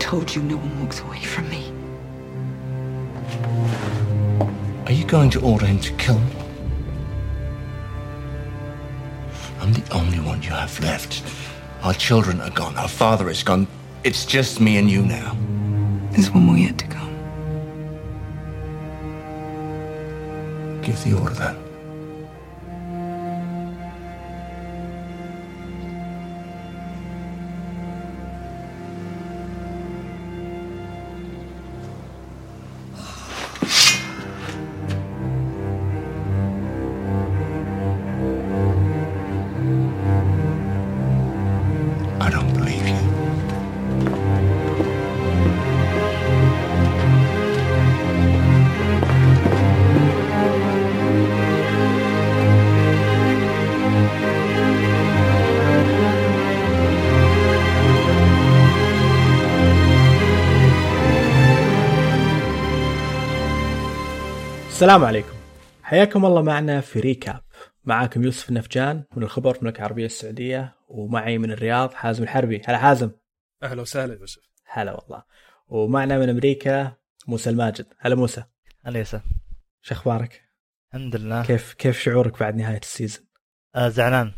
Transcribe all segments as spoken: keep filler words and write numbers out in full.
told you no one walks away from me. Are you going to order him to kill me? I'm the only one you have left. Our children are gone. Our father is gone. It's just me and you now. There's one more yet to come. Give the order then. I don't believe you. السلام عليكم، حياكم الله معنا في ريكاب. معاكم يوسف النفجان من الخبر في المملكة العربية السعودية، ومعي من الرياض حازم الحربي. هلا حازم. أهلا وسهلا يوسف. هلا والله. ومعنا من أمريكا موسى الماجد. هلا موسى. هلا يوسف، شو أخبارك؟ الحمد لله. كيف كيف شعورك بعد نهاية السيزن؟ آه زعلان.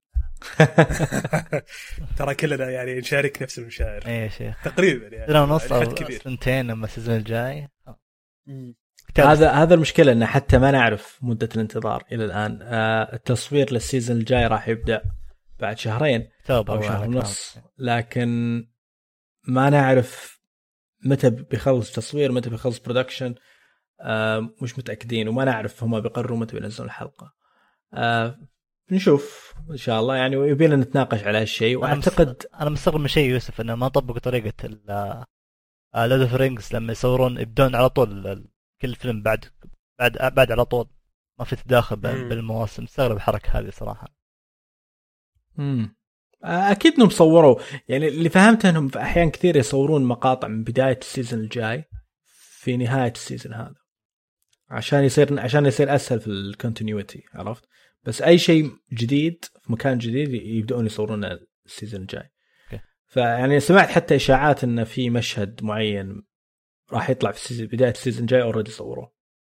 ترى كلنا يعني نشارك نفس المشاعر. ايه يا شيخ تقريبا يعني سنة ونص يعني أو سنتين لما السيزون الجاي. هذا هذا المشكلة إن حتى ما نعرف مدة الانتظار إلى الآن. آه التصوير للسيزن الجاي راح يبدأ بعد شهرين أو شهر ونص، لكن ما نعرف متى بيخلص تصوير متى بيخلص برودكشن. آه مش متأكدين، وما نعرف هم بيقرروا متى بينزلون الحلقة. آه نشوف إن شاء الله يعني، ويبينا نتناقش على هالشيء. وأعتقد أنا مستغرب من شيء يوسف، إنه ما طبقوا طريقة ال لورد اوف رينجز لما يصورون يبدون على طول كل فيلم بعد بعد بعد على طول، ما في تداخل بالمواسم. مستغرب الحركة هذه صراحة. امم اكيد انهم صوروا، يعني اللي فهمته انهم في احيان كثير يصورون مقاطع من بداية السيزون الجاي في نهاية السيزون هذا، عشان يصير عشان يصير اسهل في الكونتينيوتي، عرفت؟ بس اي شيء جديد في مكان جديد يبدأون يصورون السيزون الجاي. okay. فيعني سمعت حتى اشاعات ان في مشهد معين راح يطلع في السيزون بداية السيزون الجاي اوريدي صوروه،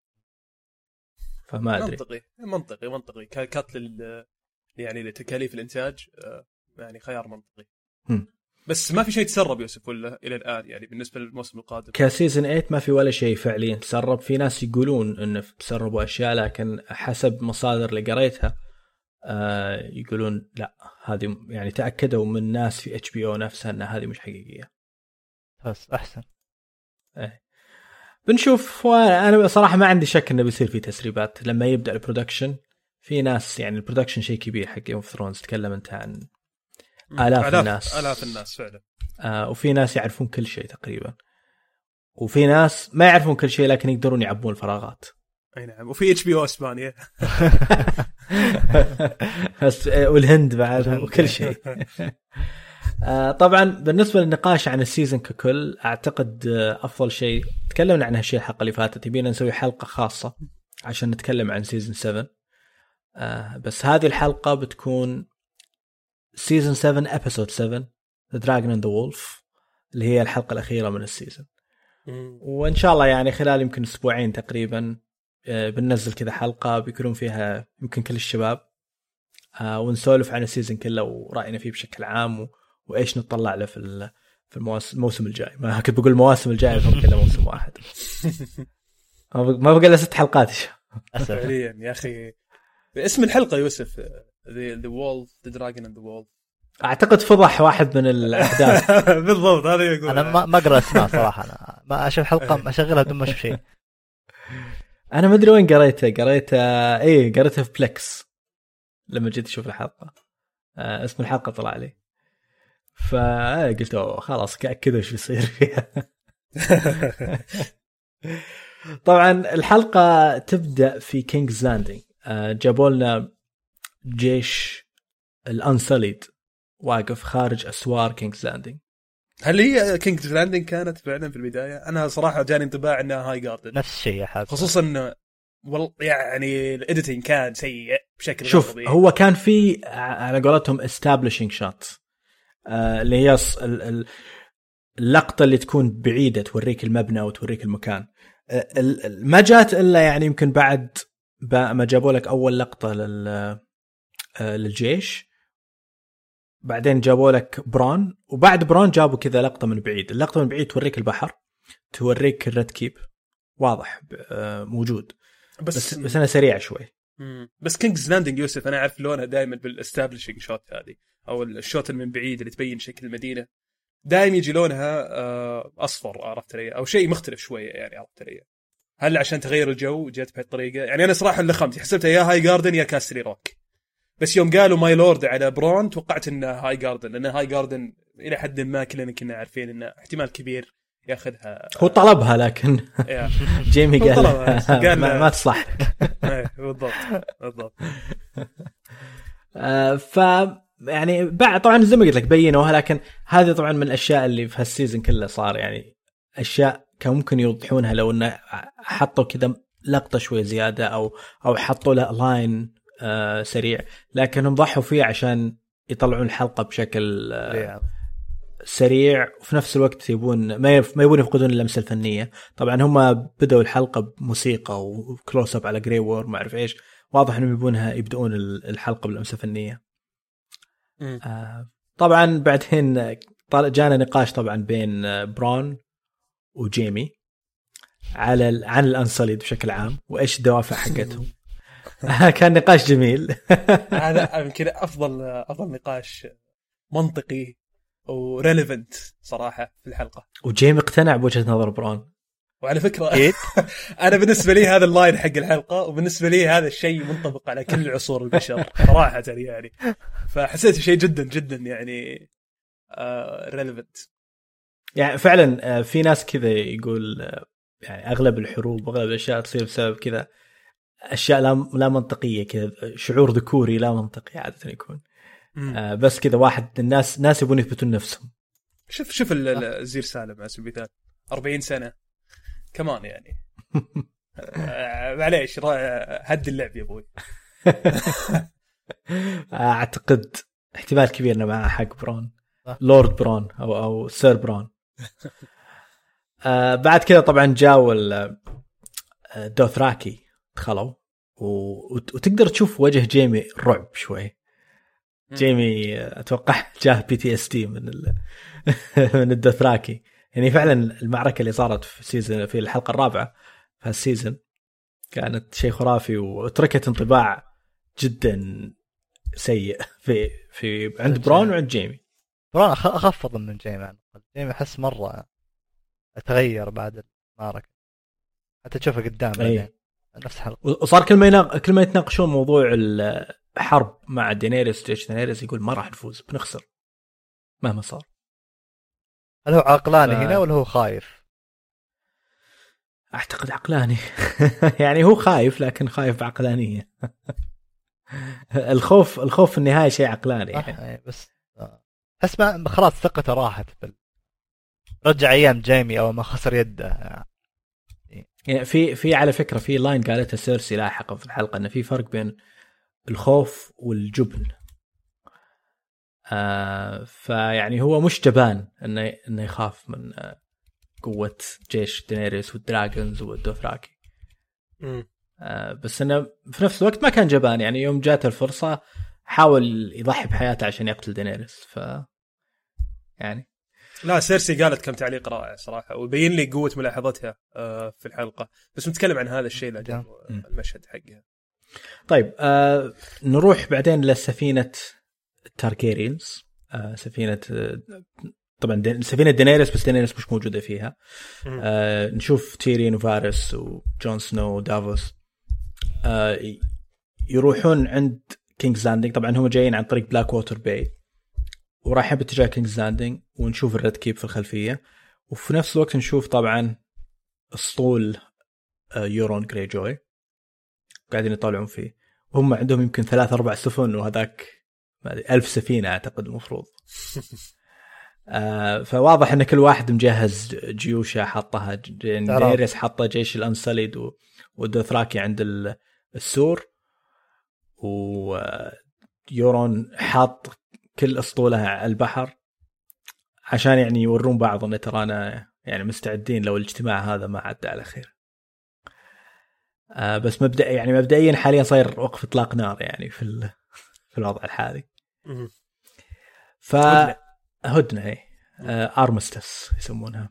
فما ادري. منطقي منطقي منطقي كات لل يعني لتكاليف الانتاج، يعني خيار منطقي. هم. بس ما في شيء تسرب يوسف ولا الى الان يعني بالنسبه للموسم القادم كسيزون ثمانية ما في ولا شيء فعليا تسرب. في ناس يقولون انه تسربوا اشياء، لكن حسب مصادر اللي قريتها آه يقولون لا، هذه يعني تاكدوا من ناس في اتش بي او نفسها ان هذه مش حقيقيه. بس احسن. ايه بنشوف. وانا صراحه ما عندي شك انه بيصير في تسريبات لما يبدا البرودكشن. في ناس يعني البرودكشن شيء كبير حق جيم اوف ثرونز، تكلم انت عن آلاف, آلاف الناس آلاف الناس فعلا. آه وفي ناس يعرفون كل شيء تقريبا، وفي ناس ما يعرفون كل شيء لكن يقدرون يعبون الفراغات. اي نعم. وفي اتش بي او اسبانيا بس والهند بعد وكل شيء. آه طبعا بالنسبه للنقاش عن السيزن ككل، اعتقد آه افضل شيء تكلمنا عن هالشيء الحلقه اللي فاتت، يبينا نسوي حلقه خاصه عشان نتكلم عن سيزن سبعة. آه بس هذه الحلقه بتكون سيزن سبعة ابيسود سبعة The Dragon and the Wolf، اللي هي الحلقة الأخيرة من السيزن. وإن شاء الله يعني خلال يمكن أسبوعين تقريبا بننزل كذا حلقة بيكونون فيها يمكن كل الشباب، ونسولف عن السيزن كله ورأينا فيه بشكل عام، وإيش نطلع له في في الموسم الجاي. ما كنت بقول المواسم الجاية هم كله موسم واحد. ما بقى له ست حلقات فعليا يا أخي. اسم الحلقة يوسف The The Wolf The Dragon and the Wolf. أعتقد فضح واحد من الأحداث. بالضبط هذا يقول. أنا ما ما أقرأ اسمها صراحة، أنا ما أشوف حلقة ما أشغلها بدون ما أشوف شيء. أنا ما أدري وين قريته قريته إيه قريته في بلكس لما جيت أشوف الحلقة. آه اسم الحلقة طلع لي، فقلت أوه خلاص كأكده شو يصير فيها. طبعا الحلقة تبدأ في كينجز لاندينج. آه جابوا لنا جيش الأنسليد واقف خارج أسوار كينجز لاندينج. هل هي كينجز لاندينج كانت فعلا في البداية؟ أنا صراحة جاني انطباع أنها هاي جاردن. نفس الشيء يا حاج، خصوصا والله يعني الإديتنج كان سيء بشكل شوف غربي. هو كان في على قولتهم establishing shot، آه اللي هي ال ال اللقطة اللي تكون بعيدة توريك المبنى وتوريك المكان ما جات إلا يعني يمكن بعد ما جابوا لك أول لقطة لل للجيش، بعدين جابوا لك بران، وبعد بران جابوا كذا لقطة من بعيد. اللقطة من بعيد توريك البحر، توريك الريد كيب واضح موجود، بس بس, بس أنا سريع شوي. مم. بس كينجز لاندنج يوسف أنا أعرف لونها دائما بالاستابليشنج شوت هذه أو الشوت من بعيد اللي تبين شكل المدينة، دائما يجي لونها أصفر، عرفت لي، أو شيء مختلف شوية يعني، عرفت لي. هل عشان تغير الجو جت بهالطريقة؟ يعني أنا صراحة لخمت حسبتها يا هاي جاردن يا كاستلي روك، بس يوم قالوا ماي لورد على برون توقعت إنه هاي جاردن، لأن هاي جاردن إلى حد ما كلنا كنا عارفين إنه احتمال كبير ياخذها. هو طلبها لكن جيمي قال, قال ما, ما تصلح. بالضبط بالضبط. ف يعني بعد طبعا زي ما قلت لك بينوها، لكن هذه طبعا من الأشياء اللي في هالسيزن كله صار يعني أشياء كان ممكن يوضحونها لو إنه حطوا كذا لقطة شوي زيادة أو أو حطوا له لاين آه سريع، لكنهم ضحوا فيه عشان يطلعون الحلقة بشكل آه سريع، وفي نفس الوقت يبون ما ما يبون يفقدون اللمسة الفنية. طبعا هم بدأوا الحلقة بموسيقى وكلوس اب على جري وور ما أعرف إيش، واضح إنهم يبونها يبدأون الحلقة باللمسة فنية. آه طبعا بعدين جانا نقاش طبعا بين برون وجيمي على عن الأنسوليد بشكل عام وإيش الدوافع حقتهم. كان نقاش جميل. هذا يمكن أفضل أفضل نقاش منطقي وريليفنت صراحة في الحلقة. وجيمي اقتنع بوجهة نظر برون. وعلى فكرة أنا بالنسبة لي هذا اللاين حق الحلقة، وبالنسبة لي هذا الشيء منطبق على كل عصور البشر صراحة يعني، فحسيت شيء جدا جدا يعني ريليفنت. يعني فعلا في ناس كذا يقول يعني أغلب الحروب وأغلب الأشياء تصير بسبب كذا أشياء لا لا منطقية، كذا شعور ذكوري لا منطقي عادة يكون. آه بس كذا واحد الناس ناس يبون يثبتون نفسهم. شوف شوف الزير سالم على سبيل المثال أربعين سنة كمان يعني. آه معليش هد اللعب يا أبوي. أعتقد احتمال كبير إنه معه حق برون، لورد برون أو أو سير برون. آه بعد كذا طبعا جاوا الدوثراكي دخلوا وتقدر تشوف وجه جيمي رعب شوي. جيمي أتوقع جاه بي تي اس دي من ال من الدوثراكي يعني. فعلا المعركة اللي صارت في سيزن في الحلقة الرابعة في هالسيزن كانت شيء خرافي، وتركت انطباع جدا سيء في في عند برون وعند جيمي. برون أخفض من جيمي، جيمي أحس مرة تغير بعد المعركة، حتى تشوفه قدام بعدين نفس الحلقة. وصار كل ما يناق... كل ما يتناقشون موضوع الحرب مع دينيريس جيش دينيريس يقول ما راح نفوز بنخسر مهما صار. هل هو عقلاني ف... هنا ولا هو خايف؟ أعتقد عقلاني. يعني هو خايف لكن خايف بعقلانية. الخوف الخوف في النهاية شيء عقلاني يعني. بس حس ما خلاص ثقته راحت بال... رجع أيام جيمي أو ما خسر يده يعني. في في على فكرة في لاين قالتها سيرسي لاحقا في الحلقة إن في فرق بين الخوف والجبن. آه فيعني هو مش جبان إنه إنه يخاف من آه قوة جيش دينيريس والدراجونز والدوثراكي. آه بس إنه في نفس الوقت ما كان جبان يعني. يوم جات الفرصة حاول يضحي بحياته عشان يقتل دينيريس. ف يعني لا سيرسي قالت كم تعليق رائع صراحة، وبين لي قوة ملاحظتها في الحلقة، بس نتكلم عن هذا الشيء لأجل المشهد حقها. طيب آه نروح بعدين لسفينة تارجيريانز. آه سفينة آه طبعا دين سفينة دينيريس بس دينيريس مش موجودة فيها. آه نشوف تيرين وفارس وجون سنو ودافوس آه يروحون عند كينجز لاندنج. طبعا هم جايين عن طريق بلاك ووتر باي ورايحين باتجاه كينجز لاندنج، ونشوف الريد كيب في الخلفية، وفي نفس الوقت نشوف طبعا اسطول يورون جريجوي قاعدين يطالعون فيه، وهم عندهم يمكن ثلاث أربع سفن وهذاك ألف سفينة أعتقد المفروض. آه فواضح أن كل واحد مجهز جيوشه حطها. دينيريس حطه جيش الأنسليد والدوثراكي عند السور، ويورون حاط كل أسطولها على البحر. عشان يعني يورون بعض ان ترانا يعني مستعدين لو الاجتماع هذا ما عدى على خير. آه بس مبدأ يعني مبدئيا حاليا صاير وقف اطلاق نار يعني في في الوضع الحالي. فهدنه هي آه ارمستس يسمونها.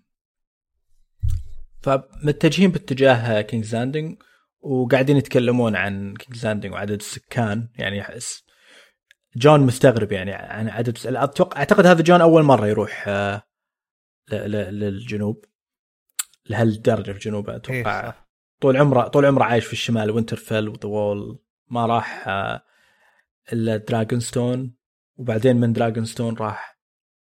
فمتجهين باتجاه كينجز لاندنج وقاعدين يتكلمون عن كينجز لاندنج وعدد السكان. يعني يحس جون مستغرب يعني عن عدد. أتوقع أعتقد هذا جون أول مرة يروح آه للجنوب لهالدرجة في الجنوب. أتوقع طول عمره طول عمره عايش في الشمال وينترفيل وذا وول. ما راح آه إلا دراغونستون وبعدين من دراغونستون راح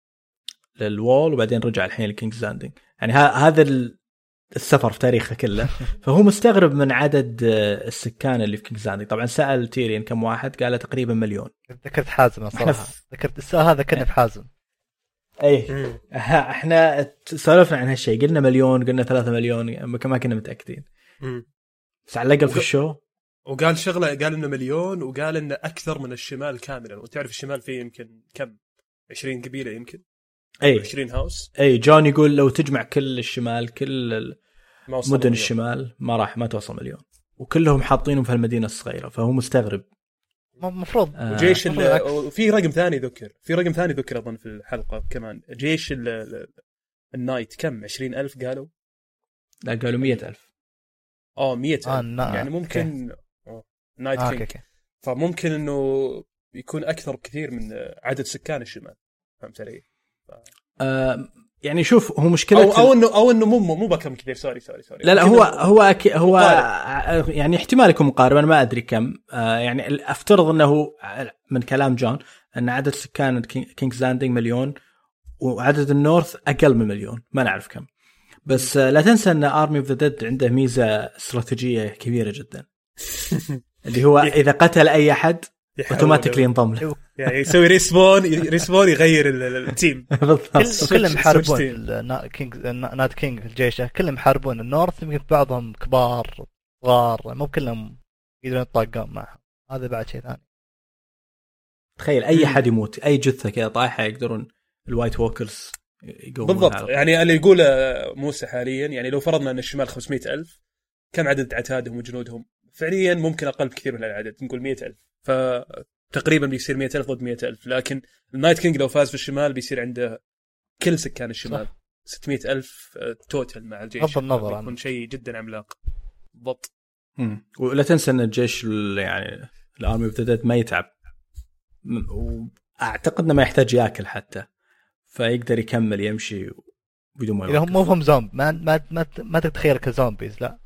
للوول وبعدين رجع الحين لكينجز لاندنج. يعني هذا السفر في تاريخه كله. فهو مستغرب من عدد السكان اللي في كينجز لاندنج. طبعا سأل تيرين كم واحد قال تقريبا مليون. ذكرت حازم صراحة. ذكرت السؤال هذا كنا في حازم. ايه احنا سولفنا عن هالشيء قلنا مليون قلنا ثلاثة مليون ما كنا متأكدين. بس على الأقل في الشو وقال شغلة قال إنه مليون وقال إنه أكثر من الشمال كاملا. وتعرف الشمال فيه يمكن كم عشرين قبيلة يمكن أي عشرين هاوس. أي جون يقول لو تجمع كل الشمال كل مدن الشمال ما راح ما توصل مليون وكلهم حاطينهم في المدينة الصغيرة. فهو مستغرب. مفروض آه جيش وفي رقم ثاني ذكر في رقم ثاني ذكر أظن في الحلقة كمان. جيش ال ال النايت كم عشرين ألف قالوا. لا قالوا مية ألف. آه مية ألف. آه يعني ممكن آه نايت آه كينج. فممكن إنه يكون أكثر بكثير من عدد سكان الشمال. فهمت علي؟ ف... آه يعني شوف هو مشكلة أو, أو إنه أو إنه مو مو بكم كثير. سوري سوري سوري. لا لا هو هو أكي هو مقارب. يعني احتمال يكون مقارب أنا ما أدري كم. آه يعني أفترض أنه من كلام جون أن عدد سكان كينجز لاندنج مليون وعدد النورث أقل من مليون ما نعرف كم. بس آه لا تنسى أن آرمي أوف ذا ديد عنده ميزة استراتيجية كبيرة جدا اللي هو إذا قتل أي أحد اوتوماتيكلي ينضم له. يعني يسوي ريسبون ريسبون يغير التيم. كلهم يحاربون كينج نايت كينج في الجيش كلهم يحاربون النورث. يمكن بعضهم كبار صغار مو كلهم يقدرون يطاقون معهم. هذا بعد شيء ثاني. تخيل اي حد يموت اي جثه كذا طايحه يقدرون الوايت ووكرز يقومون بالضبط. يعني اللي يقوله موسى حاليا يعني لو فرضنا ان الشمال خمسمية ألف كم عدد عتادهم وجنودهم فعليا ممكن اقل بكثير من العدد نقول مية ألف. فتقريبا بيصير مية ألف ضد مية ألف. لكن النايت كينج لو فاز في الشمال بيصير عنده كل سكان الشمال ستمية ألف توتال مع الجيش. بغض النظر يكون شيء جدا عملاق. بالضبط. ولا تنسى ان الجيش يعني الارمي اوف ذا ديد ما يتعب واعتقد انه ما يحتاج ياكل حتى فيقدر يكمل يمشي بدون ما ياكل. هم مو هم زومبي ما ما ما, ما تتخيل كزومبيز لا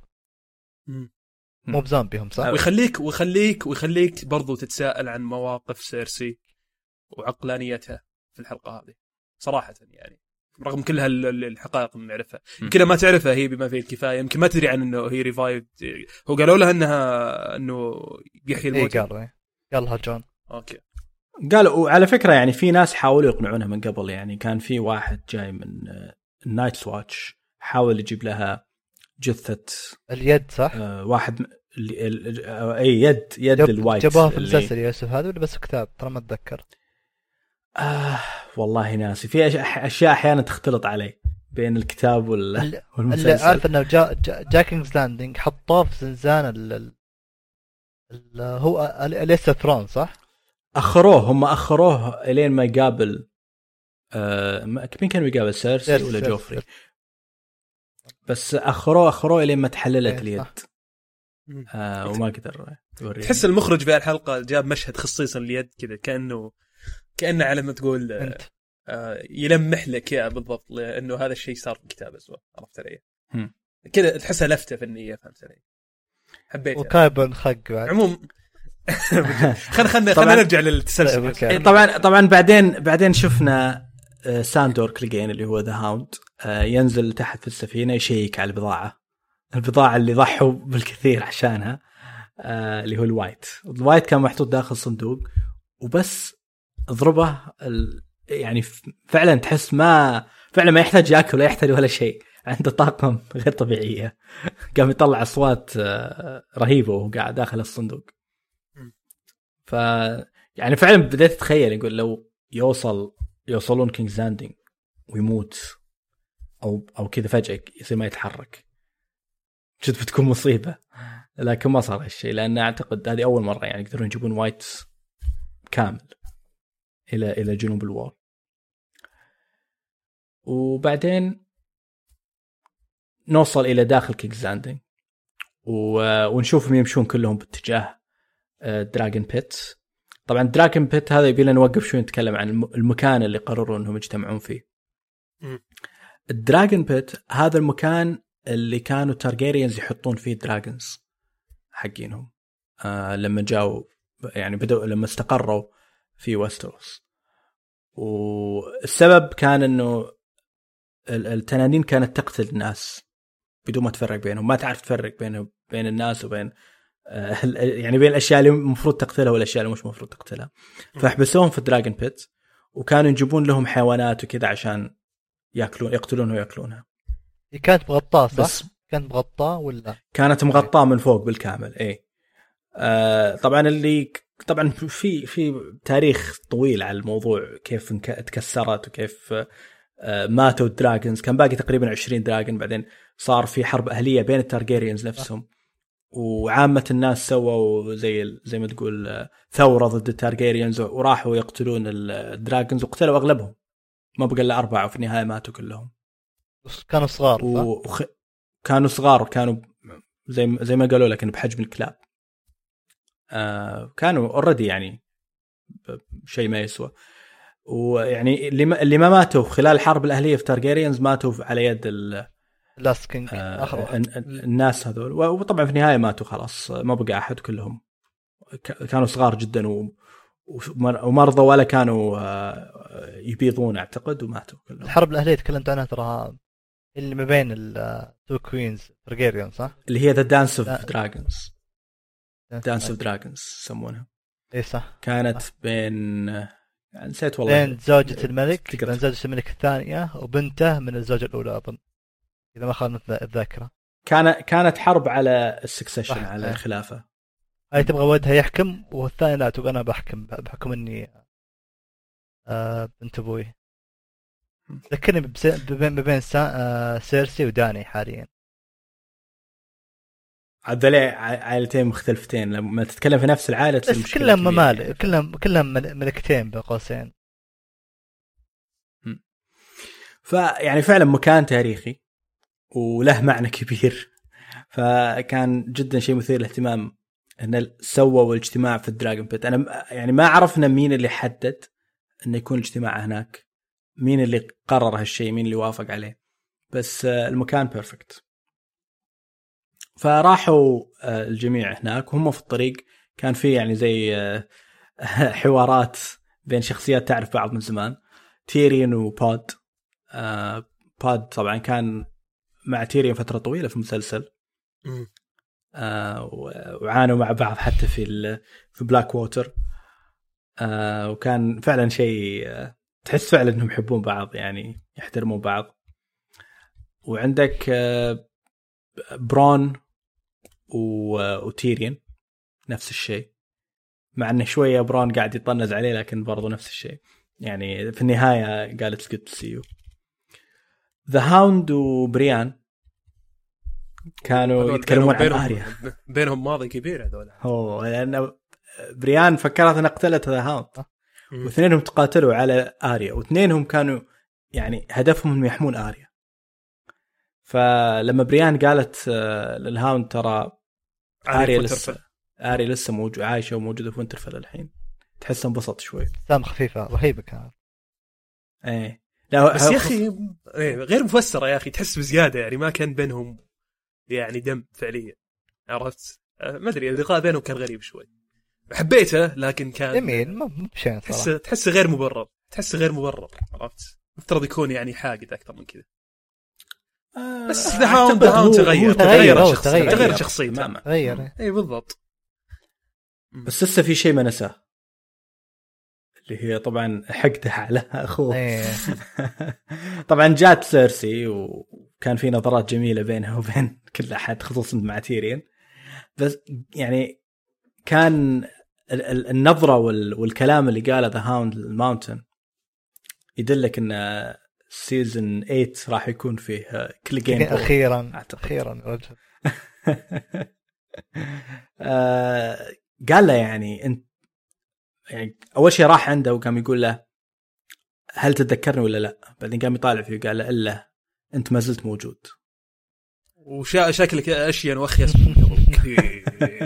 مو بزومبي هم صح. ويخليك ويخليك ويخليك برضو تتساءل عن مواقف سيرسي وعقلانيتها في الحلقة هذه صراحة. يعني رغم كل هالحقائق اللي نعرفها يمكن ما تعرفها هي بما فيه الكفاية. يمكن ما تدري عن انه هي ريفايد. هو قالوا لها انها انه يحيي الموت. إيه قال قالها جون. اوكي قالوا. وعلى فكرة يعني في ناس حاولوا يقنعونها من قبل. يعني كان في واحد جاي من النايت واتش حاول يجيب لها جثة اليد صح. آه واحد اي يد يد الوايت جابوها في المسلسل يوسف هذا ولا بس كتاب ترى ما اتذكر. آه والله ناسي. في اشياء احيانا تختلط علي بين الكتاب وال والمسلسل. اللي عارف انه جا جا كينجز لاندنج حطوه في زنزان ال ال هو أليسا ثرون صح. اخروه هم اخروه الين ما يقابل آه مين كان يقابل سيرسي ولا جوفري. بس اخروه اخروه الين ما تحللت اليد. آه وما قدر يوريه. تحس المخرج في الحلقة جاب مشهد خصيصا اليد كذا كأنه كأنه على ما تقول آه يلمح لك يا بالضبط لأنه هذا الشيء صار في الكتاب أسوأ. عرفت علي كذا تحسها لفتة فنية. فهمت علي حبيتها. وكايبن خق بعد عموم. خلنا خلنا خلنا نرجع للتسلسل. طبعا طبعا بعدين بعدين شفنا ساندور كليجين اللي هو ذا هاوند ينزل تحت في السفينة يشيك على البضاعة البضاعة اللي ضحوا بالكثير عشانها آه اللي هو الوايت. الوايت كان محطوط داخل صندوق وبس ضربه ال... يعني فعلا تحس ما فعلا ما يحتاج ياكل ولا يحتاج ولا شيء. عنده طاقم غير طبيعية. قام يطلع أصوات آه رهيبة وهو قاعد داخل الصندوق. ف يعني فعلا بديت أتخيل يقول لو يوصل يوصلون كينجز لاندنج ويموت او او كذا فجاه يصير ما يتحرك، جد بتكون مصيبه. لكن ما صار هالشيء، لان اعتقد هذه اول مره يعني يقدرون يجيبون وايت كامل الى الى جنوب الوال. وبعدين نوصل الى داخل كينجز لاندنج ونشوفهم يمشون كلهم باتجاه دراجون بيت. طبعا دراجون بيت هذا يبي لنا نوقف شوي نتكلم عن المكان اللي قرروا انهم يجتمعون فيه. الدراجون بيت هذا المكان اللي كانوا تارجيريانز يحطون فيه دراجونز حقينهم آه لما جاوا يعني بدأوا لما استقروا في ويستروس. والسبب كان انه التنانين كانت تقتل الناس بدون ما تفرق بينهم، ما تعرف تفرق بين بين الناس وبين آه يعني بين الاشياء اللي المفروض تقتلها والاشياء اللي مش مفروض تقتلها. فحبسوهم في الدراجون بيت وكانوا يجيبون لهم حيوانات وكذا عشان ياكلون يقتلونها وياكلونها. هي كانت مغطاة صح؟ بس كانت مغطاة ولا كانت مغطاة من فوق بالكامل. ايه آه طبعا اللي طبعا في في تاريخ طويل على الموضوع، كيف تكسرت وكيف آه ماتوا الدراجونز. كان باقي تقريبا عشرين دراجون، بعدين صار في حرب أهلية بين التارجيريانز نفسهم وعامة الناس سووا زي زي ما تقول ثورة ضد التارجيريانز وراحوا يقتلون الدراجونز وقتلوا أغلبهم، ما بقى إلا أربعة وفي النهاية ماتوا كلهم. كانوا صغار وخ... كانوا صغار وكانوا زي زي ما قالوا لك إن بحجم الكلاب. آه كانوا أوريدي يعني شيء ما يسوى. ويعني اللي ما اللي ما ماتوا خلال الحرب الأهلية في تارجيريانز ماتوا على يد ال لاسكينج آه آخر الناس هذول، وطبعا في النهاية ماتوا خلاص، ما بقى أحد كلهم كانوا صغار جدا و... ومرضى ولا كانوا يبيضون أعتقد وماتوا كلهم. الحرب الأهلية تكلمت عنها ترى اللي ما بين التو كوينز تارجيريان صح؟ اللي هي ذا دانس اوف دراجونز، دانس اوف دراجونز يسمونها. اي صح. كانت صح. بين نسيت والله، بين زوجة الملك بين زوجة الملك الثانية وبنته من الزوجة الأولى أظن إذا ما خانت الذاكرة. كان كانت حرب على السكسيشن على الخلافة. هاي تبغى ودها يحكم والثاني لا تبغى أنا بحكم بحكم إني آه بنت أبوي. ذكرني بين بين آه سيرسي وداني حاليا. هذول عائلتين مختلفتين، لما تتكلم في نفس العائلة بس كلهم ممالك، كلهم كلهم ملكتين بقوسين. فيعني فعلا مكان تاريخي وله معنى كبير، فكان جدا شيء مثير للاهتمام ان سووا الاجتماع في الدراجون بيت. انا يعني ما عرفنا مين اللي حدد انه يكون الاجتماع هناك، مين اللي قرر هالشيء، مين اللي وافق عليه، بس المكان بيرفكت. فراحوا الجميع هناك وهم في الطريق كان في يعني زي حوارات بين شخصيات تعرف بعض من زمان، تيريون وبود. بود طبعا كان مع تيريون فترة طويلة في المسلسل، وعانوا مع بعض حتى في في بلاك ووتر، وكان فعلا شيء تحس فعلا انهم يحبون بعض يعني يحترمون بعض. وعندك برون وتيريون نفس الشيء، مع انه شويه برون قاعد يطنز عليه لكن برضو نفس الشيء يعني في النهايه قالت good to see you. ذا هاوند وبريان كانوا يتكلمون عن آريا، بينهم ماضي كبير هذول. هو لأن بريان فكرت أن قتلت ذا هاوند، واثنينهم تقاتلوا على آريا، واثنينهم كانوا يعني هدفهم أن يحمون آريا. فلما بريان قالت للهاوند ترى آريا لسه آريا لسه موجود عايشة وموجودة في وينترفيل الحين، تحس انبسط شوي. سام خفيفة رهيبة كانت. ايه لا بس يا أخي إيه غير مفسرة يا أخي، تحس بزيادة يعني ما كان بينهم يعني دم فعليا، عرفت؟ ما أدري اللقاء بينهم كان غريب شوي، حبيته لكن كان جميل ما بشين صراحة. تحس تحس غير مبرر، تحس غير مبرر، عرفت؟ مفترض يكون يعني حاجة أكثر من كذا. آه بس ذا هاوند ذا هاوند تغير تغير شخصيته تغير شخصيته تغير اي بالضبط. بس لسه في شيء ما نساه اللي هي طبعا حقده على اخوه. طبعا جات سيرسي وكان في نظرات جميله بينها وبين كل احد خصوصا مع تيرين، بس يعني كان النظره والكلام اللي قاله ذا هاوند الماونتن يدلك ان سيزن ثمانية راح يكون فيه كل جيم اخيرا أعتقد. اخيرا رجل آه قال له يعني انت يعني اول شيء راح عنده وقام يقول له هل تتذكرني ولا لا، بعدين قام يطالع فيه وقال له الا انت ما زلت موجود وشا شكلك اشياء واخيس كثير.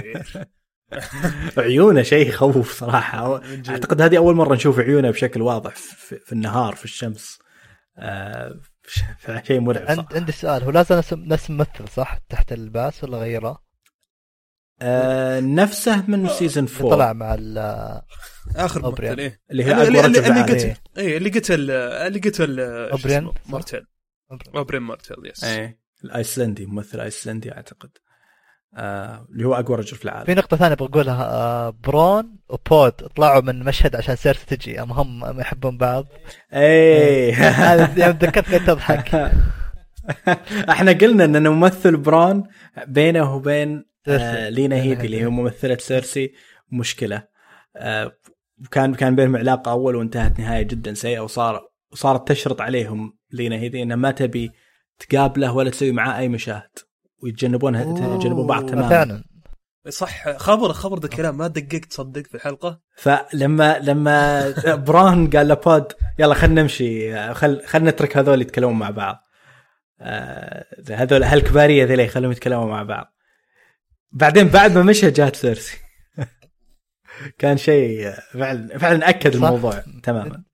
عيونه شيء يخوف صراحه. اعتقد هذه اول مره نشوف عيونه بشكل واضح في, في النهار في الشمس. آه شيء مرعب. عند عندي سؤال، هو لازم نفس نفس ممثل صح تحت اللباس ولا غيره؟ آه نفسه من سيزن فور طلع مع اخر ممثل ايه اللي هي اقوى رجل اللي بعالي. قتل ايه اللي قتل اللي قتل اوبرين مارتل اوبرين مارتل يس ايه الايسلندي، ممثل ايسلندي اعتقد آه اللي هو اقوى رجل في العالم. في نقطة ثانية بقولها، آه برون وبود طلعوا من مشهد عشان سيرسي تجي، أما هم ما يحبون بعض. ايه هذا يوم ذكرتني تضحك. احنا قلنا ان ممثل برون بينه وبين آه لينا هيدي اللي هي ممثلة سيرسي مشكلة. آه كان كان بينهم علاقة أول وانتهت نهاية جدا سيئة، وصار وصارت تشرط عليهم لينا هيدي إنها ما تبي تقابله ولا تسوي معاه أي مشاهد، ويتجنبونها يتجنبون بعض تماما. فعلا صح، خبر خبر ذا الكلام ما دققت تصدق في الحلقة. فلما لما بران قال لبود يلا خلنا نمشي، خل خلنا نترك هذول يتكلمون مع بعض، آه هذول هالكبارية ذي يخلهم يتكلمون مع بعض. بعدين بعد ما مشى جات سيرسي. كان شيء فعلا فعلا أكد الموضوع تماما.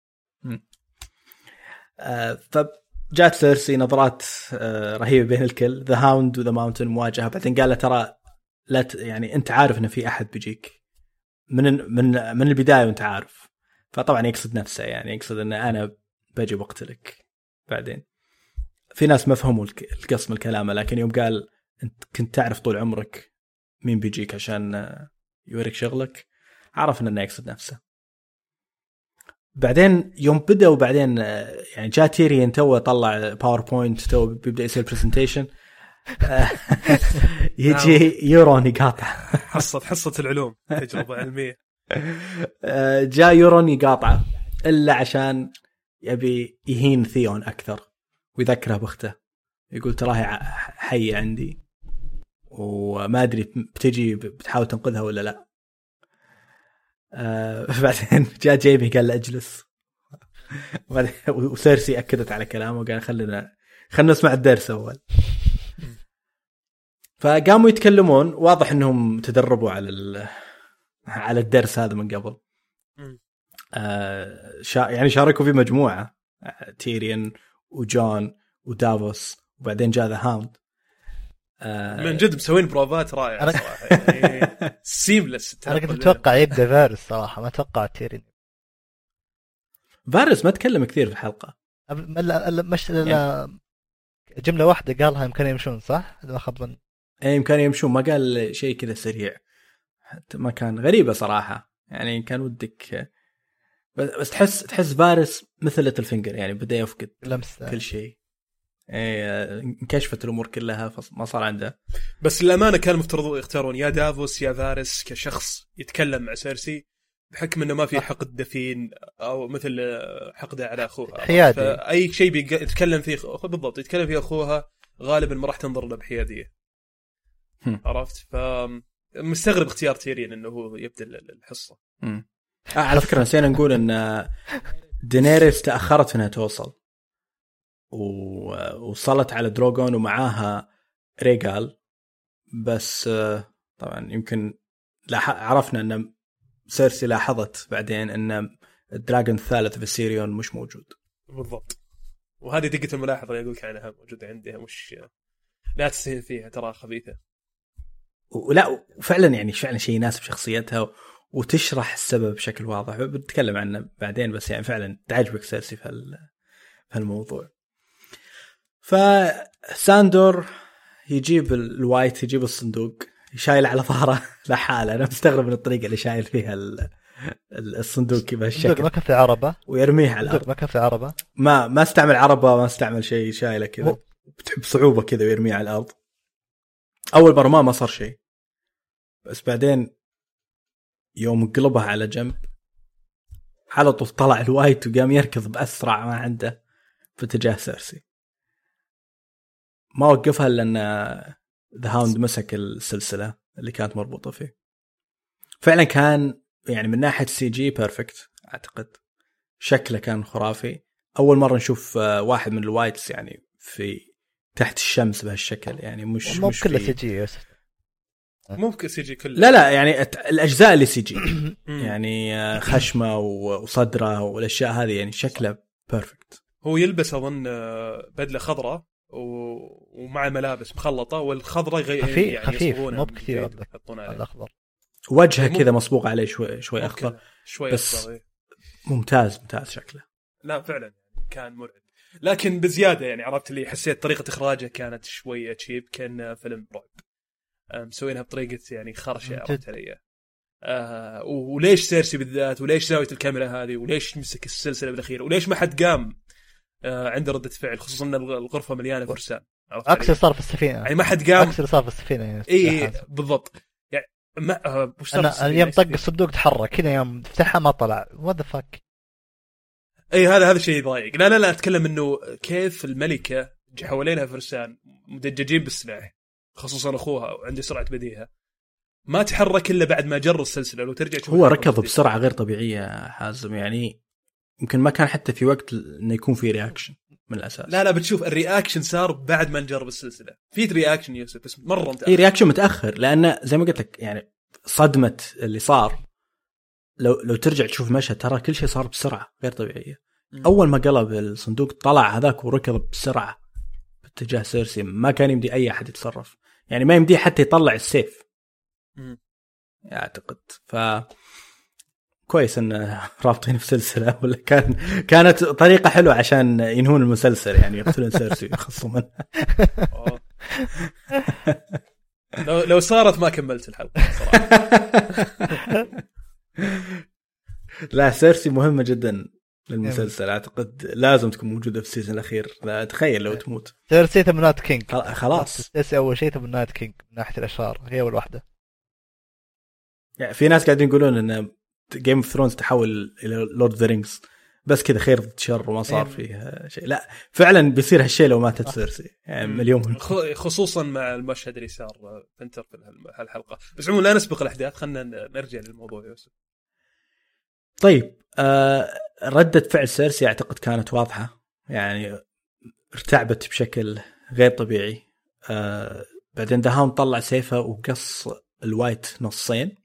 آه فجات سيرسي نظرات آه رهيبة بين الكل، ذا هاوند وذا ماونتن مواجهة. بعدين قال له ترى لا ت... يعني أنت عارف إن في أحد بيجيك من من من البداية وأنت عارف. فطبعا يقصد نفسه، يعني يقصد إن أنا بجي بقتلك. بعدين في ناس ما فهموا القصد من كلامه، لكن يوم قال أنت كنت تعرف طول عمرك مين بيجيك عشان يوريك شغلك، عرف إنه يقصد نفسه. بعدين يوم بدأ وبعدين يعني جاء تيريان تو طلع باوربوينت تو بيبدأ يصير برزنتيشن، يجي يورون يقاطع. حصة حصة العلوم تجربة علمية. جاء يورون يقاطع إلا عشان يبي يهين ثيون أكثر ويذكره بأخته، يقول تراها حي عندي وما أدري بتجي بتحاول تنقذها ولا لا. آه بعدين جاء جيمي قال له اجلس، وسيرسي أكدت على كلامه وقال خلنا خلنا نسمع الدرس أول. فقاموا يتكلمون، واضح أنهم تدربوا على على الدرس هذا من قبل. آه شا يعني شاركوا في مجموعة، تيريان وجون ودافوس، وبعدين جاء ذا هاوند. آه من جد مسوين بروفات رائعة صراحة، يعني سيملس. أنا كنت متوقع يبدأ فارس صراحة، ما توقع تيرين. فارس ما تكلم كثير في الحلقة، مش يعني جملة واحدة قالها يمكن يمشون صح؟ ما خبرن. إيه يمكن يمشون، ما قال شيء كذا سريع، حتى ما كان غريبة صراحة. يعني كان ودك بس تحس تحس فارس مثل ليتل فينجر، يعني بدأ يفقد لمسة كل شيء. إيه انكشفت الأمور كلها فما صار عنده. بس الأمانة كان مفترض يختارون يا دافوس يا فارس كشخص يتكلم مع سيرسي، بحكم إنه ما في حقد دفين أو مثل حقده على أخوها، حيادي. فأي شيء بيتكلم فيه بالضبط يتكلم فيه أخوها غالبا ما راح تنظر له بحيادية. عرفت؟ فمستغرب اختيار تيرين إنه هو يبدأ الحصة. آه على فكرة نسينا نقول إن دينيريس تأخرت إنها توصل، ووصلت على دروغون ومعاها ريغال، بس طبعا يمكن عرفنا أن سيرسي لاحظت بعدين أن الدراغون الثالث في السيريون مش موجود. بالضبط، وهذه دقة الملاحظة اللي أقولك عنها موجودة عندها، مش لا تستهين فيها، ترى خبيثة. ولا فعلا يعني فعلا شيء يناسب شخصيتها وتشرح السبب بشكل واضح، بنتكلم عنه بعدين. بس يعني فعلا تعجبك سيرسي في هالموضوع. فساندور يجيب الوايت، يجيب الصندوق، يشايل على ظهره لحاله. أنا مستغرب من الطريقة اللي شايل فيها الصندوق بهالشكل، ما كان في عربة ويرميه على الأرض. ما كان في عربة، ما ما استعمل عربة، ما استعمل شيء، شايله كذا بتحب صعوبة كذا ويرميه على الأرض. أول مرة ما ما صار شيء، بس بعدين يوم قلبها على جنب على طول طلع الوايت وقام يركض بأسرع ما عنده، باتجاه سيرسي. ما وقفها لأن ذا هاوند مسك السلسلة اللي كانت مربوطة فيه. فعلا كان يعني من ناحية سي جي بيرفكت، أعتقد شكله كان خرافي. أول مرة نشوف واحد من الوايتس يعني في تحت الشمس بهالشكل، يعني مش مو مش كله في... سي جي يوسف. ممكن سي جي كله. لا لا يعني الأجزاء اللي سي جي يعني خشمه وصدره والأشياء هذه يعني شكله بيرفكت. هو يلبس أظن بدلة خضراء ومع ملابس مخلطة، والخضراء غير خفيف يعني خفيف مو بكثير الأخضر. وجهه كذا مصبوغ عليه شوي شوي أخضر شوي بس أخضر. ممتاز ممتاز شكله. لا فعلا كان مرعب، لكن بزيادة يعني عرفت اللي حسيت طريقة إخراجه كانت شوية تشيب، كان فيلم رعب مسوينها بطريقة يعني خرشة عرفت علي. آه وليش سيرسي بالذات، وليش زاوية الكاميرا هذه، وليش مسك السلسلة بالأخير، وليش ما حد قام آه عنده ردة فعل، خصوصا أن الغرفة مليانة فرسان. عكس صار في السفينة يعني ما حد قام. عكس صار في السفينة يعني. إيه بالضبط يعني ما آه أنا اليوم طق الصندوق تحرك كذا، يوم فتحها ما طلع what the fuck. اي هذا هذا شيء ضايق. لا لا لا اتكلم انه كيف الملكه حوالينها فرسان مدججين بالسلاح، خصوصا اخوها وعنده سرعه بديهه، ما تحرك الا بعد ما جر السلسله. لو ترجع تشوف هو ركض بسرعه غير طبيعيه حازم، يعني يمكن ما كان حتى في وقت انه يكون في رياكشن من الاساس. لا لا بتشوف الرياكشن صار بعد ما نجرب السلسله. في رياكشن يوسف بس مره متاخر. اي رياكشن متاخر، لان زي ما قلت لك يعني صدمه اللي صار. لو لو ترجع تشوف المشهد ترى كل شيء صار بسرعه غير طبيعيه. أول ما قلب الصندوق طلع هذاك وركض بسرعة باتجاه سيرسي، ما كان يمدي أي أحد يتصرف، يعني ما يمدي حتى يطلع السيف أعتقد. ف كويس إن رابطين في سلسلة، ولا كان كانت طريقة حلوة عشان ينهون المسلسل، يعني يقتلون سيرسي ويخلصوا منها. لو لو صارت ما كملت الحلقة صراحة. لا سيرسي مهمة جدا للمسلسل، أعتقد لازم تكون موجودة في السيزن الأخير. لا تخيل لو تموت. سيرسي ثم نايت كينج خلاص. سيرسي أول شيء ثم نايت كينج من ناحية الأشرار هي أول واحدة. يعني في ناس قاعدين يقولون إن جيم اوف ثرونز تحول إلى لورد ذا رينجز، بس كذا خير ضد شر وما صار فيه شيء. لا فعلا بيصير هالشيء لو ماتت سيرسي يعني مليون، خصوصا مع المشهد اللي صار بنتر في هالحلقة. بس عموما لا نسبق الأحداث، خلنا نرجع للموضوع يوسف. طيب آه ردة فعل سيرسي أعتقد كانت واضحة، يعني ارتعبت بشكل غير طبيعي. آه بعدين ذا هاوند طلع سيفه وقص الوايت نصين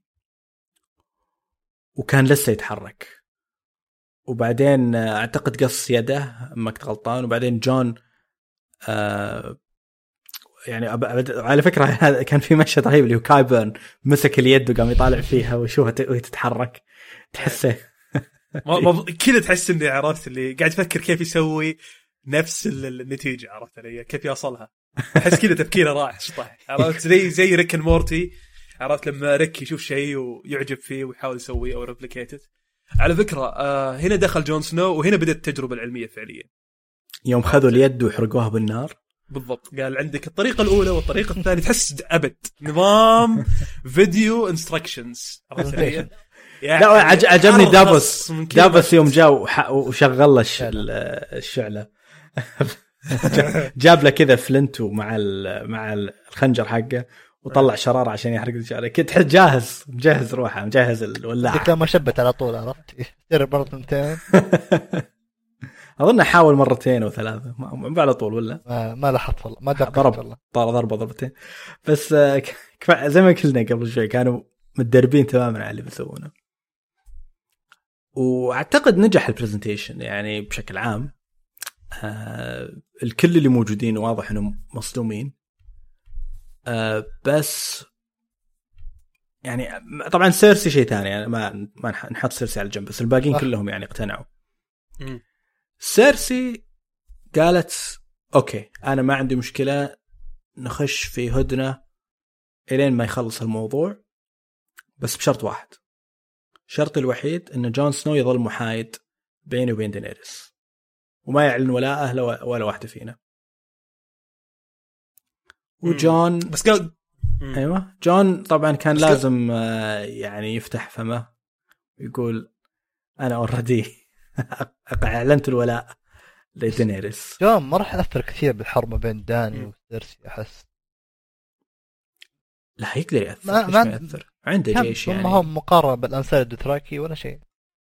وكان لسه يتحرك، وبعدين آه أعتقد قص يده ما كنت غلطان. وبعدين جون آه يعني على فكرة هذا كان في مشهد رهيب اللي هو كايبرن مسك اليد وقام يطالع فيها ويشوفها وهي تتحرك، تحسه ما كذا تحس اني عرفت اللي قاعد يفكر كيف يسوي نفس النتيجه، عرفت علي كيف يوصلها. احس كذا تفكيره رايح شطح، عرفت زي زي ريك اند مورتي، عرفت لما ريك يشوف شيء ويعجب فيه ويحاول يسويه او ريبليكيت. على فكره آه هنا دخل جون سنو وهنا بدت التجربه العلميه فعليا، يوم خذوا اليد وحرقوها بالنار. بالضبط، قال عندك الطريقه الاولى والطريقه الثانيه، تحس ابد نظام فيديو انستراكشنز، عرفت علي. يعني لا عجبني دافوس دافوس يوم جاء وشغل له الشعلة جاب له كذا فلنت مع مع الخنجر حقه وطلع شرارة عشان يحرق الشعلة. كنت حد جاهز مجهز روحه مجهز الولاعة. ذيك لما شبت على طول عرفت يصير مرة ثنتين. أظن حاول مرتين أو ثلاثة ما على طول ولا ما, ما لاحظت والله ما ضرب والله ضربة ضربتين بس. زي ما قلنا قبل شوي كانوا متدربين تماما على اللي بيسوونه، واعتقد نجح البرزنتيشن يعني بشكل عام. آه الكل اللي موجودين واضح انهم مصدومين. آه بس يعني طبعا سيرسي شيء ثاني يعني ما ما نحط سيرسي على الجنب، بس الباقيين كلهم يعني اقتنعوا. سيرسي قالت اوكي انا ما عندي مشكلة نخش في هدنة الين ما يخلص الموضوع، بس بشرط واحد. شرط الوحيد ان جون سنو يظل محايد بيني وبين دينيريس وما يعلن ولاءه ولا واحدة فينا. وجون بس قال ايوه جون طبعا كان لازم يعني يفتح فمه ويقول انا اوريدي اعلنت الولاء لدينيريس. جون ما راح يأثر كثير بالحرب ما بين داني وسيرسي أحس. لا يقدر يأثر. ما, ما ما يأثر عنده جيش يعني. ما هم مقارنة بالأنصار الدوثراكي ولا شيء.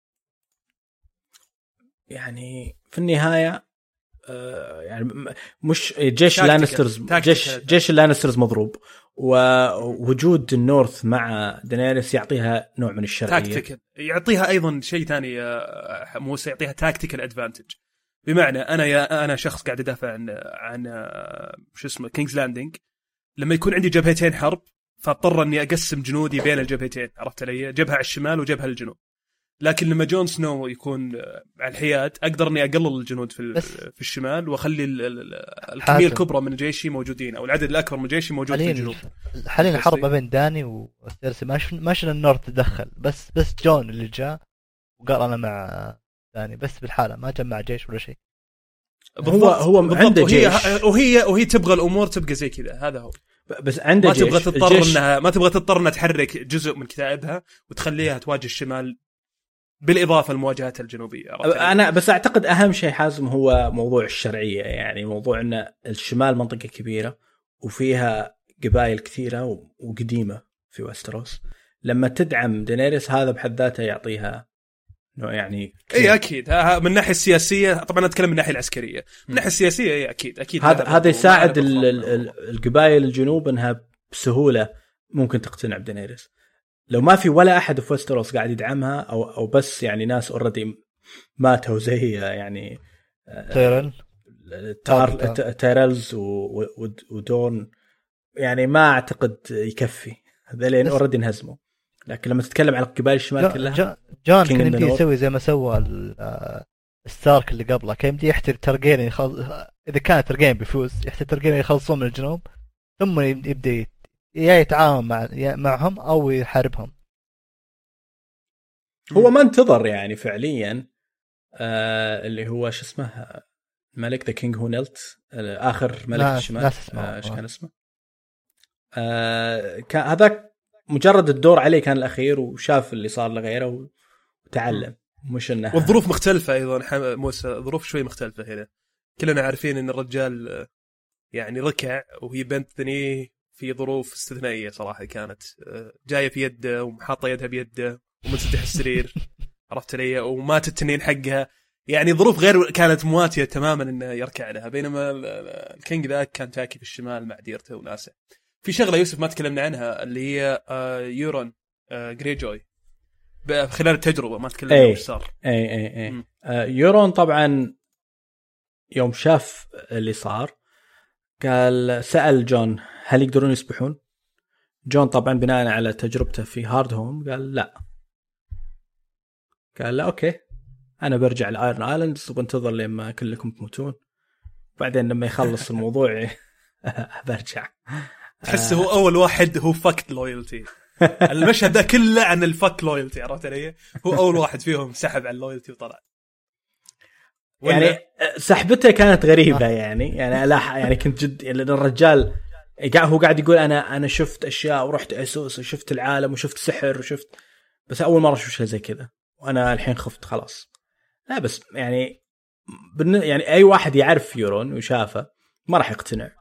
يعني في النهاية آه يعني مش جيش لانسترز جيش جيش لانسترز مضروب، ووجود النورث مع دينيريس يعطيها نوع من الشرعية. تاكتيكال يعطيها أيضا شيء ثاني موسى، يعطيها تاكتيكال أدفانتج. بمعنى أنا يا أنا شخص قاعد أدافع عن عن شو اسمه كينجز لاندينج، لما يكون عندي جبهتين حرب فاضطر إني أقسم جنودي بين الجبهتين، عرفت علي؟ جبهة على الشمال وجبهة الجنوب. لكن لما جون سنو يكون على الحياد أقدر إني أقلل الجنود في في الشمال وأخلي الكمية الكبرى من جيشي موجودين، أو العدد الأكبر من جيشي موجود في الجنوب. حاليا الحرب ما بين داني وسيرسي ما ما شفنا النورث تدخل، بس بس جون اللي جاء وقال أنا مع داني بس بالحالة، ما جمع جيش ولا شيء. هو هو عنده جيش وهي وهي وهي تبغى الأمور تبقى زي كذا. هذا هو. بس عنده ما جيش. تبغى تضطر الجيش... انها ما تبغى تضطر انها تحرك جزء من كتائبها وتخليها تواجه الشمال بالاضافه للمواجهات الجنوبيه. انا بس اعتقد اهم شيء حازم هو موضوع الشرعيه، يعني موضوع ان الشمال منطقه كبيره وفيها قبائل كثيره وقديمه في وستروس، لما تدعم دينيريس هذا بحد ذاته يعطيها نوع يعني اي اكيد. من الناحيه السياسيه طبعا اتكلم من الناحيه العسكريه، من الناحيه السياسيه اي اكيد اكيد هذا هذا يساعد القبائل الجنوب انها بسهوله ممكن تقتنع بدينيريس. لو ما في ولا احد في وستروس قاعد يدعمها او او بس يعني ناس اوريدي ماتوا زي يعني تيرل تار تيرلز ودون، يعني ما اعتقد يكفي هذولين اوريدي انهزموا. لكن لما تتكلم على قبائل الشمال كلها جون كان يمدي يسوي زي ما سوى الستارك اللي قبله، كان يمدي يحتر ترجين يخلص، اذا كان ترجين بيفوز يحتر ترجين يخلصون من الجنوب ثم يبدا يا يتعاون مع معهم او يحاربهم. هو ما انتظر يعني فعليا آه اللي هو شو اسمه ملك ذا كينج هو نيلت اخر ملك الشمال ايش آه كان اسمه آه كان هذاك مجرد الدور عليه كان الأخير وشاف اللي صار لغيره وتعلم. مش إنه والظروف مختلفة أيضا موسى، ظروف شوي مختلفة هنا. كلنا عارفين إن الرجال يعني ركع وهي بنت ثاني في ظروف استثنائية صراحة، كانت جاية في يده ومحاطة يدها بيده ومنسدح السرير عرفت لي، ومات التنين حقها، يعني ظروف غير كانت مواتية تماما إنه يركع لها. بينما الكينج ذاك كان تاكي في الشمال مع ديرته وناسه. في شغلة يوسف ما تكلمنا عنها اللي هي يورون جريجوي خلال التجربة، ما تكلمنا وش صار. اي اي اي آه يورون طبعا يوم شاف اللي صار قال سأل جون هل يقدرون يسبحون. جون طبعا بناء على تجربته في هارد هوم قال لا، قال لا اوكي انا برجع لايرن ايلاندز وبنتظر لما كلكم تموتون، بعدين لما يخلص الموضوع برجع. تحس هو أول واحد هو فاكت لويالتي. المشهد ده كله عن الفاك لويالتي، عرفت علي؟ هو أول واحد فيهم سحب على اللويالتي وطلع. يعني سحبته كانت غريبة يعني يعني لا يعني كنت جد يعني الرجال هو قاعد يقول أنا أنا شفت أشياء ورحت أسوس وشفت العالم وشفت سحر وشفت، بس أول مرة أشوف شيء زي كذا وأنا الحين خفت خلاص. لا بس يعني يعني أي واحد يعرف يورون وشافه ما راح يقتنع،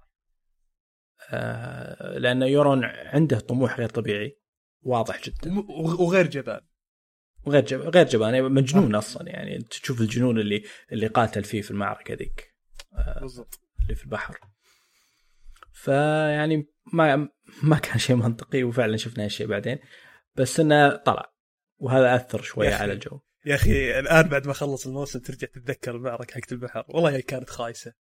آه لأن يورون عنده طموح غير طبيعي واضح جدا وغير جبان وغير جب... غير جبان يعني مجنون أصلا. يعني تشوف الجنون اللي اللي قاتل فيه في المعركة ذيك آه بالضبط اللي في البحر. فيعني ما ما كان شيء منطقي وفعلا شفنا هالشيء بعدين، بس إنه طلع وهذا أثر شوية على الجو. يا أخي الآن بعد ما خلص الموسم ترجع تتذكر المعركة حقت البحر، والله هي كانت خايسة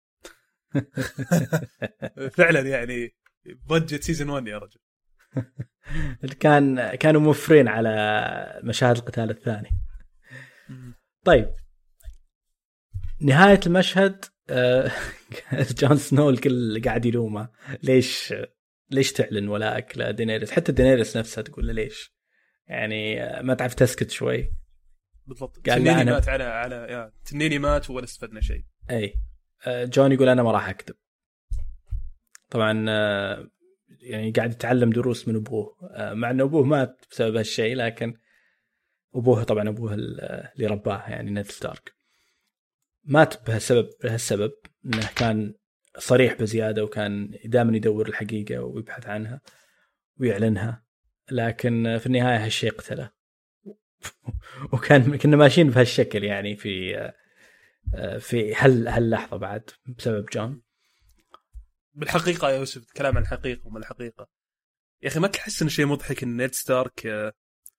فعلا. يعني بادجت سيزن واحد يا رجل. كان كانوا موفرين على مشاهد القتال الثاني. طيب نهاية المشهد جون سنو الكل قاعد يلومه ليش ليش تعلن ولاءك لدينيريس، حتى دينيريس نفسها تقول له ليش يعني ما تعرف تسكت شوي. بالضبط تنيني أنا... مات على على يا تنيني مات ولا استفدنا شيء. اي جون يقول انا ما راح اكذب. طبعا يعني قاعد يتعلم دروس من ابوه، مع ان ابوه مات بسبب هالشيء، لكن ابوه طبعا ابوه اللي رباه يعني نيد ستارك. مات بهالسبب بهالسبب انه كان صريح بزياده وكان دائما يدور الحقيقه ويبحث عنها ويعلنها، لكن في النهايه هالشيء قتله. وكان كنا ماشيين بهالشكل يعني في في هال هاللحظه بعد بسبب جون. بالحقيقه يا يوسف كلام عن الحقيقه وما الحقيقه يا اخي، ما تحس انه شيء مضحك ان نيد ستارك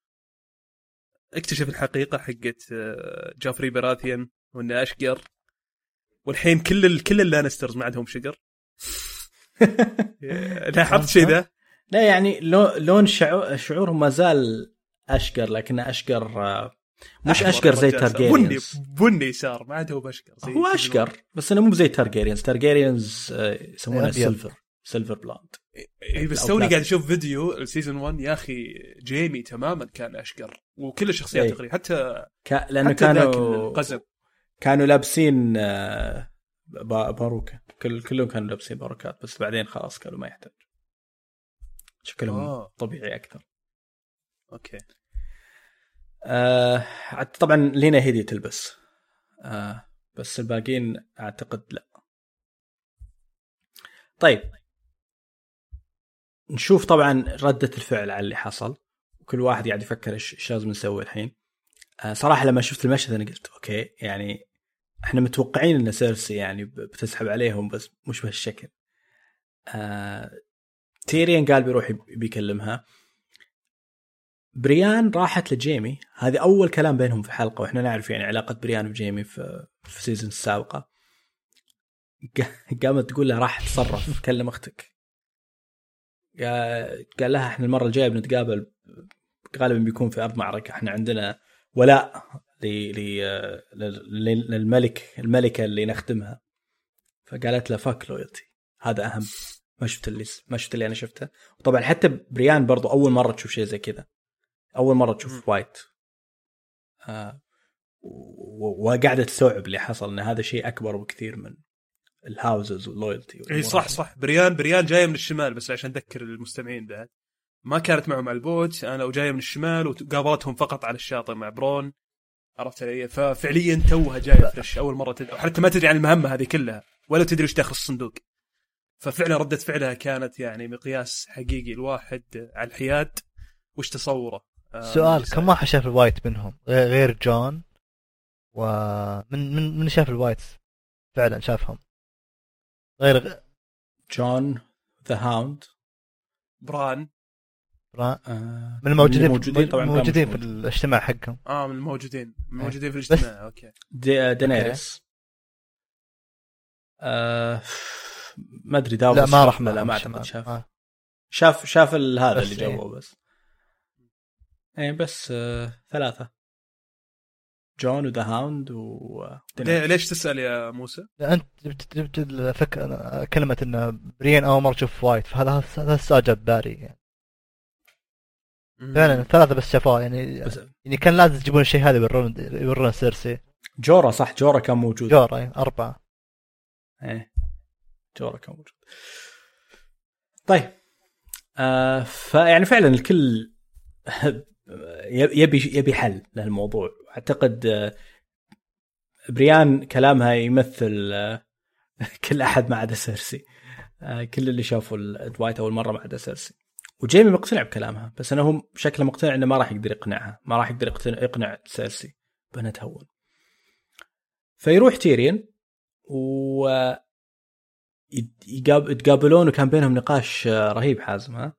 اكتشف الحقيقه حقت جافري براثيان وانه اشقر، والحين كل ال... كل اللانسترز ما عندهم شقر. لاحظت شيء ذا؟ لا يعني لون شعور شعورهم ما زال اشقر، لكنه اشقر مش اشقر زي تارجيريانز. بني بني صار ما عندهم اشقر، هو اشقر بس انه مو زي تارجيريانز. تارجيريانز يسمونه سيلفر سيلفر بلاند. اي بس توني قاعد اشوف فيديو السيزون واحد يا اخي، جيمي تماما كان اشقر وكل الشخصيات تقريبا حتى ك... لانه حتى كانوا القزم كانوا لابسين باروكه، كل كلهم كانوا لابسين باروكات، بس بعدين خلاص قالوا ما يحتاج، شكلهم آه. طبيعي اكثر. اوكي. آه طبعا لينا هيدي تلبس آه بس الباقين اعتقد لا. طيب نشوف طبعا ردة الفعل على اللي حصل، وكل واحد قاعد يفكر ايش لازم نسوي الحين. آه صراحة لما شفت المشهد انا قلت اوكي، يعني احنا متوقعين ان سيرسي يعني بتسحب عليهم بس مش بهالشكل. آه تيريان قال بيروح بيكلمها. بريان راحت لجيمي، هذه أول كلام بينهم في حلقة، وإحنا نعرف يعني علاقة بريان وجيمي في في سيزن السابقة. قامت تقول لها راح تصرف كلم أختك. قال لها إحنا المرة الجاية بنتقابل غالبا بيكون في أرض معركة، إحنا عندنا ولاء للملك الملكة اللي نخدمها. فقالت له فاك لويالتي، هذا أهم. ما شفت اللي ما شفت اللي أنا شفته. وطبعا حتى بريان برضو أول مرة تشوف شيء زي كذا، أول مرة تشوف وايت آه وقاعدة تستوعب اللي حصل، إن هذا شيء أكبر بكثير من الهاوزز واللويالتي. إيه صح صح. بريان بريان جاية من الشمال، بس عشان أذكر المستمعين بعد ما كانت معهم على البوت، أنا وجاية من الشمال وقابلتهم فقط على الشاطئ مع برون، عرفت علي؟ ففعليا توها جاية فريش أول مرة تدري، حتى ما تدري عن المهمة هذه كلها ولا تدري وش داخل الصندوق. ففعلا ردة فعلها كانت يعني مقياس حقيقي الواحد على الحياد وش تصوره. سؤال، كم واحد شاف الوايت منهم غير جون؟ ومن من من شاف الوايت فعلا شافهم غير جون ذا هاوند بران بران آه من الموجودين موجودين طبعا موجودين في الاجتماع حقهم. اه من الموجودين موجودين في الاجتماع. اوكي. دي دينيريس آه ما ادري داوس لا ما راح لا ما اعتقد شاف آه. شاف شاف هذا اللي إيه. جابوه بس ايه بس آه ثلاثة، جون وذا هاوند و ليش تسأل يا موسى؟ انت جبت جبت الفكرة كلمة ان بريان اول مرة تشوف وايت، فهذا هذا السؤال جاب بالي يعني. فعلا ثلاثة بس شافوه يعني بس يعني كان لازم يجيبون الشيء هذا يورون يورون سيرسي. جورا صح، جورا كان موجود. جورا أربعة ايه جورا كان موجود. طيب آه فيعني فعلا الكل يبي يبي حل لهالموضوع. اعتقد بريان كلامها يمثل كل احد ما عدا سيرسي، كل اللي شافوا الوايت اول مره ما عدا سيرسي. وجيمي مقتنع بكلامها، بس انه هو بشكل مقتنع انه ما راح يقدر يقنعها، ما راح يقدر يقنع سيرسي بانها تهون. فيروح تيريان و يتقابلون، وكان بينهم نقاش رهيب حازم. ها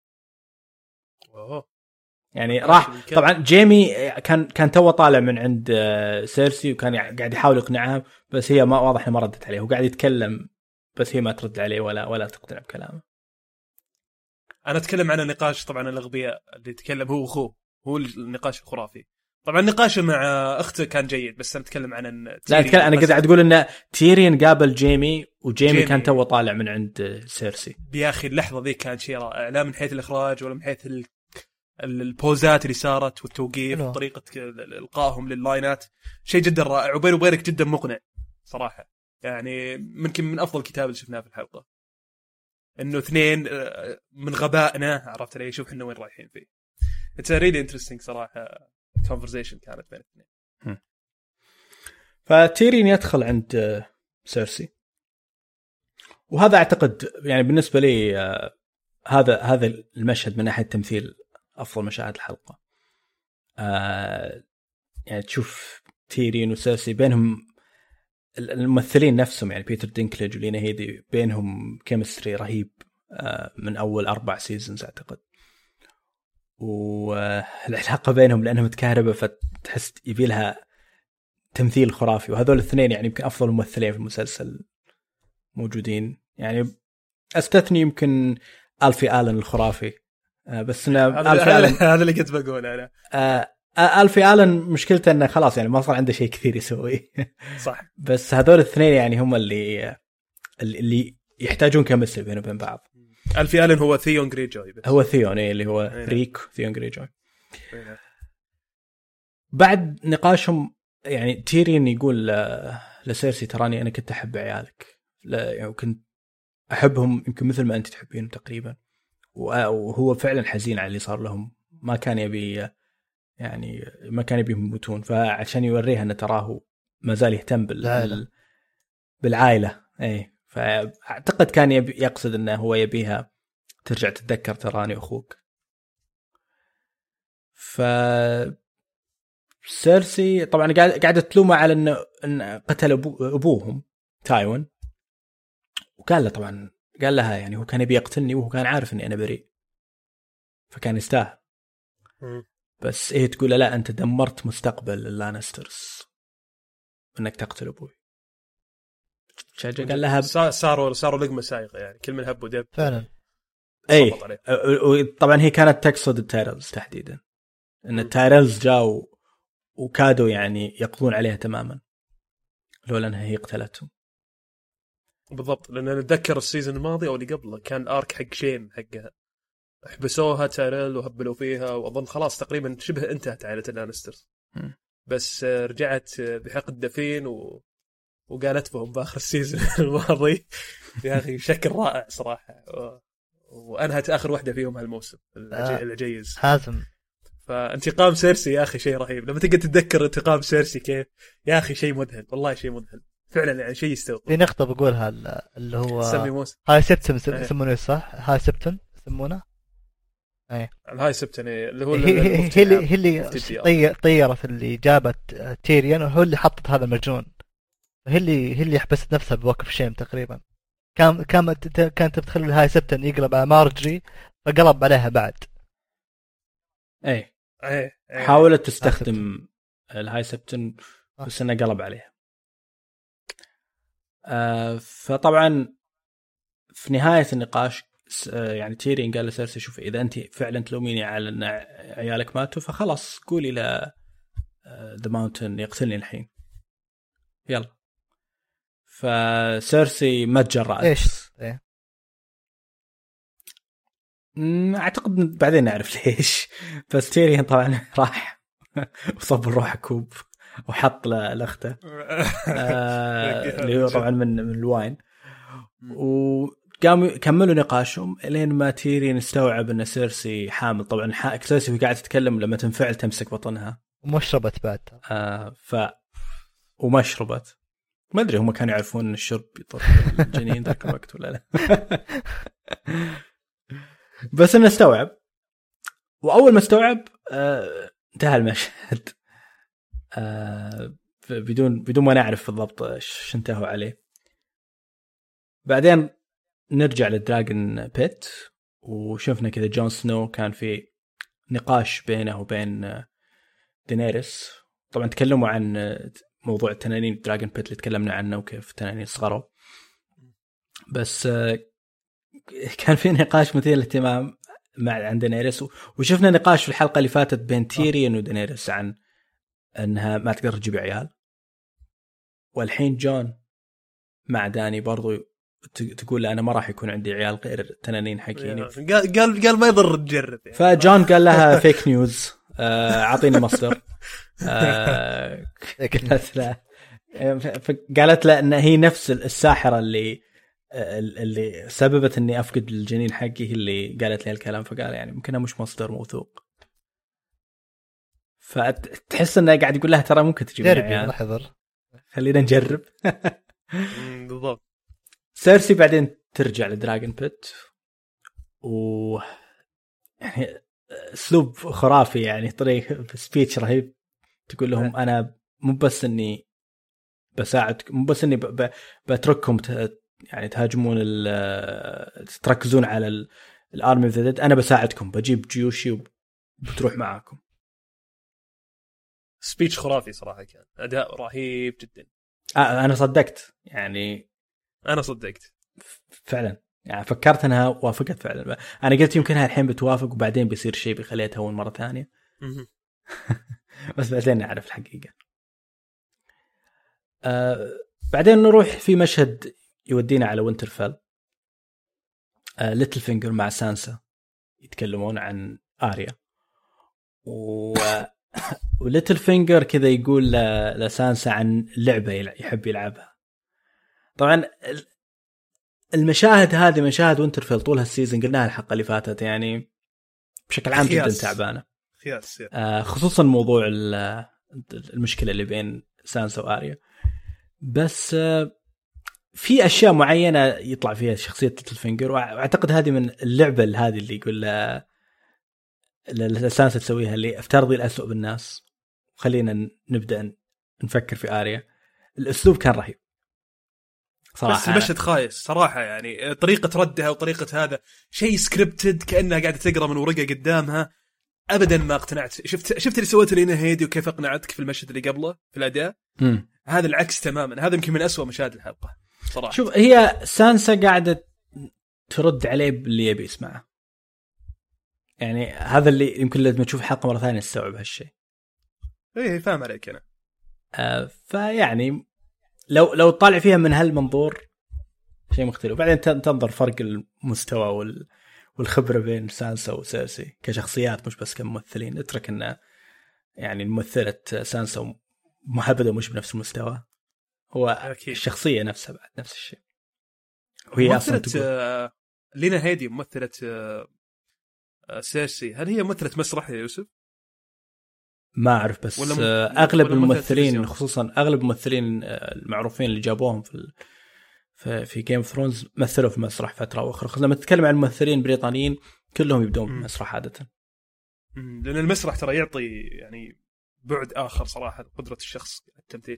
اوه يعني راح طبعا جيمي كان كان تو طالع من عند سيرسي وكان قاعد يحاول يقنعها، بس هي ما واضح ما ردت عليه، وقاعد يتكلم بس هي ما ترد عليه ولا ولا تقتنع بكلامه. انا اتكلم عن النقاش طبعا الاغبياء اللي يتكلم هو واخوه، هو النقاش الخرافي. طبعا نقاشه مع اخته كان جيد، بس انا اتكلم عن ان لا اتكلم انا قاعد اقول ان تيرين قابل جيمي وجيمي جيمي. كان تو طالع من عند سيرسي. يا اخي اللحظه ذي كان شيء رائع، لا من حيث الاخراج ولا من حيث ال... البوزات اللي صارت والتوقيف وطريقه القائهم لللاينات، شيء جدا رائع وبيني وبينك جدا مقنع صراحه. يعني ممكن من افضل الكتاب اللي شفناه في الحلقه، انه اثنين من غبائنا عرفت لي شوف احنا وين رايحين فيه. It's a really interesting صراحه conversation كانت بين الاثنين. فتيرين يدخل عند سيرسي، وهذا اعتقد يعني بالنسبه لي هذا هذا المشهد من ناحيه التمثيل افضل مشاهد الحلقه. يعني تشوف تيرين وسيرسي بينهم الممثلين نفسهم، يعني بيتر دينكليج ولينا هيدي بينهم كيمستري رهيب من اول اربع سيزونز اعتقد، والعلاقه بينهم لانها متكهربه فتحس يبي لها تمثيل خرافي. وهذول الاثنين يعني يمكن افضل ممثلين في المسلسل موجودين، يعني استثني يمكن ألفي آلن الخرافي، بس أنا ألفي آلن هذا اللي كنت بقول أنا. ألفي آلن مشكلته إنه خلاص يعني ما صار عنده شيء كثير يسوي. صح. بس هذول الاثنين يعني هم اللي اللي يحتاجون كمثل بينهم وبين بعض. ألفي آلن هو ثيون جريجوي، بس هو ثيون إيه اللي هو أيه. ريك ثيون جريجوي. أيه. بعد نقاشهم يعني تيرين يقول لسيرسي تراني أنا كنت أحب عيالك، لا يعني كنت أحبهم يمكن مثل ما أنت تحبينهم تقريبا، وهو فعلا حزين على اللي صار لهم، ما كان يبي يعني ما كان يبيهم يموتون، فعشان يوريها أن تراه ما زال يهتم بال... بالعائلة. أي فأعتقد كان يبي يقصد أنه هو يبيها ترجع تتذكر تراني أخوك. ف سيرسي طبعا قاعدة تلومه على أنه أن قتل أبو... أبوهم تايوان، وقال له طبعا قال لها يعني هو كان يبي يقتلني وهو كان عارف أني أنا بريء، فكان يستاهل. بس إيه تقول لا أنت دمرت مستقبل اللانسترز إنك تقتل أبوي. شجع قال لها صاروا صاروا لقمة سايقة، يعني كل من هب ودب فعلا. أي طبعا هي كانت تقصد التايرلز تحديدا، إن التايرلز جاوا وكادوا يعني يقضون عليها تماما لولا أنها هي قتلتهم. بالضبط، لأن نتذكر السيزون الماضي أو اللي قبله كان آرك حق شيم حقها، حبسوها تايرل وهبلوا فيها، وأظن خلاص تقريبا شبه انتهت عائلة اللانسترز، بس رجعت بحقد دفين و... وقالت بهم بآخر السيزون الماضي. يا أخي شكل رائع صراحة، و... وأنهت آخر واحدة فيهم هالموسم الجيز. حازم. فانتقام سيرسي يا أخي شيء رهيب، لما تقدر تتذكر انتقام سيرسي كيف يا أخي شيء مذهل، والله شيء مذهل فعلا، يعني شيء يستوقف. في نقطة بقولها اللي هو سمي موسى هاي سبتن يسمونه صح؟ هاي سبتن يسمونه؟ ايه الهاي سبتن اللي هو هي اللي هي اللي طيرت اللي جابت تيريان، وهو اللي حطت هذا المجنون، هي اللي هي اللي حبست نفسها بوقف شيم تقريبا. كان كانت كانت بتخلي الهاي سبتن يقلب على مارجري فقلب عليها بعد. ايه ايه حاولت تستخدم الهاي سبتن بس انه قلب عليها. آه فطبعا في نهاية النقاش يعني تيرين قال لسيرسي شوف إذا أنت فعلا تلوميني على أن عيالك ماتوا فخلاص قولي ل The Mountain يقتلني الحين يلا. فسيرسي ما تجرأت. إيش؟ إيه. أعتقد بعدين نعرف ليش، بس تيرين طبعا راح وصب الروح كوب وحط لأخته اللي هو طبعا من من الواين، وقاموا كملوا نقاشهم لين ما تيرين استوعب ان سيرسي حامل. طبعا سيرسي وهي قاعده تتكلم لما تنفعل تمسك بطنها ومشربت بعد آه ف ومشربت ما ادري هم كانوا يعرفون ان الشرب يضر الجنين ذاك الوقت ولا لا. بس انه استوعب، واول ما استوعب آه انتهى المشهد آه بدون بدون ما نعرف بالضبط ايش انتهوا عليه. بعدين نرجع للدراجون بيت وشفنا كذا جون سنو كان في نقاش بينه وبين دينيريس. طبعا تكلموا عن موضوع التنانين دراجون بيت اللي تكلمنا عنه وكيف التنانين صغروا، بس كان في نقاش مثير للاهتمام مع عند دينيريس، وشفنا نقاش في الحلقة اللي فاتت بين تيريون ودينيريس عن أنها ما تقدر تجيب عيال، والحين جون مع داني برضو تقول أنا ما راح يكون عندي عيال غير التنانين حقيني. قال قال قال ما يضر تجرب يعني. فجون قال لها فيك نيوز أعطيني مصدر. قالت له قالت له أن هي نفس الساحرة اللي اللي سببت إني أفقد الجنين حقي هي اللي قالت لي الكلام، فقال يعني ممكنها مش مصدر موثوق. فتحس إنه قاعد يقول لها ترى ممكن تجيب عيال. راح يضر خلينا نجرب. بالضبط. سيرسي بعدين ترجع لدراجون بيت و يعني اسلوب خرافي، يعني طريقه سبيتش رهيب، تقول لهم انا مو بس اني بساعدكم، مو بس اني ب... ب... بترككم ت... يعني تهاجمون ال... تركزون على الارمي اوف ذا ديد، انا بساعدكم، بجيب جيوشي وبتروح معاكم. سبيتش خرافي صراحه، كان اداء رهيب جدا. آه انا صدقت، يعني انا صدقت فعلا، يعني فكرت انها وافقت فعلا. انا قلت يمكنها الحين بتوافق وبعدين بيصير شيء بيخليها تهون مره ثانيه. بس بعدين نعرف الحقيقه. آه بعدين نروح في مشهد يودينا على وينترفيل. آه ليتل فينجر مع سانسا يتكلمون عن آريا، و وليتل فينجر كذا يقول لسانسا عن لعبة يحب يلعبها. طبعا المشاهد هذه مشاهد وينترفيل طول هالسيزن قلناها الحلقة اللي فاتت، يعني بشكل عام جدا تعبانة، آه خصوصا موضوع المشكلة اللي بين سانسا وآريا. بس آه في أشياء معينة يطلع فيها شخصية ليتل فينجر، وأعتقد هذه من اللعبة هذه اللي يقول سانسا تسويها، اللي افترضي الأسوأ بالناس وخلينا نبدأ نفكر في آريا. الأسلوب كان رهيب صراحة، بس المشهد خايس صراحة، يعني طريقة ردها وطريقة هذا شيء سكريبتد، كأنها قاعدة تقرأ من ورقة قدامها. أبدا ما اقتنعت. شفت شفت اللي سوته لينا هيدي وكيف أقنعتك في المشهد اللي قبله في الأداء. م. هذا العكس تماما، هذا يمكن من أسوأ مشاهد الحلقة صراحة. شوف، هي سانسا قاعدة ترد عليه باللي يبي يسمعه، يعني هذا اللي يمكن لازم تشوف حلقة مرة ثانية تستوعب هالشيء. ايه فاهم عليك أنا. آه فيعني لو لو طالع فيها من هالمنظور شيء مختلف. وبعدين تنظر فرق المستوى وال والخبرة بين سانسا وسيرسي كشخصيات مش بس كممثلين. اترك ان يعني الممثلة سانسا مهبدة مش بنفس المستوى، هو أكيد. الشخصية نفسها بعد نفس الشيء. وهي اصلا تقول لينا هيدي ممثلة سيرسي، هل هي ممثلة مسرح يا يوسف؟ ما أعرف، بس ولا أغلب ولا الممثلين خصوصا أغلب الممثلين المعروفين اللي جابوهم في في جيم اوف ثرونز مثلوا في مسرح فترة أخرى. خصوصا لما تتكلم عن الممثلين بريطانيين كلهم يبدون بالمسرح عادة، لأن المسرح ترى يعطي يعني بعد آخر صراحة قدرة الشخص التمثيل،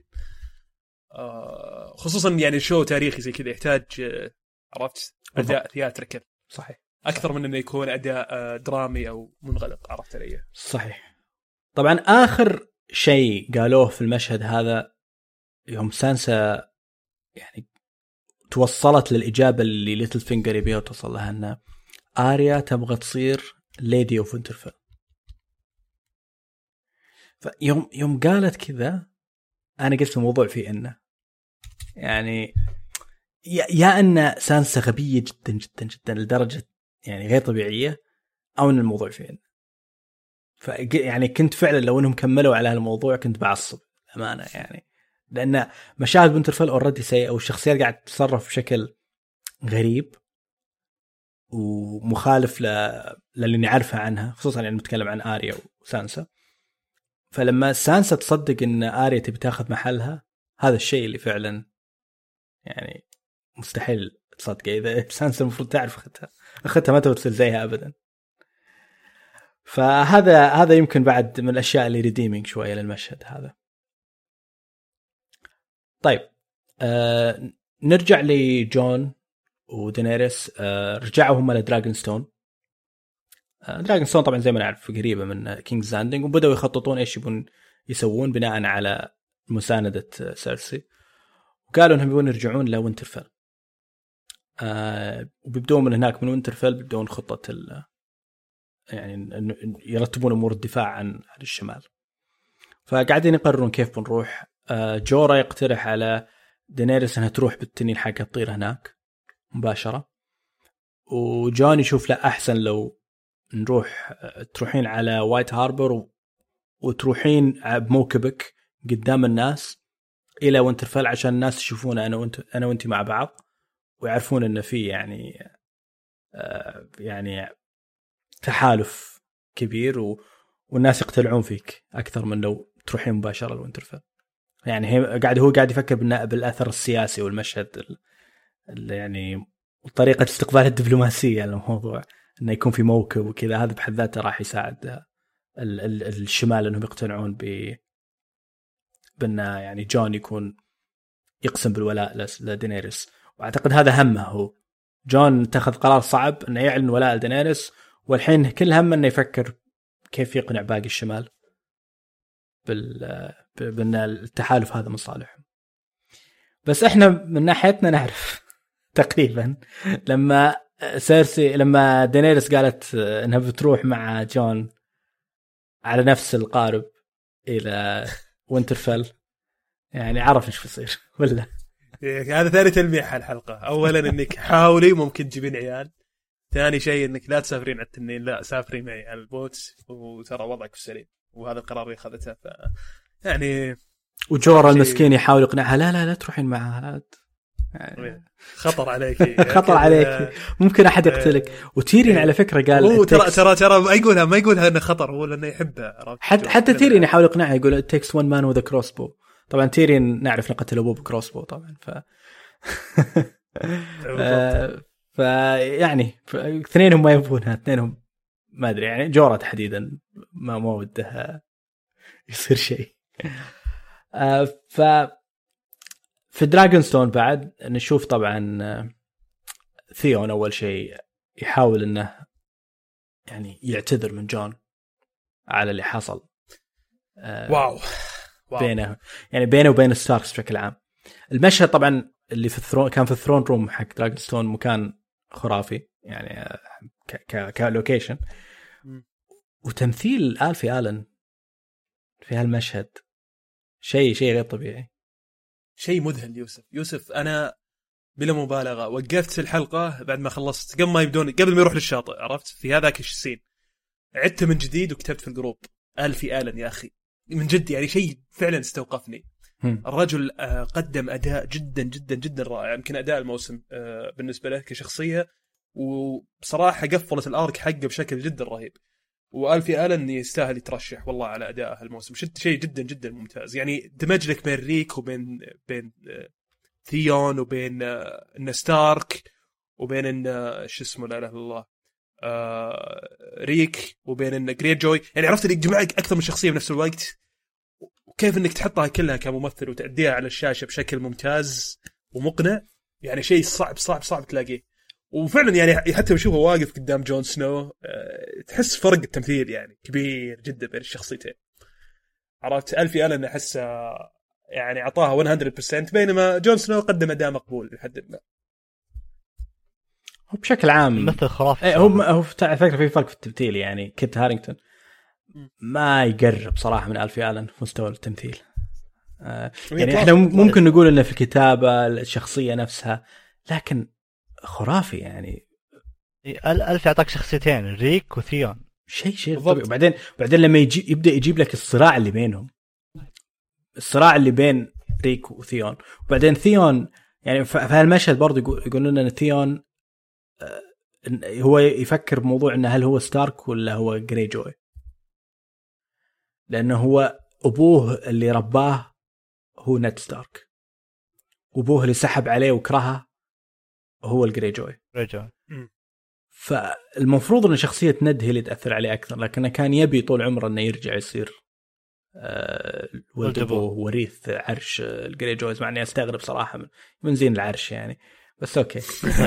خصوصا يعني شو تاريخي زي كذا يحتاج عرفت أداء ثياتريكال صحيح أكثر من إنه يكون أداء درامي أو منغلق، عرفت علي؟ صحيح. طبعا آخر شيء قالوه في المشهد هذا يوم سانسا يعني توصلت للإجابة اللي ليتل فينجر يبيها توصل لها، أن آريا تبغى تصير ليدي أوف وينترفيل. فيوم يوم قالت كذا أنا قلت الموضوع فيه إنه يعني يا أن سانسا غبية جدا جدا جدا لدرجة يعني غير طبيعية، أو أن الموضوع فيه إنه يعني كنت فعلا لو انهم كملوا على هالموضوع كنت بعصب امانه، يعني لان مشاهد وينترفيل اوريدي سيئه والشخصيات قاعده تتصرف بشكل غريب ومخالف ل... للي نعرفه عنها، خصوصا يعني نتكلم عن آريا وسانسا. فلما سانسا تصدق ان آريا تبي تاخذ محلها، هذا الشيء اللي فعلا يعني مستحيل تصدقه. اذا سانسا المفروض تعرف اختها اختها ما ترسل زيها ابدا. فهذا هذا يمكن بعد من الاشياء اللي ريديمينج شويه للمشهد هذا. طيب آه نرجع لجون ودينيريس. آه رجعوا هم لدراجون ستون. آه دراجون ستون طبعا زي ما نعرف قريبه من كينجز لاندنج، وبداوا يخططون ايش يبون يسوون بناء على مساندة سيرسي، وقالوا انهم يبون يرجعون لوينترفيل. آه وبيبدون من هناك من وينترفيل بيبدون خطة ال يعني يرتبون امور الدفاع عن الشمال. فقاعدين يقررون كيف بنروح. آه جورا يقترح على دينيريس انها تروح بالتنين حقها تطير هناك مباشرة، وجون يشوف لا احسن لو نروح تروحين على وايت هاربر وتروحين بموكبك قدام الناس الى وينترفيل عشان الناس يشوفون انا وانت انا وانت مع بعض ويعرفون ان في يعني آه يعني تحالف كبير و... والناس يقتلعون فيك اكثر من لو تروحين مباشره لوينترفيل. يعني هي قاعد هو قاعد يفكر بالاثر السياسي والمشهد ال يعني وطريقه استقبال الدبلوماسيه للموضوع، انه يكون في موكب وكذا. هذا بحد ذاته راح يساعد ال ال الشمال انهم يقتنعون ب بأن يعني جون يكون يقسم بالولاء لدينيريس. واعتقد هذا همه، هو جون اتخذ قرار صعب انه يعلن ولاء لدينيريس، والحين كل همه انه يفكر كيف يقنع باقي الشمال بال بان التحالف هذا من صالحهم. بس احنا من ناحيتنا نعرف تقريبا لما سيرسي لما دينيريس قالت انها بتروح مع جون على نفس القارب الى وينترفيل، يعني عرف ايش بيصير ولا؟ هذا ثاني تلميح الحلقه. اولا انك حاولي ممكن تجيبين عيال، ثاني شيء انك لا تسافرين على التنين، لا سافري معي على البوت وترى وضعك في السليم. وهذا القرار اللي اخذته. ف يعني وجورا المسكين يحاول يقنعها لا لا لا تروحين معها، يعني خطر عليك خطر عليك ممكن احد يقتلك. وتيرين على فكره قال ترى ترى ترى ما يقولها ما يقولها انه خطر، هو لانه يحبها. حتى حتى تيرين يحاول يقنعها يقول it takes one man with a crossbow. طبعا تيرين نعرف نقتل ابوه بكروسبو طبعا. ف ف يعني اثنينهم ما يبونها، اثنينهم ما ادري يعني جورا تحديدا ما ما ودها يصير شيء. ف في دراغونستون بعد نشوف طبعا ثيون أول شيء يحاول أنه يعني يعتذر من جون على اللي حصل. واو. واو بينه يعني بينه وبين ستاركس بشكل عام. المشهد طبعا اللي في الثرون كان في الثرون روم حق دراغونستون مكان خرافي يعني ك ك كلوكيشن، وتمثيل آلفي آلن في هالمشهد شيء شيء غير طبيعي، شيء مذهل. يوسف يوسف أنا بلا مبالغة وقفت الحلقة بعد ما خلصت قبل ما يبدون قبل ما يروح للشاطئ، عرفت في هذاك السين عدت من جديد وكتبت في الجروب آلفي آلن يا أخي من جد، يعني شيء فعلا استوقفني. الرجل قدم أداء جدا جدا جدا رائع، يمكن أداء الموسم بالنسبة له كشخصية، وبصراحة قفلت الآرك حقه بشكل جدا رهيب. وآلفي آلن يستاهل يترشح والله على أداءه الموسم، شد شيء جدا جدا ممتاز. يعني دمج لك بين ريك وبين بين ثيون وبين ستارك وبين إن شو اسمه لا إله إلا الله ريك وبين إن جريت جوي، يعني عرفت إنك جمعك أكثر من شخصية بنفس الوقت، وكيف إنك تحطها كلها كممثل وتأديها على الشاشة بشكل ممتاز ومقنع. يعني شيء صعب صعب صعب تلاقيه. وفعلا يعني حتى بشوفه واقف قدام جون سنو تحس فرق التمثيل يعني كبير جدا بين الشخصيتين. عرفت آلفي آلن أحس يعني عطاها مية بالمية، بينما جون سنو قدم أداء مقبول لحد ما. هو بشكل عام مثل خرافي. ايه هو هو فكرة في فرق في التمثيل، يعني كيت هارينغتون ما يقرب صراحة من آلفي آلن في مستوى التمثيل. آه يعني احنا ممكن نقول انه في الكتابة الشخصية نفسها، لكن خرافي يعني. ألف يعطاك شخصيتين ريك وثيون، شيء شيء طبيعي. وبعدين بعدين لما يجي يبدأ يجيب لك الصراع اللي بينهم، الصراع اللي بين ريك وثيون. وبعدين ثيون يعني في هالمشهد برضه يقولون ان ثيون هو يفكر بموضوع انه هل هو ستارك ولا هو جري جوي، لانه هو ابوه اللي رباه هو نيد ستارك، وابوه اللي سحب عليه وكرهه هو الجري جوي. فالمفروض ان شخصيه ند هي اللي تاثر عليه اكثر، لكنه كان يبي طول عمره انه يرجع يصير أه ولد ابوه وريث عرش الجري جويز، مع اني استغرب صراحه من, من زين العرش يعني، بس اوكي.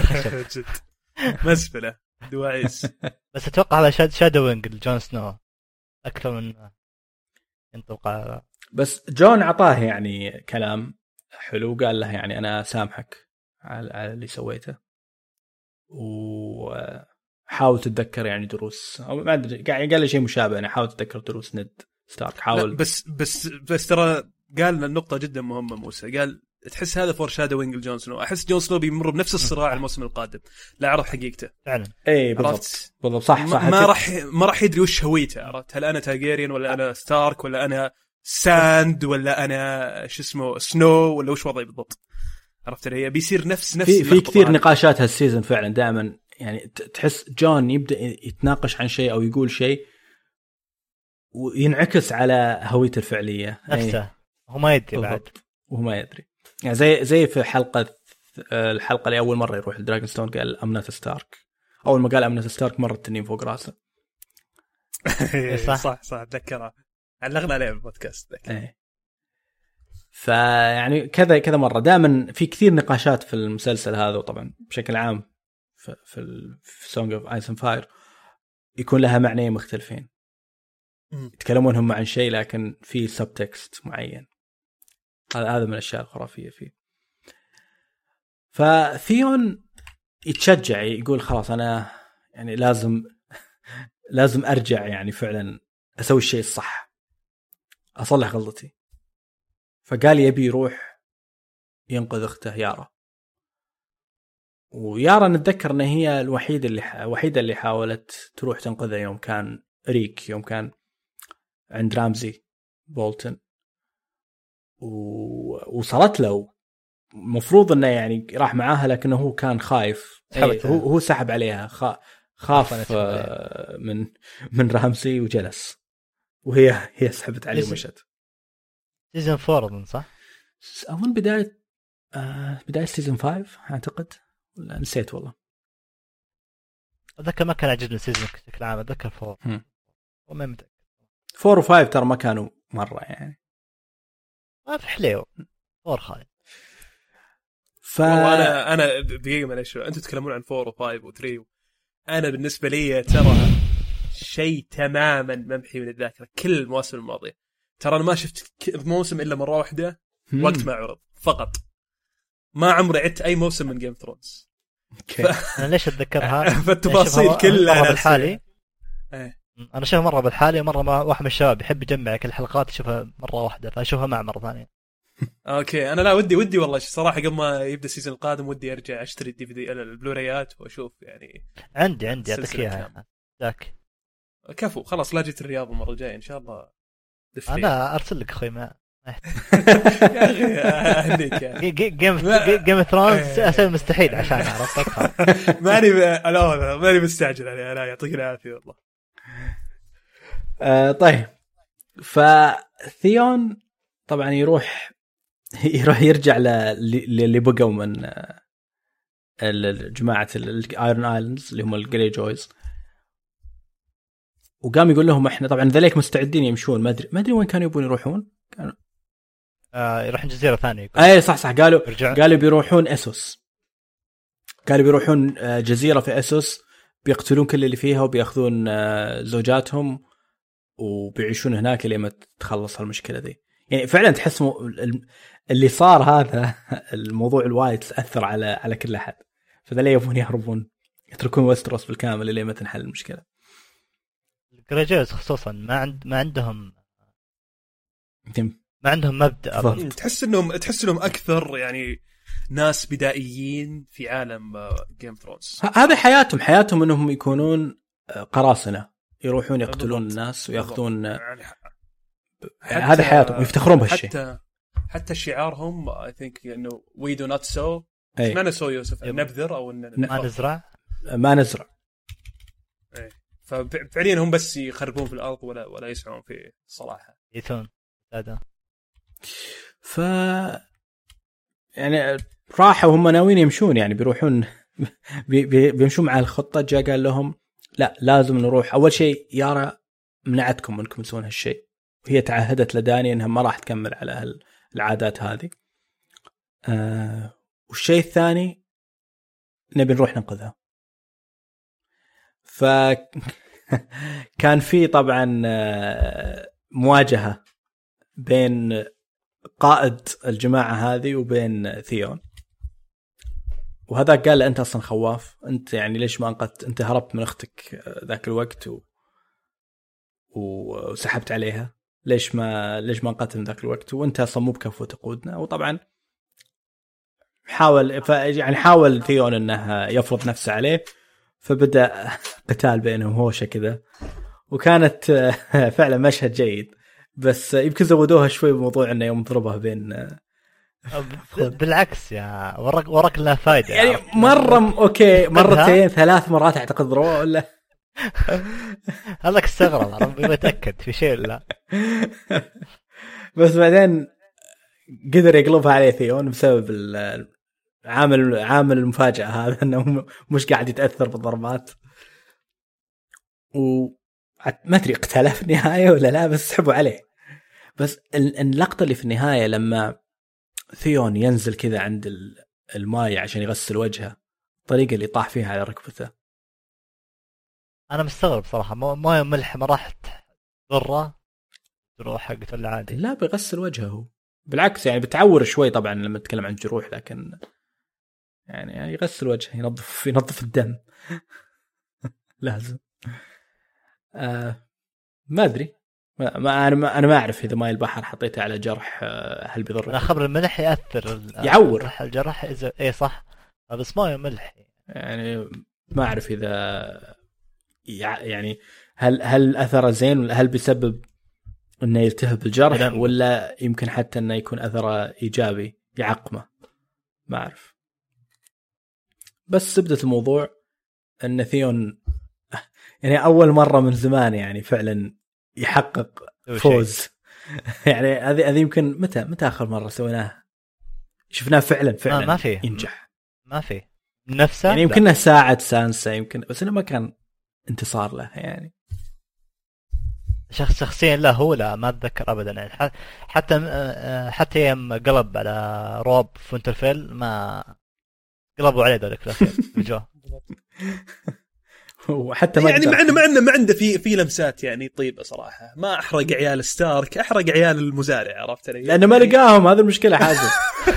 مسفله دواعيس. بس اتوقع على شاد شادوينج جون سنو اكثر من ينطبق. بس جون عطاه يعني كلام حلو، قال له يعني انا سامحك على اللي سويته، وحاول تتذكر يعني دروس، او ما ادري قال لي شيء مشابه يعني حاول تتذكر دروس ند ستارك. حاول بس بس بس ترى قال النقطه جدا مهمه موسى، قال تحس هذا فور شادوينج لجون سنو. احس جون سنو بيمر بنفس الصراع الموسم القادم، لا اعرف حقيقته فعلا. اي بالضبط بالضبط صح صح. ما راح ما راح يدري وش هويته، عرفت؟ هل انا تاجيريان ولا انا ستارك ولا انا ساند ولا انا شو اسمه سنو ولا وش وضعي بالضبط، عرفت لي؟ بيصير نفس نفس في, في كثير نقاشات هالسيزون فعلا دائما، يعني تحس جون يبدا يتناقش عن شيء او يقول شيء وينعكس على هويته الفعليه نفسه. هو ما يدري بعد بالضبط. وهو ما يدري يعني زي زي في حلقة الحلقة اللي أول مرة يروح الدراجون ستون قال أمنة ستارك، أول ما قال أمنة ستارك مرة التنين فوق راسه. صح صح صح اتذكرها علقنا عليه بالبودكاست ذاك. ايه فيعني كذا كذا مرة دائما في كثير نقاشات في المسلسل هذا، وطبعا بشكل عام في في, في سونج اوف ايس اند فاير يكون لها معنيين مختلفين، يتكلمون هم عن شيء لكن في سب تكست معين. هذا هذا من الاشياء الخرافية فيه. فثيون يتشجع يقول خلاص انا يعني لازم لازم ارجع يعني فعلا اسوي الشيء الصح، اصلح غلطتي. فقال يبي يروح ينقذ اخته يارا، ويارا نتذكر ان هي الوحيده اللي الوحيده اللي حاولت تروح تنقذها يوم كان ريك، يوم كان عند رامزي بولتن ووصلت له. المفروض انه يعني راح معاها لكنه هو كان خايف. أي هو هو سحب عليها، خاف من من رامزي وجلس، وهي هي سحبت عليه ومشت. سيزن فور أظن صح؟ أظن بداية آه بداية سيزن فايف أعتقد، ولا نسيت والله. أتذكر ما كان عجبني سيزن بشكل عام، أتذكر فور وما متأكد. فور وفايف ترى ما كانوا مرة يعني ما في حليو. فور خايف. ف... أنا أنا دقيقة معلش، أنتوا تتكلمون عن فور وفايف وثري، أنا بالنسبة لي ترى شيء تماما ممحي من الذاكرة. كل المواسم الماضية ترى أنا ما شفت موسم إلا مرة واحدة وقت ما عرض فقط. ما عمري عدت أي موسم من جيم ثرونز. ف... أنا ليش أتذكرها؟ فالتفاصيل كلها مرة بالحالي. إيه. أنا أشوفها مرة بالحالي، مرة ما واحد من الشباب يحب يجمع كل الحلقات يشوفها مرة واحدة، فأشوفها مع مرة ثانية. أوكي أنا لا ودي ودي والله صراحة قبل ما يبدأ السيزون القادم ودي أرجع أشتري الدي في دي البلورايات وأشوف يعني. عندي عندي أعطيك إياها ذاك. كفو خلاص، لا جيت الرياض المرة الجاية إن شاء الله. أنا أرسل لك أخوي ما. يا أخي أهنيك يعني. جيم جيم ثرونز أسوي مستحيل عشان أعرفها. ماني لا ماني مستعجل عليه. لا يعطيك العافية والله. آه طيب فثيون طبعا يروح يروح يرجع للي بقوا من جماعة الآيرون آيلاندز اللي هم الجري جويز، وقام يقول لهم احنا طبعا ذلك مستعدين يمشون. ما ادري ما ادري وين كانوا يبون يروحون. كانوا آه يروحون جزيرة ثانية. اي صح صح قالوا برجع. قالوا بيروحون اسوس، قالوا بيروحون جزيرة في اسوس بيقتلون كل اللي فيها وبياخذون زوجاتهم وبيعيشون هناك لما تخلص المشكلة دي. يعني فعلا تحس اللي صار هذا الموضوع الوايد أثر على على كل أحد، فذا ليه يبون يهربون يتركون ويستروس بالكامل لما تنحل المشكلة. الجريجوز خصوصا ما عند ما عندهم ما عندهم مبدأ. تحس انهم تحس انهم اكثر يعني ناس بدائيين في عالم جيم ثرونز. هذا حياتهم حياتهم انهم يكونون قراصنة يروحون يقتلون بالضبط. الناس وياخذون يعني هذا حياتهم يفتخرون بهالشيء. حتى حتى شعارهم I think انه we do not sow. ايش معنى sow يوسف؟ نبذر او ان ما نزرع ما نزرع. ايه ففعليا هم بس يخربون في الارض ولا ولا يسعون في صلاحها. يثون هذا. ف يعني راحوا هم ناويين يمشون يعني بيروحون بي بي بيمشون مع الخطة. جاء قال لهم لا لازم نروح. أول شيء يارا منعتكم أنكم تسوون هالشيء، وهي تعهدت لداني أنها ما راح تكمل على العادات هذه. آه والشيء الثاني نبي نروح ننقذها. فكان في طبعا مواجهة بين قائد الجماعة هذه وبين ثيون، وهذا قال أنت أصلا خواف، أنت يعني ليش ما أنقذت؟ أنت هربت من أختك ذاك الوقت و... وسحبت عليها، ليش ما ليش ما أنقذت من ذاك الوقت وأنت أصلا مو بكفو تقودنا. وطبعا حاول ف... يعني حاول ثيون أنه يفرض نفسه عليه، فبدأ قتال بينهم هوشة كذا، وكانت فعلا مشهد جيد. بس يمكن زودوها شوي بموضوع أنه يوم ضربها بين بالعكس يا ورق ورق لا فايدة يعني مرة أوكي مرتين ثلاث مرات أعتقد ضربوها ولا هذاك استغرب ربي بتأكد في شيء لا. بس بعدين قدر يقلبها عليه ثيون بسبب عامل عامل المفاجأة هذا انه مش قاعد يتأثر بالضربات. وما ادري قتله في النهاية ولا لا، بس سحبوا عليه. بس اللقطة اللي في النهاية لما ثيون ينزل كذا عند الماء عشان يغسل وجهه، الطريقة اللي طاح فيها على ركبته، انا مستغرب صراحة. مويه ملح ما راح تضره تروح حقته ولا عادي؟ لا بيغسل وجهه، بالعكس يعني بتعور شوي طبعا لما نتكلم عن جروح، لكن يعني يغسل وجهه، ينظف ينظف الدم. لازم. آه ما ادري، ما, ما انا ما انا ما اعرف اذا ماء البحر حطيته على جرح هل بيضر. انا خبر الملح ياثر يعور الجرح الجرح اذا اي صح، بس مويه ملح يعني ما اعرف اذا يعني هل هل اثره زين ولا هل بيسبب انه يلتهب الجرح، ولا يمكن حتى انه يكون اثره ايجابي يعقمه، ما اعرف. بس زبدة الموضوع ان ثيون يعني اول مره من زمان يعني فعلا يحقق فوز. يعني هذه هذه يمكن متى متى اخر مره سويناها شفناه فعلا فعلا ما في ينجح، ما في نفسه يعني يمكنه ساعد سانسا يمكن، بس انه ما كان انتصار له يعني. شخص شخصيا لا هو لا ما اتذكر ابدا يعني. حتى حتى يوم قلب على روب فونترفيل ما قلبوا عليه ذلك الاخير الجو. وحتى ما يعني مع انه مع انه ما عنده في في لمسات يعني طيبه صراحه. ما احرق عيال ستارك، احرق عيال المزارع، عرفت لي؟ لانه ما لقاهم، هذا المشكله حاجه.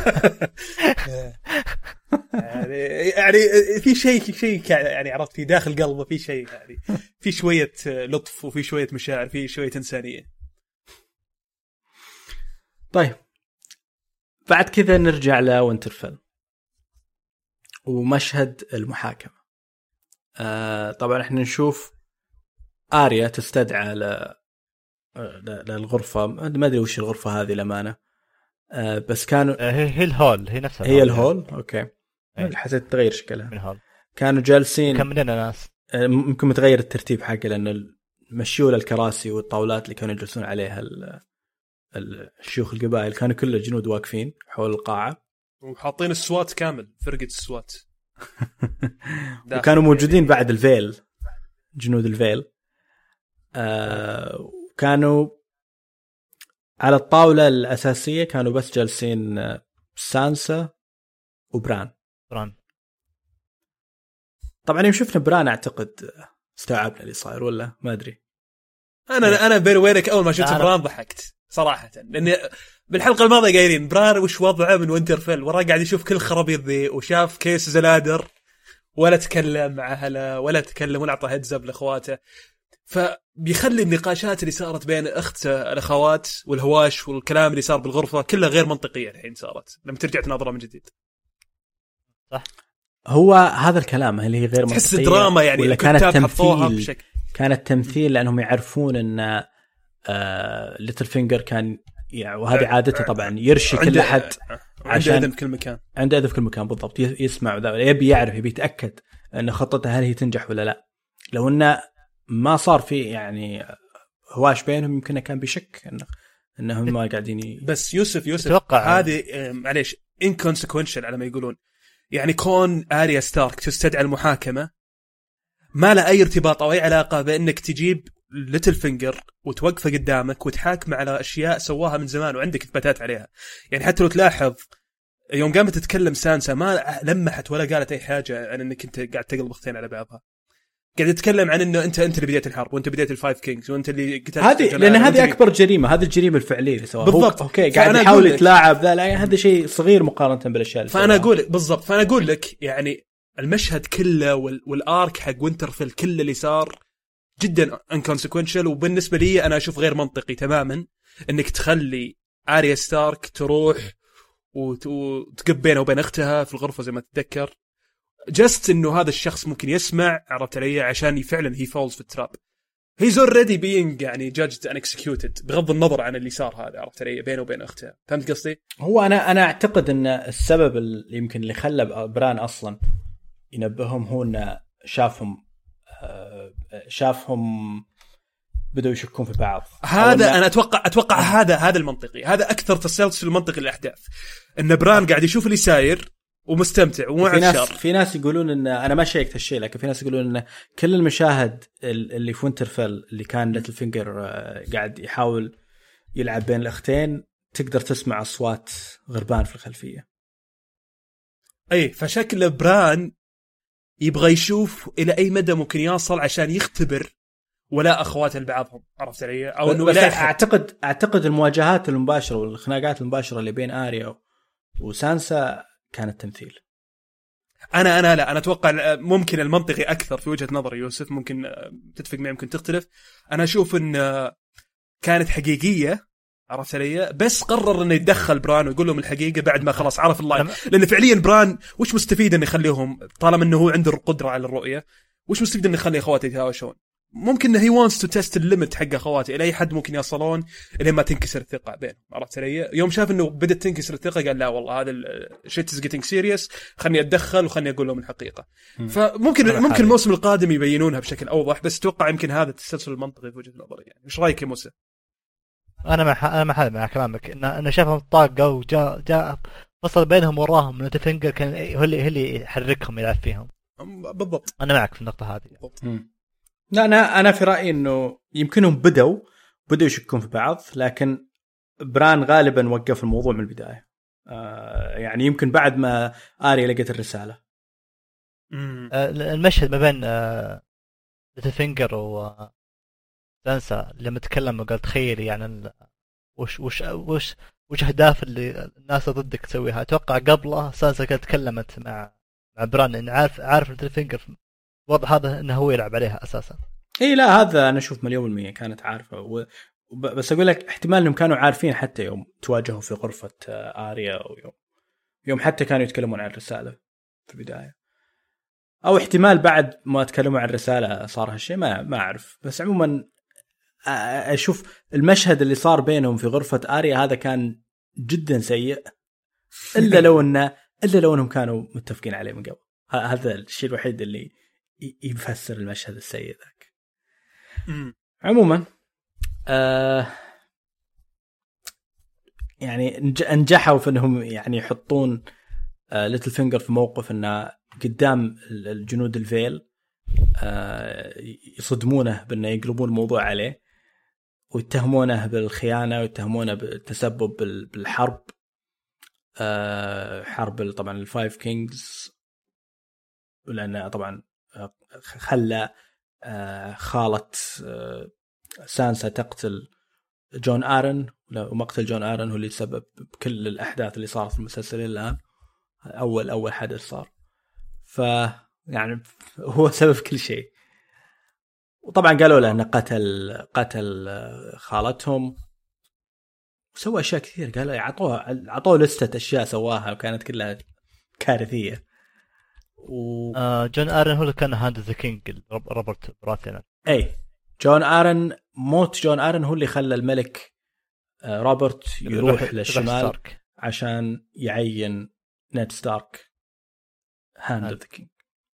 يعني يعني في شيء شيء يعني عرفت في داخل قلبه في شيء يعني في شويه لطف وفي شويه مشاعر في شويه انسانيه. طيب بعد كذا نرجع لوينترفيل ومشهد المحاكمه. آه طبعا احنا نشوف آريا تستدعى ل... للغرفة، ما أدري وش الغرفة هذه لمانة. آه بس كانوا هي, هي الهول، هي نفسها هي الهول. أوكي حسيت تغير شكلها من هول. كانوا جالسين كم مننا ناس آه ممكن متغير الترتيب حقه، لأن مشيوا الكراسي والطاولات اللي كانوا يجلسون عليها ال... الشيوخ القبائل كانوا كل الجنود واقفين حول القاعة وحاطين السوات كامل، فرقة السوات. وكانوا موجودين بعد الفيل، جنود الفيل. آه كانوا على الطاولة الأساسية كانوا بس جالسين سانسا وبران. بران طبعا يوم شفنا بران أعتقد استوعبنا اللي صاير ولا ما أدري. أنا أنا بيني وبينك أول ما شفت بران ضحكت صراحة، لأن بالحلقة الماضية قايلين بران وش وضعه من وينترفيل، وراه قاعد يشوف كل خرابيط ذي، وشاف كيس زلادر ولا تكلم مع أهله ولا تكلم ولا أعطى هدزب لأخواته. فبيخلي النقاشات اللي صارت بين أخته الأخوات والهواش والكلام اللي صار بالغرفة كلها غير منطقية الحين صارت لما ترجع تناظرها من جديد. صح، هو هذا الكلام اللي هي غير منطقية، تحس دراما يعني، ولا كانت تمثيل؟ كانت تمثيل لأنهم يعرفون أن آه ليتل فينجر كان يعني، وهذه عادته طبعا يرشي كل أحد عشان عنده أذن في كل مكان، عنده أذن في كل مكان بالضبط، يسمع ذا، يبي يعرف، يبي يتأكد أن خطته هل هي تنجح ولا لا. لو أنه ما صار في يعني هواش بينهم يمكن كان بيشك إنه إنهم ما قاعدين ي... بس يوسف يوسف هذه معليش inconsequential على ما يقولون، يعني كون آريا ستارك تستدعي المحاكمة ما له أي ارتباط أو أي علاقة بأنك تجيب ليتل فينجر وتوقفه قدامك وتحاكم على أشياء سواها من زمان وعندك إثباتات عليها. يعني حتى لو تلاحظ يوم قامت تتكلم سانسا ما لمحت ولا قالت أي حاجة عن أنك أنت قاعد تقلب أختين على بعضها، قاعد تتكلم عن انه انت انت اللي بديت الحرب وانت بديت الفايف كينجز وانت اللي قتلت. هذه لان هذه اكبر جريمه، هذه الجريمه الفعليه اللي سواها بالضبط. اوكي قاعد يحاول يتلاعب ذا، لا هذا شيء صغير مقارنه بالاشياء. فانا اقول بالضبط، فانا اقول لك يعني المشهد كله والارك حق وينترفيل كله اللي صار جدا انكونسيكونشال، وبالنسبه لي انا اشوف غير منطقي تماما انك تخلي آريا ستارك تروح وتقب بينه وبين اختها في الغرفه زي ما تتذكر، جست انه هذا الشخص ممكن يسمع، عرفت علي، عشان فعلا هي فولز في التراب. he's already being يعني judged and executed بغض النظر عن اللي صار هذا، عرفت علي، بينه وبين اختها. فهمت قصدي؟ هو انا انا اعتقد ان السبب اللي يمكن اللي خلى بران اصلا ينبههم هو انه شافهم شافهم بدأوا يشكون في بعض. هذا انا اتوقع اتوقع هذا هذا المنطقي، هذا اكثر تسلسل منطقي للاحداث، ان بران قاعد يشوف اللي ساير ومستمتع ومع في ناس الشر. في ناس يقولون ان انا ما شيكت هالشيء، لكن في ناس يقولون ان كل المشاهد اللي في وينترفيل اللي كان ليتل فينجر قاعد يحاول يلعب بين الاختين تقدر تسمع اصوات غربان في الخلفيه. اي فشكل بران يبغى يشوف الى اي مدى ممكن يوصل عشان يختبر ولا اخواته لبعضهم، عرفت علي؟ او انه بس لا اعتقد اعتقد المواجهات المباشره والخناقات المباشره اللي بين اريا وسانسا كانت تمثيل. انا انا لا انا اتوقع ممكن المنطقي اكثر في وجهه نظري يوسف، ممكن تتفق معي ممكن تختلف. انا اشوف ان كانت حقيقيه، عرفت علي؟ بس قرر انه يتدخل بران ويقول لهم الحقيقه بعد ما خلاص عرف اللايف، لان فعليا بران وش مستفيد انه يخليهم طالما انه هو عنده القدره على الرؤيه، وش مستفيد انه يخلي اخواته يتهاوشون؟ ممكن انه هي وانس تو تيست الليمت حق اخواته الى اي حد ممكن يوصلون الى ما تنكسر الثقه بينهم، عرفت علي؟ يوم شاف انه بدت تنكسر الثقه قال لا والله هذا الشيت از جيتنج سيريس، خلني اتدخل وخلني اقول لهم الحقيقه. فممكن ممكن الموسم القادم يبينونها بشكل اوضح، بس اتوقع يمكن هذا التسلسل المنطقي في وجهه نظري. يعني ايش رايك يا موسى؟ انا مع انا مع مع كلامك ان انا شافهم طاقه وجاء جاء فصل بينهم وراهم انه تفنجر كان هو اللي هو اللي يحركهم يلعب فيهم بالضبط. انا معك في النقطه هذه. لا انا انا في رايي انه يمكنهم بدوا بدوا يشكون في بعض، لكن بران غالبا وقف الموضوع من البدايه. آه يعني يمكن بعد ما اريا لقت الرساله. آه المشهد ما بين آه تفنجر و سانسا لما تكلم وقال تخيلي يعني وش وش وش وش اهداف اللي الناس ضدك تسويها. اتوقع قبله سانسا كانت تكلمت مع مع بران ان عارف عارف الفينجر وضع هذا انه هو يلعب عليها اساسا. اي لا هذا انا اشوف مليون بالمية كانت عارفه و... بس اقول لك احتمال انهم كانوا عارفين حتى يوم تواجهوا في غرفه اريا، ويوم يوم حتى كانوا يتكلمون عن الرساله في البدايه، او احتمال بعد ما تكلموا عن الرساله صار هالشيء، ما ما اعرف. بس عموما اشوف المشهد اللي صار بينهم في غرفه اريا هذا كان جدا سيء، الا لو انه الا لو انهم كانوا متفقين عليه من قبل. هذا الشيء الوحيد اللي يفسر المشهد السيء ذاك. عموما آه يعني نجحوا في انهم يعني يحطون آه ليتل فينجر في موقف انه قدام الجنود الفيل آه يصدمونه بانه يقلبون الموضوع عليه ويتهمونه بالخيانه ويتهمونه بالتسبب بالحرب، آه حرب طبعا الفايف كينجز، لأنه طبعا خلى خالة سانسا تقتل جون آرن، ومقتل جون آرن هو اللي سبب كل الأحداث اللي صارت في المسلسل الآن. أول أول حدث صار، فيعني هو سبب كل شيء. وطبعا قالوا له أنه قتل قتل خالتهم وسوى أشياء كثير، قالوا عطوه عطوه لستة أشياء سواها وكانت كلها كارثية. و... آه جون آرن هو اللي كان هاند ذا كينج روبرت براتينا. اي جون آرن، موت جون آرن هو اللي خلى الملك آه روبرت يروح للشمال عشان يعين نيد ستارك هاند ذا كينج.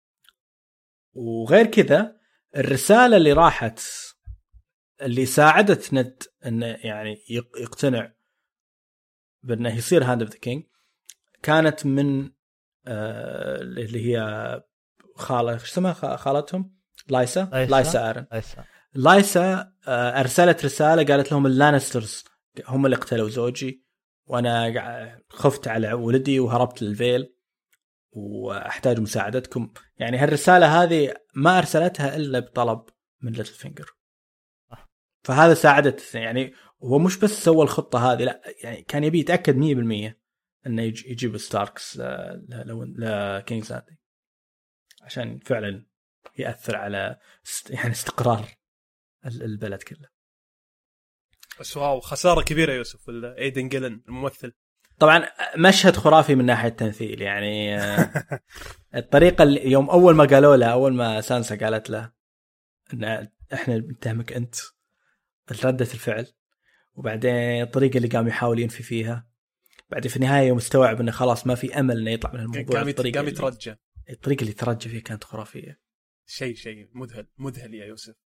وغير كذا الرسالة اللي راحت اللي ساعدت نيد انه يعني يقتنع بانه يصير هاند ذا كينج كانت من آه اللي هي خالة ايش اسمها خالتهم لايسا لايسا آرن. لايسا آه ارسلت رسالة قالت لهم اللانسترز هم اللي قتلوا زوجي وانا خفت على ولدي وهربت للفيل واحتاج مساعدتكم. يعني هالرسالة هذه ما ارسلتها الا بطلب من ليتل فينجر، فهذا ساعدت. يعني هو مش بس سوى الخطة هذه، لا يعني كان يبي يتأكد مية بالمية انه يجيب ستاركس لكينجز لاندنج عشان فعلا يأثر على يعني استقرار البلد كله. بس واو خسارة كبيرة يوسف. ايدن جيلن الممثل طبعا مشهد خرافي من ناحية التمثيل. يعني الطريقة اللي يوم أول ما قالوا له، أول ما سانسا قالت له إن إحنا نتهمك أنت، ردة الفعل، وبعدين الطريقة اللي قام يحاول ينفي فيها، بعد في النهاية مستوعب إنه خلاص ما في أمل إنه يطلع من الموضوع. قام يترجى. الطريقة اللي ترجى فيها كانت خرافية. شيء شيء مذهل مذهل يا يوسف.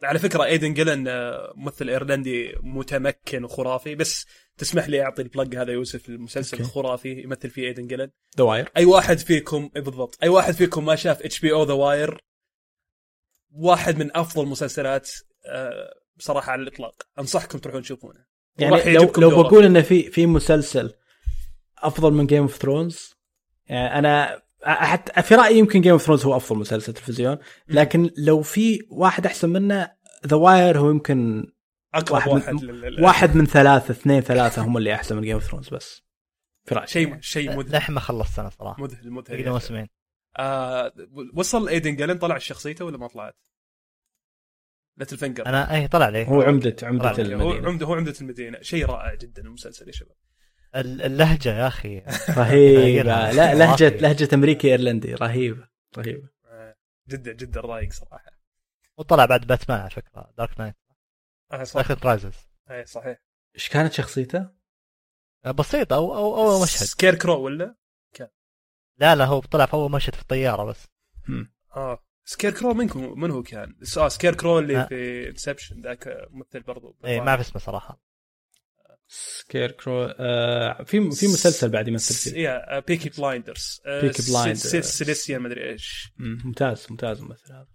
على فكره ايدن جيلن ممثل ايرلندي متمكن وخرافي، بس تسمح لي اعطي البلج هذا يوسف المسلسل الخرافي يمثل فيه ايدن جيلن، ذا واير. اي واحد فيكم بالضبط اي واحد فيكم ما شاف اتش بي او ذا واير، واحد من افضل المسلسلات بصراحه على الاطلاق، انصحكم تروحون تشوفونه. يعني لو لو بقول انه في في مسلسل افضل من جيم اوف ثرونز، يعني انا حتى في رايي يمكن جيم اوف ثرونز هو افضل مسلسل تلفزيون، لكن لو في واحد احسن منه ذا واير هو يمكن واحد واحد, من لل... واحد من ثلاثة اثنين ثلاثة هم اللي احسن من جيم اوف ثرونز. بس في رايي شيء شيء مذهل. لحمه خلصت انا صراحه مذهل مذهل يعني موسمين. آه وصل ايدن جالن طلع شخصيته ولا ما طلعت؟ ليتل فينجر انا اي طلع عليه هو عمدة عمدة طلع المدينة. هو عمدة هو عمدة المدينة. شيء رائع جدا المسلسل يا شباب. اللهجة يا اخي رهيبة. لا لهجة لهجة امريكي ايرلندي رهيبة رهيبة جدا جدا رايق صراحة. وطلع بعد باتمان على فكرة دارك نايت. اه صح دارك رايزز. اي صحيح. ايش كانت شخصيته؟ بسيطة او او اول مشهد. سكير كرو ولا كان؟ لا لا هو طلع في اول مشهد في الطيارة بس. هم. اه سكير كرو منكم من هو كان؟ اه سكير كرو اللي ها. في انسبشن ذاك ممثل برضو. اي ما اعرف اسمه صراحة. سكير كرو آه في في مسلسل بعد يمثل فيه. يا بيكي بلايندرز. بيكي بلايندرز. سيليسيا ما ادري ايش. ممتاز ممتاز الممثل هذا.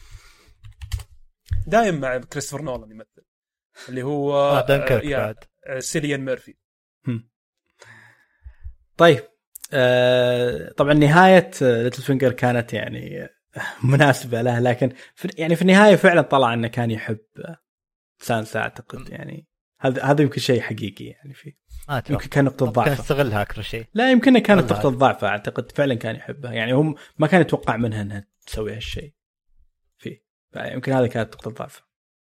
دايم مع كريستوفر نولان يمثل اللي هو آه دنكرك آه بعد. سيليان ميرفي. طيب آه طبعا نهاية ليتل فينجر كانت يعني مناسبة له، لكن في يعني في النهاية فعلا طلع انه كان يحب سانسا اعتقد. يعني هذا هذا يمكن شيء حقيقي يعني فيه يمكن كان نقطة ضعفه. كان يستغلها أكثر شيء. لا يمكن كانت نقطة ضعفه أعتقد فعلا كان يحبها. يعني هم ما كان يتوقع منها أنها تسوي هالشيء فيه، فيمكن هذا كانت نقطة ضعفه.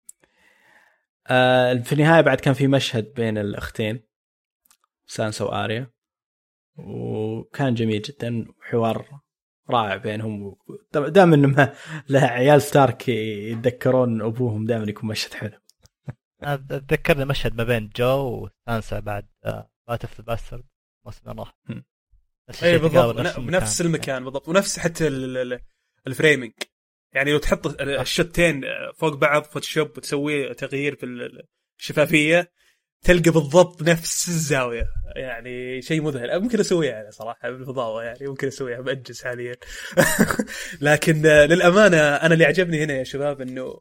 آه في النهاية بعد كان في مشهد بين الأختين سانسا وآريا وكان جميل جدا، حوار رائع بينهم. دائما لما عيال ستارك يتذكرون أبوهم دائما يكون مشهد حلو. أتذكرني مشهد ما بين جو وسانسا بعد بات اوف ذا باسترد موسم راح. اي بالضبط بنفس المكان بالضبط، ونفس حتى الفريمينج. يعني لو تحط الشوتين فوق بعض فوتوشوب وتسوي تغيير في الشفافية تلقى بالضبط نفس الزاوية. يعني شيء مذهل. ممكن أسويها يعني صراحة بالفضاوة، يعني ممكن أسويها بأجز حاليا. لكن للأمانة أنا اللي عجبني هنا يا شباب إنه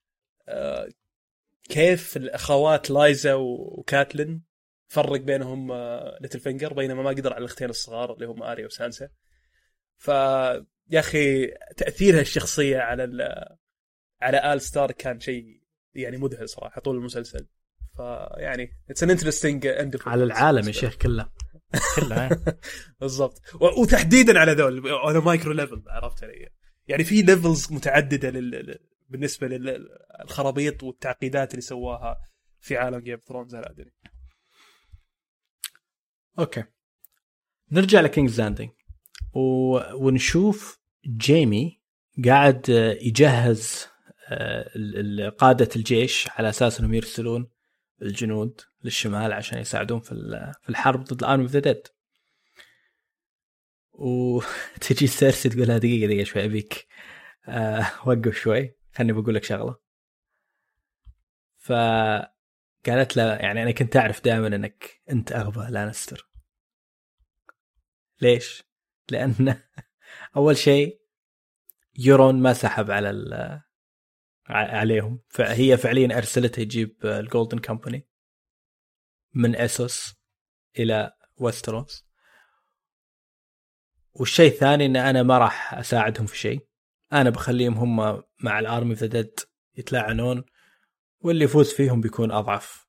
كيف الأخوات لايزا وكاتلين فرق بينهم ليتل فينجر، بينما ما قدر على الأختين الصغار اللي هم آريا وسانسا. فيا أخي تأثيرها الشخصية على على آل ستار كان شيء يعني مذهل صراحة طول المسلسل. فيعني it's an interesting end على العالم يا شيخ كله كله بالضبط، وتحديدا على ذول على مايكرو ليفل. عرفت علي؟ يعني في ليفلز متعددة لل... بالنسبة للخرابيط والتعقيدات اللي سواها في عالم جيم اوف ثرونز هذا. أدري. اوكي نرجع لكينجز لاندنج و... ونشوف جيمي قاعد يجهز قادة الجيش على أساس أنهم يرسلون الجنود للشمال عشان يساعدون في في الحرب ضد الآرمي اوف ذا ديد. وتجي سيرسي تقول لها دقيقة دقيقة شوي أبيك أه وقف شوي خلني بقول لك شغلة. فقالت له يعني أنا كنت أعرف دائما أنك أنت أغبى لانستر. ليش؟ لأن أول شيء يورون ما سحب على ال عليهم، فهي فعليا أرسلته يجيب الجولدن كامباني من أسوس إلى ويستروس. والشيء الثاني إن أنا ما راح أساعدهم في شيء، أنا بخليهم هم مع الآرمي اوف ذا ديد يتلاعنون، واللي يفوز فيهم بيكون أضعف.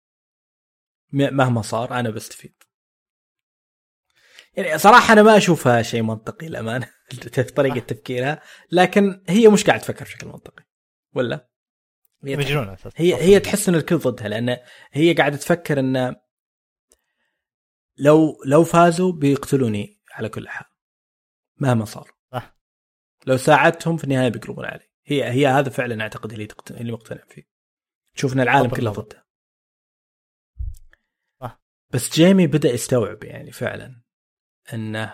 مهما صار أنا بستفيد. يعني صراحة أنا ما أشوفها شيء منطقي الأمانة في طريقة تفكيرها، لكن هي مش قاعد تفكر بشكل منطقي ولا هي مجنونة. هي هي تحس ان الكل ضدها، لان هي قاعده تفكر ان لو لو فازوا بيقتلوني على كل حال مهما صار. صح. لو ساعدتهم في النهايه بيقلبون علي. هي هي هذا فعلا اعتقد اللي تقتل اللي مقتنع فيه. شوفنا العالم كله ضدها. صح. بس جيمي بدا يستوعب يعني فعلا انه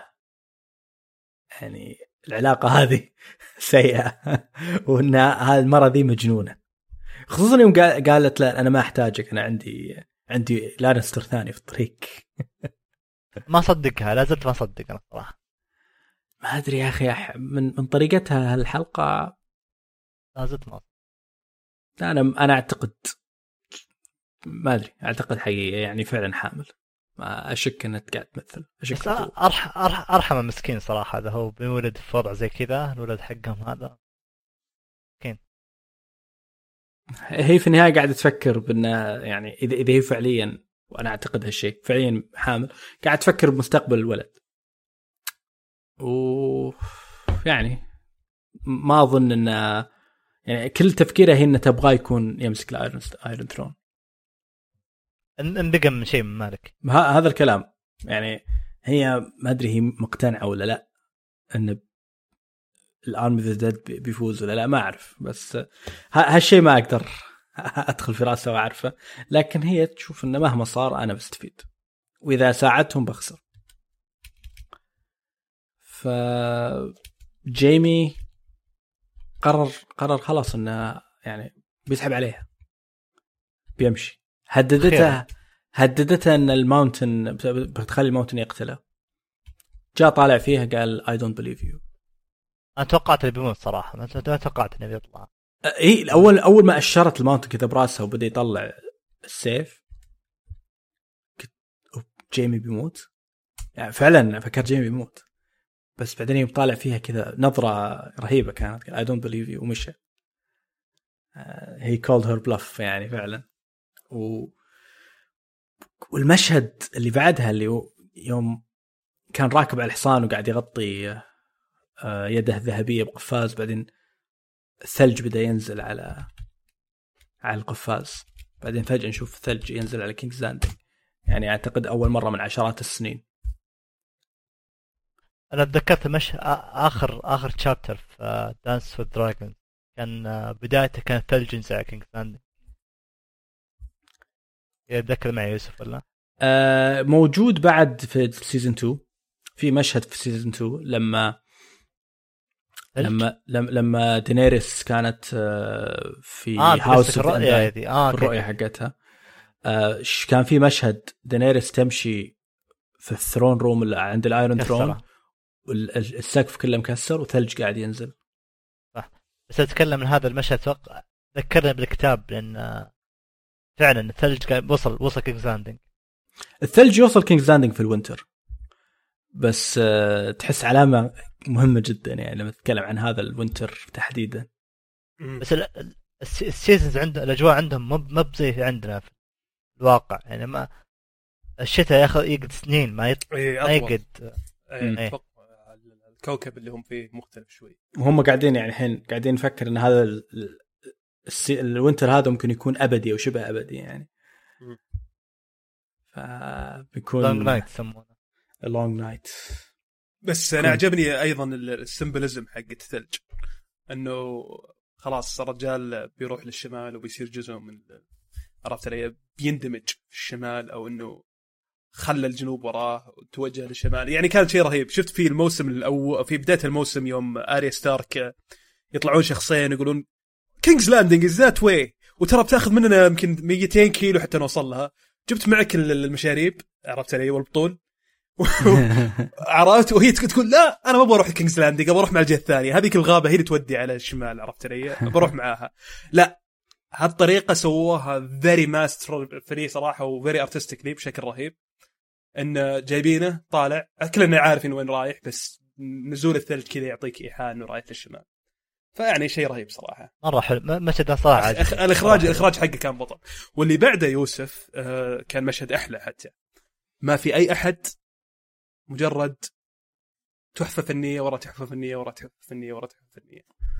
يعني العلاقة هذه سيئة وأن هذه المرة ذي مجنونة. خصوصا يوم قالت لا انا ما احتاجك، انا عندي عندي لانستر ثاني في الطريق. ما صدقها، لازلت ما صدق انا صراحه. ما ادري يا اخي من من طريقتها هالحلقه لازلت ما. انا انا اعتقد ما ادري اعتقد حقيقه يعني فعلا حامل، ما اشك انها قاعد تمثل. اشك ارحم ارحم ارحم مسكين صراحه، هذا هو بيولد في وضع زي كذا، الولد حقهم هذا مسكين. هي في النهايه قاعده تفكر بان يعني اذا اذا هي فعليا، وانا اعتقد هالشيء فعليا حامل، قاعد تفكر بمستقبل الولد. و يعني ما اظن ان يعني كل تفكيرها هي انها تبغى يكون يمسك الايرون ايرون ثرون. انبقى من شيء من مالك هذا الكلام يعني. هي ما ادري هي مقتنعه ولا لا ان الارمي ذا ديد بيفوز ولا لا، ما اعرف. بس هالشيء ما اقدر ادخل في راسها واعرفه، لكن هي تشوف انه مهما صار انا بستفيد، واذا ساعدتهم بخسر. ف جيمي قرر قرر خلاص انه يعني بيسحب عليها، بيمشي. هددتها هددتها ان الماونتن بتخلي الماونتن يقتله. جاء طالع فيها قال I don't believe you. انا توقعت انه بيموت صراحه، ما توقعت انه بيطلع. اي اول اول ما اشرت الماونتن كذا براسها وبدا يطلع السيف، جيمي بيموت يعني. فعلا فكر جيمي بيموت، بس بعدين يوم طالع فيها كذا نظرة رهيبة كانت I don't believe you ومشى. he called her bluff يعني فعلا. و... والمشهد اللي بعدها اللي يوم كان راكب على الحصان وقاعد يغطي يده الذهبية بقفاز، بعدين الثلج بدأ ينزل على على القفاز، بعدين فجأة نشوف الثلج ينزل على كينجز لاندنج. يعني أعتقد أول مرة من عشرات السنين. انا اتذكرت مش اخر اخر تشابتر في دانس وذ دراجون، كان بدايته كان ثلج ينزل على كينجز لاندنج. يتذكر معي يوسف ولا؟ آه موجود بعد في سيزن اثنين. في مشهد في سيزن اثنين لما لما لما لما دينيريس كانت في آه هاوس الرؤية هذه آه في الرؤية حقتها. آه كان في مشهد دينيريس تمشي في الثرون روم اللي عند الايرون ثرون، والسقف كله مكسر وثلج قاعد ينزل. صح، بس اتكلم من هذا المشهد توقع ذكرني بالكتاب، لان فعلا الثلج قاعد وصل وصل كينجز لاندنج. الثلج يوصل كينجز لاندنج في الوينتر، بس آه تحس علامة مهمة جدا يعني لما تتكلم عن هذا الوينتر تحديدا. بس السيزونز عنده الاجواء عندهم مو بزي عندنا في الواقع يعني. ما الشتاء ياخذ يقعد سنين ما يط... إيه ما يقعد إيه. الكوكب اللي هم فيه مختلف شوي، وهم قاعدين يعني الحين قاعدين نفكر ان هذا ال... السي... الوينتر هذا ممكن يكون ابدي او شبه ابدي يعني. فبيكون لونج نايت يسمونه لونج نايت. بس انا عجبني ايضا السيمبلزم حق الثلج، انه خلاص الرجال بيروح للشمال وبيصير جزء من، عرفت علي، بيندمج في الشمال، او انه خلى الجنوب وراه وتوجه للشمال. يعني كان شيء رهيب. شفت في الموسم الأول في بداية الموسم يوم آريا ستارك يطلعون شخصين يقولون كينجز لاندنج از ذات واي، وترى بتاخذ مننا يمكن مئتين كيلو حتى نوصل لها. جبت معك المشاريب، عرفت علي، والبطول عرفت، وهي تقول لا انا ما بروح كينجز لاندنج، ابغى اروح مع الجهه الثانيه، هذيك الغابه هي اللي تودي على الشمال، عرفت علي، بروح معاها. لا، هالطريقه سووها فيري ماستر فري صراحه، وفيري ارتستيكلي بشكل رهيب. ان جايبينه طالع كلنا عارفين وين رايح، بس نزول الثلج كذا يعطيك ايحاء انه رايح للشمال. فيعني شيء رهيب صراحه، مره حلو مشهد صراحه. أخ... الاخراج صراحة. الاخراج حقه كان بطل. واللي بعده يوسف آه كان مشهد احلى، حتى ما في اي احد، مجرد تحفه فنيه ورا تحفه فنيه ورا تحفه فنيه ورا تحفه فنيه.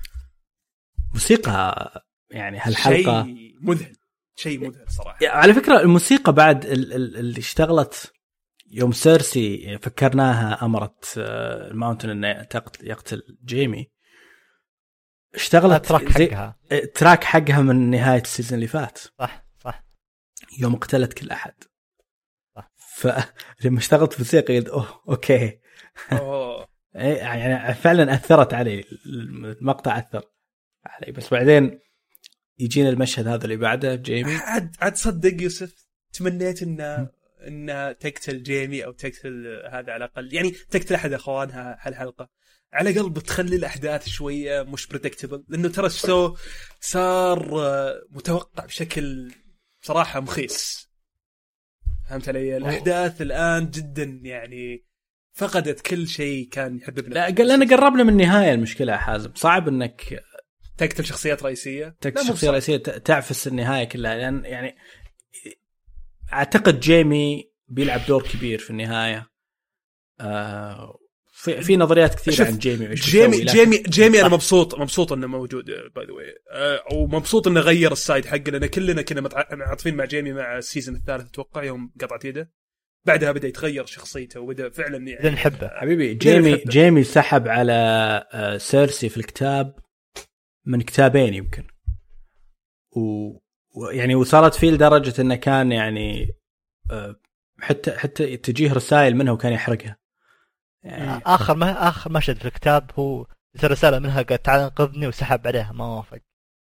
موسيقى يعني هالحلقه شيء مذهل، شيء مذهل صراحه. على فكره الموسيقى بعد اللي اشتغلت يوم سيرسي فكرناها امرت الماونتن انه يقتل جيمي، اشتغلت تراك حقها تراك حقها من نهايه السيزون اللي فات. صح صح، يوم قتلت كل احد. صح، فلما اشتغلت في الموسيقى قلت اوه اوكي اوه يعني فعلا اثرت علي المقطع، اثر علي. بس بعدين يجينا المشهد هذا اللي بعده جيمي. عاد عاد صدق يوسف تمنيت ان ان تقتل جيمي او تقتل هذا على الاقل، يعني تقتل احد اخوانها هالحلقه على قلب تخلي الاحداث شويه مش بريدكتبل، لانه ترى الشو صار متوقع بشكل صراحه مخيس. فهمت علي؟ الاحداث الان جدا يعني فقدت كل شيء كان يحببنا. لا قال انا قربنا من النهايه. المشكله يا حازم صعب انك تقتل شخصيات رئيسيه، تقتل شخصيه رئيسيه تعفس النهايه كلها، لان يعني اعتقد جيمي بيلعب دور كبير في النهايه. آه في في نظريات كثيره عن جيمي جيمي جيمي جيمي انا مبسوط مبسوط انه موجود باي ذا واي، ومبسوط انه غير السايد حقه، لان كلنا كنا عاطفين مع جيمي مع السيزون الثالث اتوقع يوم قطعت يده، بعدها بدا يتغير شخصيته وبدا فعلا يعني نحبه. حبيبي جيمي نحبه. جيمي سحب على سيرسي في الكتاب من كتابين يمكن، ويعني وصارت فيه لدرجه انه كان يعني حتى حتى تجيه رسائل منها وكان يحرقها. يعني اخر ما اخر مشهد في الكتاب هو رساله منها قالت تعال انقذني وسحب عليها ما وافق.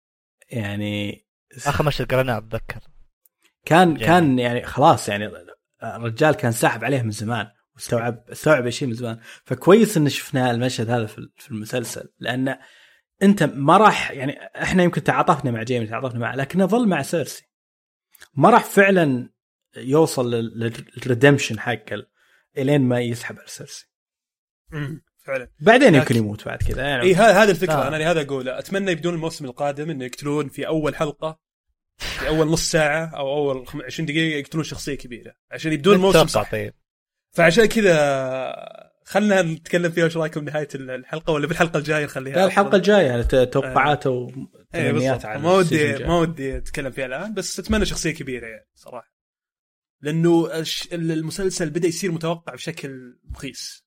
يعني اخر مشهد قرأناه اتذكر كان يعني. كان يعني خلاص يعني الرجال كان ساحب عليه من زمان واستوعب استوعب شيء من زمان. فكويس ان شفنا المشهد هذا في المسلسل، لان انت ما راح يعني احنا يمكن تعاطفنا مع جيمي تعاطفنا معه، لكن ظل مع سيرسي ما راح فعلا يوصل للريدمشن حقه الين ما يسحب على سيرسي. امم فعلا بعدين يمكن يموت بعد كذا يعني. اي هذا الفكره. آه. انا لهذا اقول اتمنى يبدون الموسم القادم انه يقتلون في اول حلقه في اول نص ساعه او اول عشرين دقيقه يقتلون شخصيه كبيره عشان يبدون الموسم صح. طيب. فعشان كذا خلنا نتكلم فيها وش رايكم نهايه الحلقه ولا بالحلقه الجايه نخليها؟ لا الحلقه الجايه توقعات وتمنيات على ما ودي ما ودي اتكلم فيها الان، بس اتمنى شخصيه كبيره يعني صراحه، لانه المسلسل بدا يصير متوقع بشكل مخيس.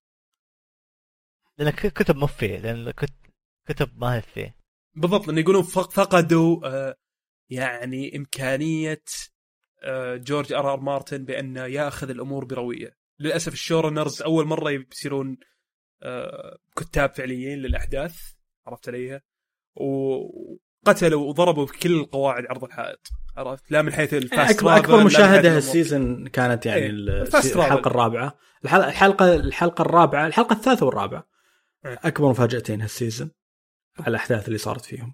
لأن كتب مفيه لأن كتب ما هي فيه بالضبط، لأن يقولون فقدوا آه يعني إمكانية آه جورج آر آر مارتن بأنه يأخذ الأمور بروية. للأسف الشورنرز أول مرة يصيرون آه كتاب فعليين للأحداث، عرفت عليها، وقتلوا وضربوا بكل القواعد عرض الحائط، عرفت؟ لا من حيث الفاست أكبر, أكبر مشاهدة السيزن كانت يعني ايه الحلقة الرابعة الحلقة الحلقة الرابعة الحلقة الثالثة والرابعة أكبر مفاجأتين هالسيزن على الأحداث اللي صارت فيهم.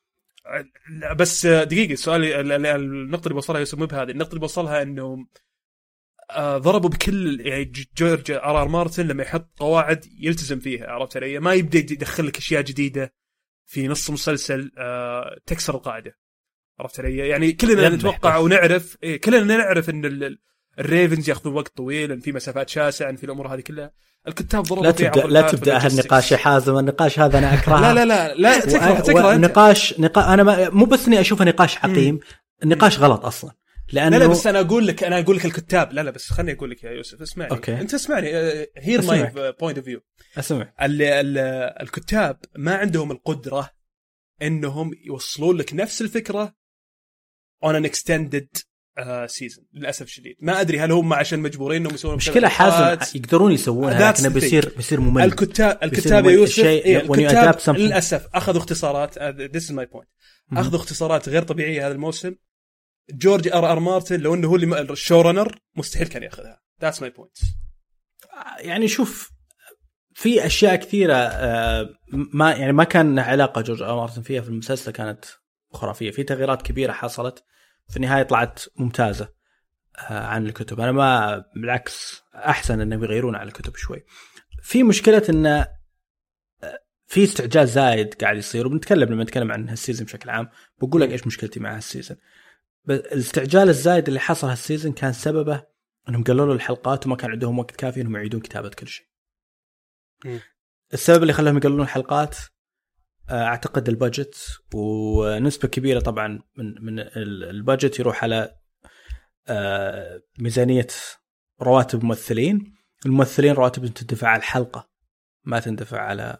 بس دقيقة سؤالي النقطة اللي بوصلها يوسف مو بهذه النقطة اللي بوصلها إنه ضربوا بكل يعني جورج آر آر مارتن لما يحط قواعد يلتزم فيها، عرفت علي؟ ما يبدأ يدخل لك أشياء جديدة في نص مسلسل تكسر القاعدة، عرفت علي؟ يعني كلنا نتوقع ونعرف إيه كلنا نعرف إن الريفنز ياخذون وقت طويل، إن في مسافات شاسعة، إن في الأمور هذه كلها. الكتاب ضربوا لا تبدأ لا تبدأ هالنقاش يا حازم. النقاش هذا أنا أكرهه. لا لا لا لا تكره تكره نقاش نقاش أنا ما مو بس إني أشوفه نقاش حقيم، النقاش غلط أصلا. لأنه لا لا بس أنا أقول لك أنا أقول لك الكتاب لا لا بس خلني أقول لك يا يوسف اسمعني. أوكي. أنت اسمعني هير ماي بوينت اوف فيو. أسمع. الكتاب ما عندهم القدرة إنهم يوصلون لك نفس الفكرة on an extended سيزن. للأسف شديد ما أدري هل هم عشان مجبورين إنهم يسوون مشكلة حازم يقدرون يسوونها لكن بيصير بيصير ممل. الكتاب الكتاب يا يوسف إيه الكتاب للأسف أخذوا اختصارات. this is my point. أخذوا اختصارات غير طبيعية هذا الموسم. جورج آر آر مارتن لو إنه هو اللي الشورنر مستحيل كان يأخذها. that's my point. يعني شوف في أشياء كثيرة ما يعني ما كان علاقة جورج آر آر مارتن فيها في المسلسل كانت خرافية. في تغييرات كبيرة حصلت في النهاية طلعت ممتازة عن الكتب. أنا ما بالعكس أحسن أنهم يغيرون على الكتب شوي. في مشكلة أن في استعجال زايد قاعد يصير، وبنتكلم لما نتكلم عن هالسيزن بشكل عام بقول لك إيش مشكلتي مع هالسيزن. الاستعجال الزايد اللي حصل هالسيزن كان سببه أنهم قللوا الحلقات وما كان عندهم وقت كافي أنهم يعيدون كتابة كل شيء. السبب اللي خلاهم يقللون الحلقات اعتقد البادجت، ونسبة كبيرة طبعا من من البادجت يروح على ميزانية رواتب ممثلين. الممثلين رواتب تندفع على الحلقة ما تندفع على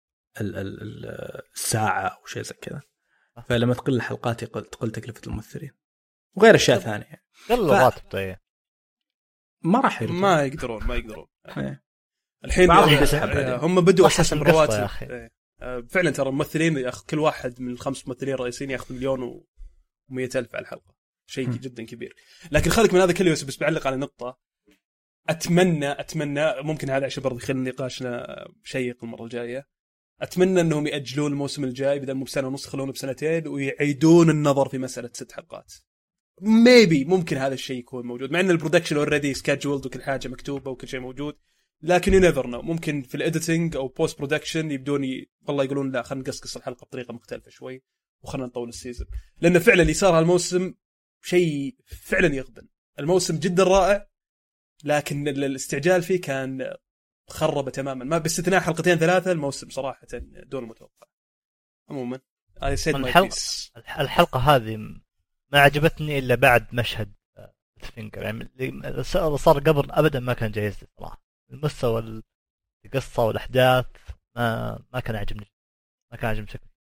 الساعة أو شيء زي كذا. فلما تقل الحلقات تقل تكلفة الممثلين وغير أشياء ثانية. قل الرواتب طيب ما راح ما يقدرون ما يقدرون الحين هم بدوا أساسا بالرواتب. فعلا ترى الممثلين ياخذ كل واحد من الخمس ممثلين الرئيسيين ياخذ مليون ومية ألف على الحلقة، شيء جدا كبير. لكن خليك من هذا كله يوسف، بس بعلق على نقطة. أتمنى أتمنى ممكن هذا عشان برضه يخلي نقاشنا شيق المرة الجاية. أتمنى أنهم يأجلون الموسم الجاي بدل مو بسنة ونص، خلونه بسنتين ويعيدون النظر في مسألة ست حلقات. ميبي ممكن هذا الشيء يكون موجود، مع أن البرودكشن أوريدي سكادجولد وكل حاجة مكتوبة وكل شيء موجود. لكن you never know، ممكن في الإديتنج أو بوست برودكشن يبدون ي... والله يقولون لا خلنا نقصقص الحلقة بطريقة مختلفة شوي وخلنا نطول السيزون. لأن فعلا اللي صار هالموسم شيء فعلا يغبن. الموسم جدا رائع، لكن الاستعجال فيه كان خربه تماما، ما باستثناء حلقتين ثلاثة. الموسم صراحة دون المتوقع. عموما الحلقة, الحلقة هذه ما عجبتني إلا بعد مشهد فينجر، يعني اللي صار قبل أبدا ما كان جايز صراحة. المستوى القصة والأحداث ما ما كان عجبني، ما كان عجبني شكل.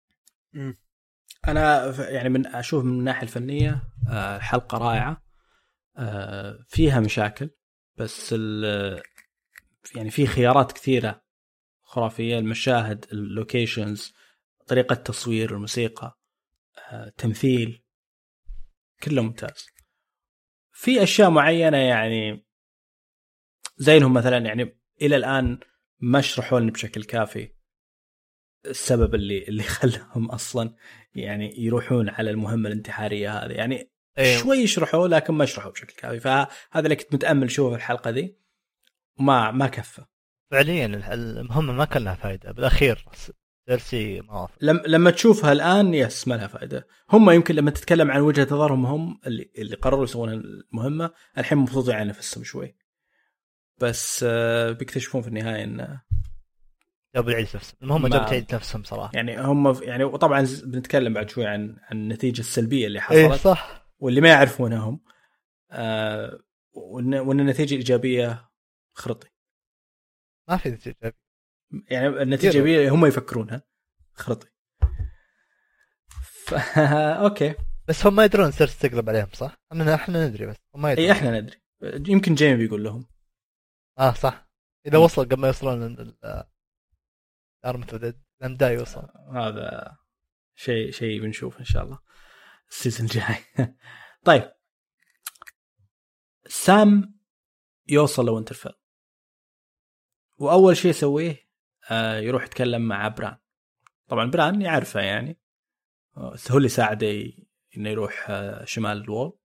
أنا يعني من أشوف من الناحية الفنية الحلقة رائعة، فيها مشاكل بس يعني في خيارات كثيرة خرافية، المشاهد، اللوكيشنز، طريقة التصوير، الموسيقى، تمثيل، كله ممتاز. في أشياء معينة يعني زي انهم مثلا يعني إلى الآن ما شرحوا لنا بشكل كافي السبب اللي اللي خلاهم أصلا يعني يروحون على المهمة الانتحارية هذه. يعني أيوه. شوي يشرحوا لكن ما يشرحوا بشكل كافي، فهذا اللي كنت متأمل شوفه الحلقة دي ما ما كفى فعليا. المهمة ما كان لها فائدة بالأخير، سيرسي ما لما لما تشوفها الآن يس ما لها فائدة. هم يمكن لما تتكلم عن وجهة نظرهم هم اللي اللي قرروا يسوون المهمة الحين مبسوطين على نفسهم شوي، بس بيكتشفون في النهاية إن جابوا العيد نفسهم. المهمة جابت العيد نفسهم صراحة. يعني هم يعني وطبعا بنتكلم بعد شوي عن عن النتيجة السلبية اللي حصلت. إيه صح. واللي ما يعرفونهم آه وإن, وإن النتيجة الإيجابية خرطي. ما في نتيجة إيجابية. يعني النتيجة الإيجابية هم يفكرونها خرطي. ف... أوكي. بس هم ما يدرون سيرس تقلب عليهم صح؟ أنا إحنا ندري بس هم ما يدرون. إيه إحنا ندري. يمكن جيمي بيقول لهم. آه صح. إذا وصل قبل ما يوصلون ال أرمتودد لم دا يوصل. هذا شيء شيء بنشوف إن شاء الله السيزون الجاي. طيب سام يوصل لوينترفيل وأول شيء يسويه آه يروح يتكلم مع بران. طبعا بران يعرفه يعني هو اللي ساعده إنه يروح آه شمال الوول،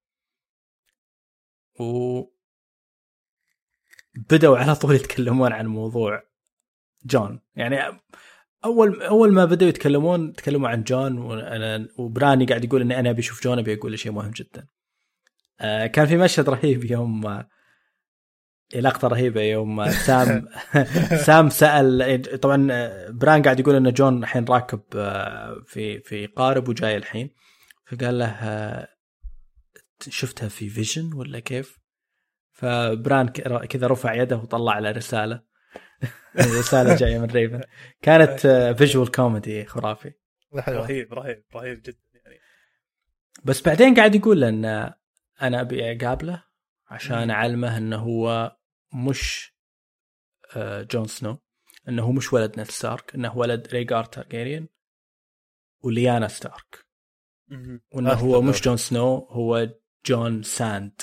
وبدأوا على طول يتكلمون عن موضوع جون. يعني أول أول ما بدأوا يتكلمون تكلموا عن جون، وأنا وبراني قاعد يقول إن أنا بيشوف جون بيقول شيء مهم جدا. آه كان في مشهد رهيب يوم لقطة رهيبة يوم سام سام سأل. طبعا بران قاعد يقول إن جون الحين راكب في في قارب وجاي الحين، فقال له شفتها في فيجن ولا كيف؟ فبران كذا رفع يده وطلع على رسالة رسالة جاية من ريفن. كانت فيجوال كوميدي خرافي رهيب رهيب رهيب جدا يعني. بس بعدين قاعد يقول أن أنا أبي أقابله عشان أعلمه أنه هو مش جون سنو، أنه هو مش ولد نيد ستارك، أنه ولد ريغار تارجيريان وليانا ستارك، وأنه هو مش جون سنو، هو جون ساند.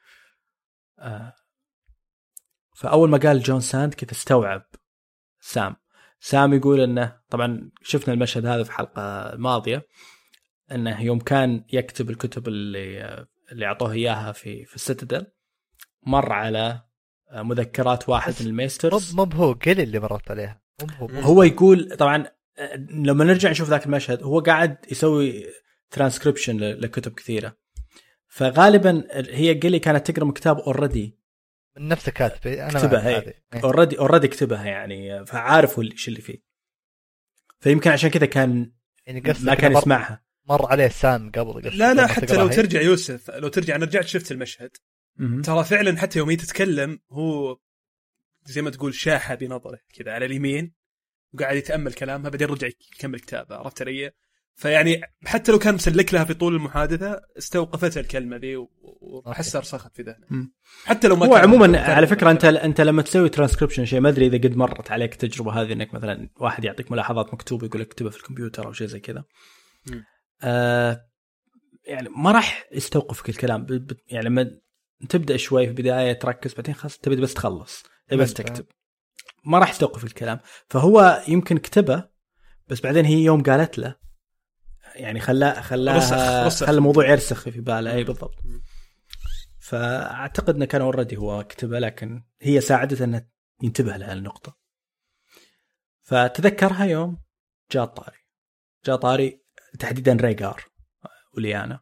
فأول ما قال جون ساند كذا استوعب سام. سام يقول أنه طبعا شفنا المشهد هذا في حلقة الماضية، أنه يوم كان يكتب الكتب اللي اللي أعطوه إياها في في السيتادل مر على مذكرات واحد من الميسترز. مو هو قال اللي مرت عليها. هو, هو يقول طبعا لما نرجع نشوف ذاك المشهد هو قاعد يسوي ترانسكريبشن لكتب كثيرة، فغالبا هي قال لي كانت تقرأ كتاب أوريدي من نفس كاتبه أنا كتبها أوريدي أوريدي كتبها يعني، فعارف ايش اللي فيه، فيمكن عشان كذا كان يعني ما كان يسمعها. مر عليه سام قبل. لا لا حتى لو ترجع يوسف لو ترجع أنا رجعت شفت المشهد م- ترى فعلا حتى يوم يتكلم هو زي ما تقول شاحة بنظره كذا على اليمين وقاعد يتأمل كلامها بعدين رجع يكمل كتابه. عرفت علي؟ فيعني حتى لو كان مسلك لها في طول المحادثة استوقفتها الكلمة ذي وحسها رسخت في ذهنه حتى لو ما هو عموما على فكرة أنت أنت لما تسوي ترانسكريبشن شيء ما أدري إذا قد مرت عليك التجربة هذه إنك مثلا واحد يعطيك ملاحظات مكتوبة يقول لك اكتبها في الكمبيوتر أو شيء زي كذا. آه يعني ما راح يستوقفك الكلام ب... ب... يعني لما تبدا شوي في بدايه تركز بعدين خلاص تبي بس تخلص تبي بس تكتب ما راح يستوقف الكلام. فهو يمكن كتبه بس بعدين هي يوم قالت له يعني خلاه خلاها خلى الموضوع يرسخ في باله. اي بالضبط. فاعتقد انه كان اوريدي هو كتبه لكن هي ساعدته انه ينتبه لها النقطه. فتذكرها يوم جاء طاري جاء طاري تحديدا ريغار وليانا.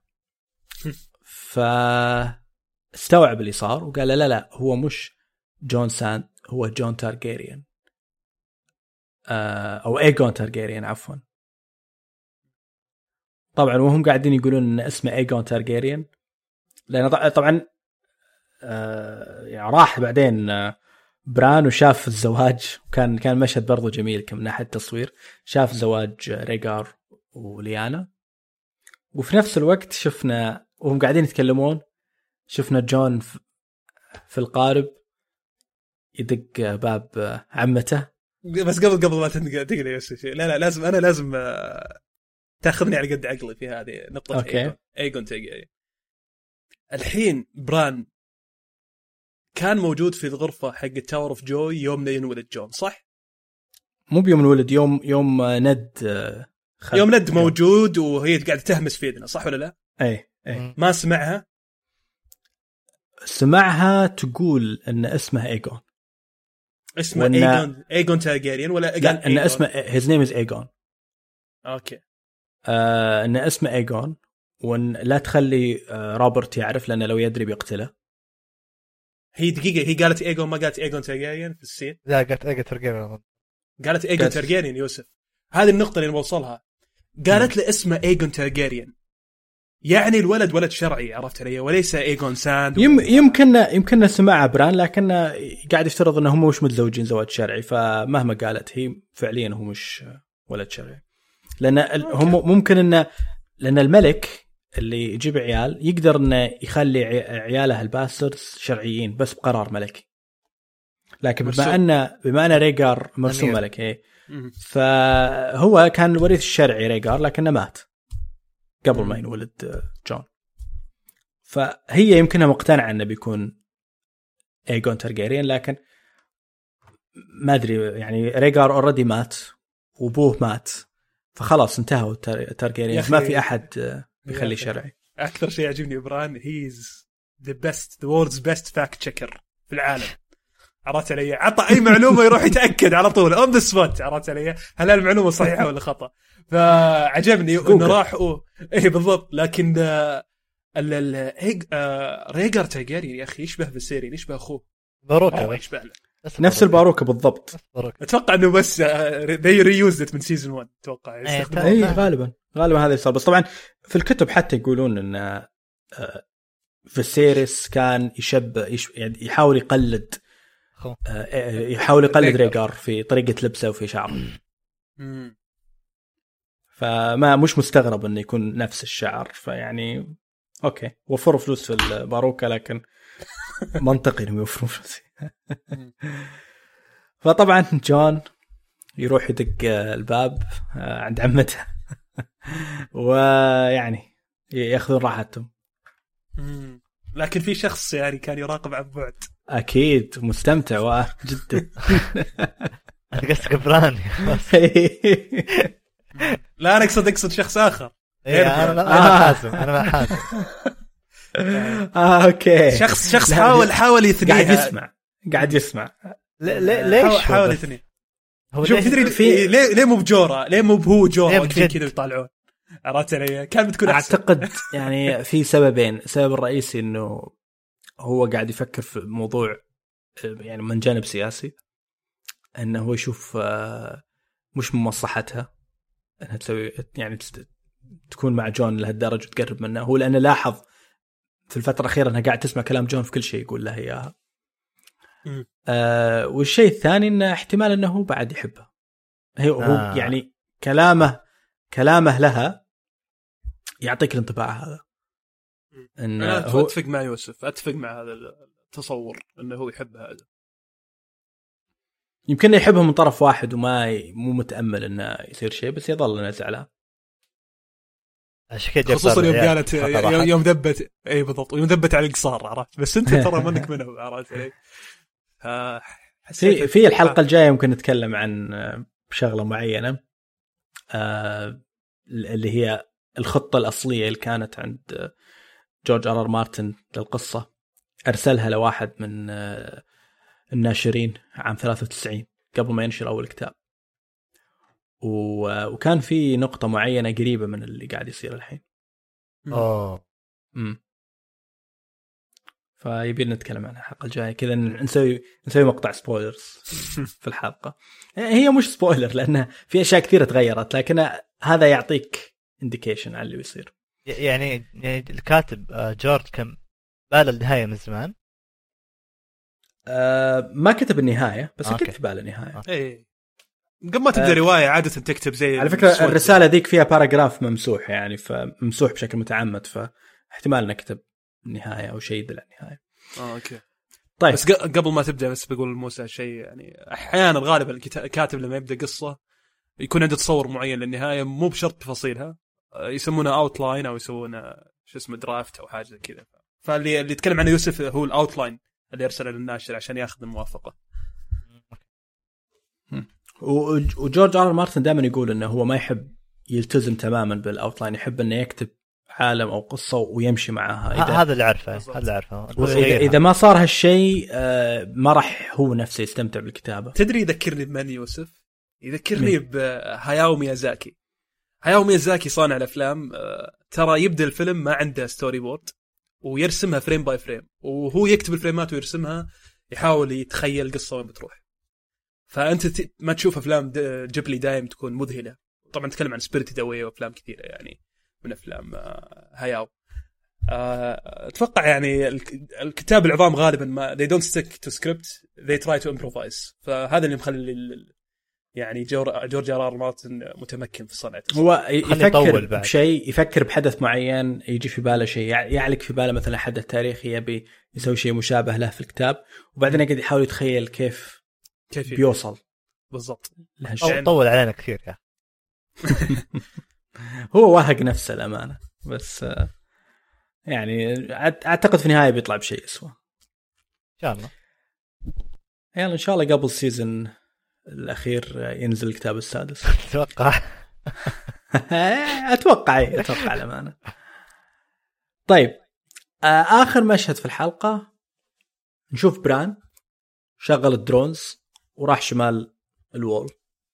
فاستوعب اللي صار وقال لا لا هو مش جون ساند هو جون تارجيريان او ايجون تارجيريان عفوا. طبعا وهم قاعدين يقولون ان اسمه ايجون تارجيريان لان طبعا يعني راح بعدين بران وشاف الزواج وكان كان مشهد برضو جميل كم من ناحيه التصوير. شاف زواج ريغار وليانا وفي نفس الوقت شفنا وهم قاعدين يتكلمون شفنا جون في القارب يدق باب عمته. بس قبل قبل ما تنقل يوسف لا لا لازم انا لازم تاخذني على قد عقلي في هذه نقطه. أوكي. ايجون تيجي الحين بران كان موجود في الغرفه حق التاور اوف جوي يوم ينولد جون صح؟ مو بيوم الولد يوم يوم ند خل... يوم ند موجود وهي قاعده تهمس في اذنه صح ولا لا؟ اي اي ما سمعها سمعها تقول ان اسمها ايجون. اسمه وإن... ايجون ايجون تارجيريان ولا لا ان اسمه his name is ايجون. اوكي. آه ان اسمه ايجون وان لا تخلي آه روبرت يعرف لانه لو يدري بيقتله. هي دقيقه هي قالت ايجون ما قالت ايجون تارجيريان في السين؟ لا قالت ايجون تارجيريان قالت ايجون تارجيريان يوسف. هذه النقطه اللي نوصلها. قالت له اسمه ايجون تارجيريان يعني الولد ولد شرعي عرفت علي وليس ايجون ساند. يم يمكن يمكن سمعها بران لكن قاعد يفترض انهم مش متزوجين زواج شرعي فمهما قالت هي فعليا هو مش ولد شرعي لان هم ممكن انه لان الملك اللي يجيب عيال يقدر انه يخلي عياله الباسترز شرعيين بس بقرار ملكي. لكن بما ان بما ان ريغار مرسوم ملكي فهو كان الوريث الشرعي ريغار لكنه مات قبل ما ينولد جون. فهي يمكنها مقتنعة أنه بيكون ايجون تارجيريان لكن ما أدري يعني ريغار أوريدي مات وبوه مات فخلاص انتهوا تارجيريان ما في أحد بيخلي شرعي. أكثر شيء يعجبني بران he's the best the world's best fact checker في العالم عرفت علي. عطى أي معلومة يروح يتأكد على طول on the spot عرفت علي هل المعلومة صحيحة ولا خطأ. فعجبني انه راح أوه. ايه بالضبط. لكن ال ال ريغار تارجيريان يا اخي يشبه بالسيرين يشبه اخوه باروكا يشبه له نفس الباروكة بالضبط. اتوقع انه بس they reused it من سيزون واحد اتوقع. اي غالبا غالبا هذا اللي صار. بس طبعا في الكتب حتى يقولون ان فيسيريس كان يشبه يعني يحاول يقلد يحاول يقلد ريغار في طريقة لبسه وفي شعره. فما مش مستغرب انه يكون نفس الشعر. فيعني اوكي وفروا فلوس في الباروكة لكن منطقي انهم يوفروا فلوس. فطبعا جون يروح يدق الباب عند عمته ويعني ياخذون راحتهم. لكن في شخص يعني كان يراقب عن بعد اكيد مستمتع جدا. قصدك براني. لا أنا أقصد أقصد شخص آخر. إيه أنا أنا حاسم أنا ما حاسم. آه أوكي. شخص شخص حاول حاول يثنيها. قاعد يسمع قاعد يسمع. لا ليش حاول يثني. شوف تدري في ليه ليه مو بجورة ليه مو بهو جورة كذا يطالعون عرفت علي كان بتكون أحسن. أعتقد يعني في سببين. السبب الرئيسي إنه هو قاعد يفكر في موضوع يعني من جانب سياسي إنه هو يشوف مش من مصلحتها انها تسوي يعني تكون مع جون لهالدرجه وتقرب منه. هو لانه لاحظ في الفتره الاخيره انها قاعد تسمع كلام جون في كل شيء يقول لها اياها. آه والشيء الثاني انه احتمال انه هو بعد يحبها. هو آه. يعني كلامه كلامه لها يعطيك الانطباع هذا. إن انا هو اتفق مع يوسف اتفق مع هذا التصور انه هو يحب هذا. يمكن يحبها من طرف واحد وما مو متأمل انه يصير شيء بس يظل انه زعلان. خصوصا يوم قالت يوم, يوم ذبت اي بالضبط يوم ذبت على القصار عرفت بس انت ترى منك منهم عرفت علي. في في الحلقه الجايه ممكن نتكلم عن شغله معينه آه اللي هي الخطه الاصليه اللي كانت عند جورج آر آر مارتن للقصه، ارسلها لواحد من آه الناشرين عام ثلاثة وتسعين قبل ما ينشر اول كتاب، وكان في نقطة معينة قريبة من اللي قاعد يصير الحين. أوه. امم فيبين نتكلم عنها الحلقة الجاية كذا، نسوي نسوي مقطع سبويلرز في الحلقة. هي مش سبويلر لأنها في أشياء كثيرة تغيرت، لكن هذا يعطيك إنديكيشن على اللي بيصير. يعني يعني الكاتب جورج كم باله النهاية من زمان. أه ما كتب النهاية بس أكيد باله النهاية. إيه قبل ما تبدأ رواية عادة تكتب زي على فكرة الرسالة ذيك فيها باراجراف ممسوح يعني فممسوح بشكل متعمد، فاحتمال نكتب النهاية أو شيء يدل على النهاية. آه أوكي. طيب بس قبل ما تبدأ بس بقول موسى شيء، يعني أحيانا غالبا الكاتب لما يبدأ قصة يكون عنده تصور معين للنهاية مو بشرط تفاصيلها، يسمونه أوتلاين أو يسمونه شو اسمه درافت أو حاجة كذا. فاللي اللي يتكلم عنه يوسف هو الأوتلاين اللي يرسله للناشر عشان ياخذ الموافقة. وجورج آر آر مارتن دائما يقول انه هو ما يحب يلتزم تماما بالاوتلاين، يحب انه يكتب عالم او قصه ويمشي معها. هذا اللي عارفه هذا اللي عارفه إذا, اذا ما صار هالشيء ما راح هو نفسه يستمتع بالكتابه. تدري يذكرني بمن يوسف؟ يذكرني بهاياو ميازاكي. هاياو ميازاكي صانع الافلام ترى يبدا الفيلم ما عنده ستوري بورد ويرسمها فريم باي فريم، وهو يكتب الفريمات ويرسمها، يحاول يتخيل القصه وين بتروح. فأنت ما تشوف أفلام جيبلي دايم تكون مذهلة. طبعا نتكلم عن سبيريتد أواي وأفلام كثيرة يعني من أفلام هاياو. أتوقع يعني الكتاب العظام غالبا ما they don't stick to script, they try to improvise. فهذا اللي مخلي يعني جورج آر آر مارتن متمكن في صنعة. هو يفكر بشيء، يفكر بحدث معين يجي في باله شيء، يعلق في باله مثلا حدث تاريخي يبي يسوي شيء مشابه له في الكتاب، وبعدين يقعد يحاول يتخيل كيف كيف بيوصل بالضبط. أو طول علينا كثير يا هو واهق نفسه الأمانة، بس يعني أعتقد في النهاية بيطلع بشيء يسوى إن شاء الله. يلا إن شاء الله قبل سيزن الأخير ينزل الكتاب السادس. أتوقع أتوقع إيه أتوقع الأمانة. طيب آخر مشهد في الحلقة نشوف بران شغل الدرونز وراح شمال الوول،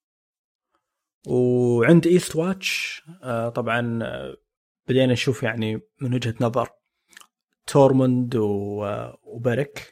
وعند إيست واتش آه طبعا آه بدينا نشوف يعني من وجهة نظر تورموند وبريك،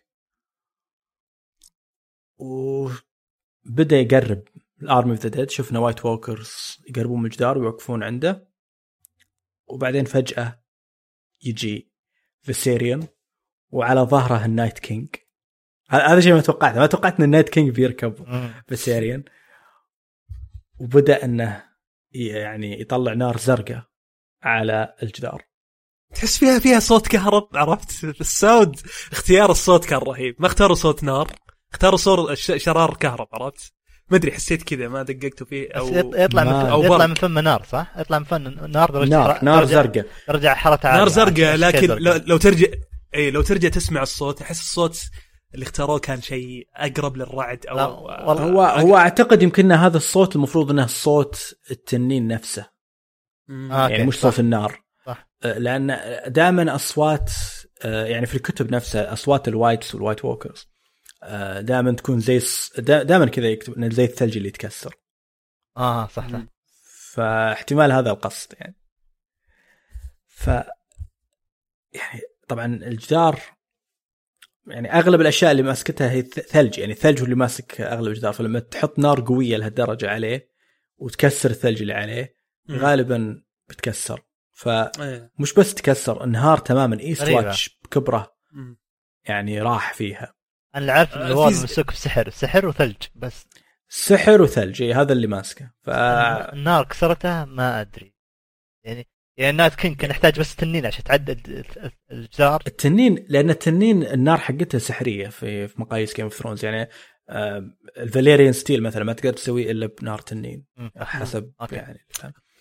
وبدأ يقرب الارمي اوف ذا ديد. شفنا وايت ووكرز يقربون من الجدار ويوقفون عنده، وبعدين فجأة يجي فيسيريون وعلى ظهره النايت كينج. هذا شيء ما توقعته، ما توقعت ان النايت كينج بيركب فيسيريون، وبدأ انه يعني يطلع نار زرقاء على الجدار. تحس فيها فيها صوت كهرب، عرفت الساود؟ اختيار الصوت كان رهيب، ما اختاروا صوت نار، اختاروا صوت شرار كهرب، عرفت؟ ما ادري حسيت كذا ما دققتوا فيه. او يطلع من أو يطلع من فم نار، صح؟ يطلع من فم نار درجة نار, نار زرقاء، رجع حرارة عالية، نار زرقاء. لكن لو, لو ترجع اي لو ترجع تسمع الصوت احس الصوت اللي اختاروه كان شيء اقرب للرعد. او هو هو اعتقد يمكن هذا الصوت المفروض انه صوت التنين نفسه، يعني مش صوت النار. صح. لان دائما اصوات يعني في الكتب نفسها اصوات الوايتس والوايت ووكرز دائما تكون زي دائما كذا يكتب انه زي الثلج اللي يتكسر. اه صح صح. فاحتمال هذا القصد يعني. ف يعني طبعا الجدار يعني اغلب الاشياء اللي ماسكتها هي ثلج، يعني الثلج هو اللي ماسك اغلب الجدار، فلما تحط نار قويه لهالدرجه عليه وتكسر الثلج اللي عليه م. غالبا بتكسر. فمش بس تكسر، انهار تماما. ايست واتش بكبره م. يعني راح فيها. انا اللي عارف انه هو مسك سحر سحر وثلج، بس سحر وثلج هذا اللي ماسكه. ف النار كسرتها ما ادري يعني يعني النايت كينج كان يحتاج بس تنين عشان تعدد الجدار. التنين لان التنين النار حقتها سحريه في في مقاييس جيم اوف ثرونز، يعني آه الفاليريان ستيل مثلا ما تقدر تسويه الا بنار تنين حسب أوكي. يعني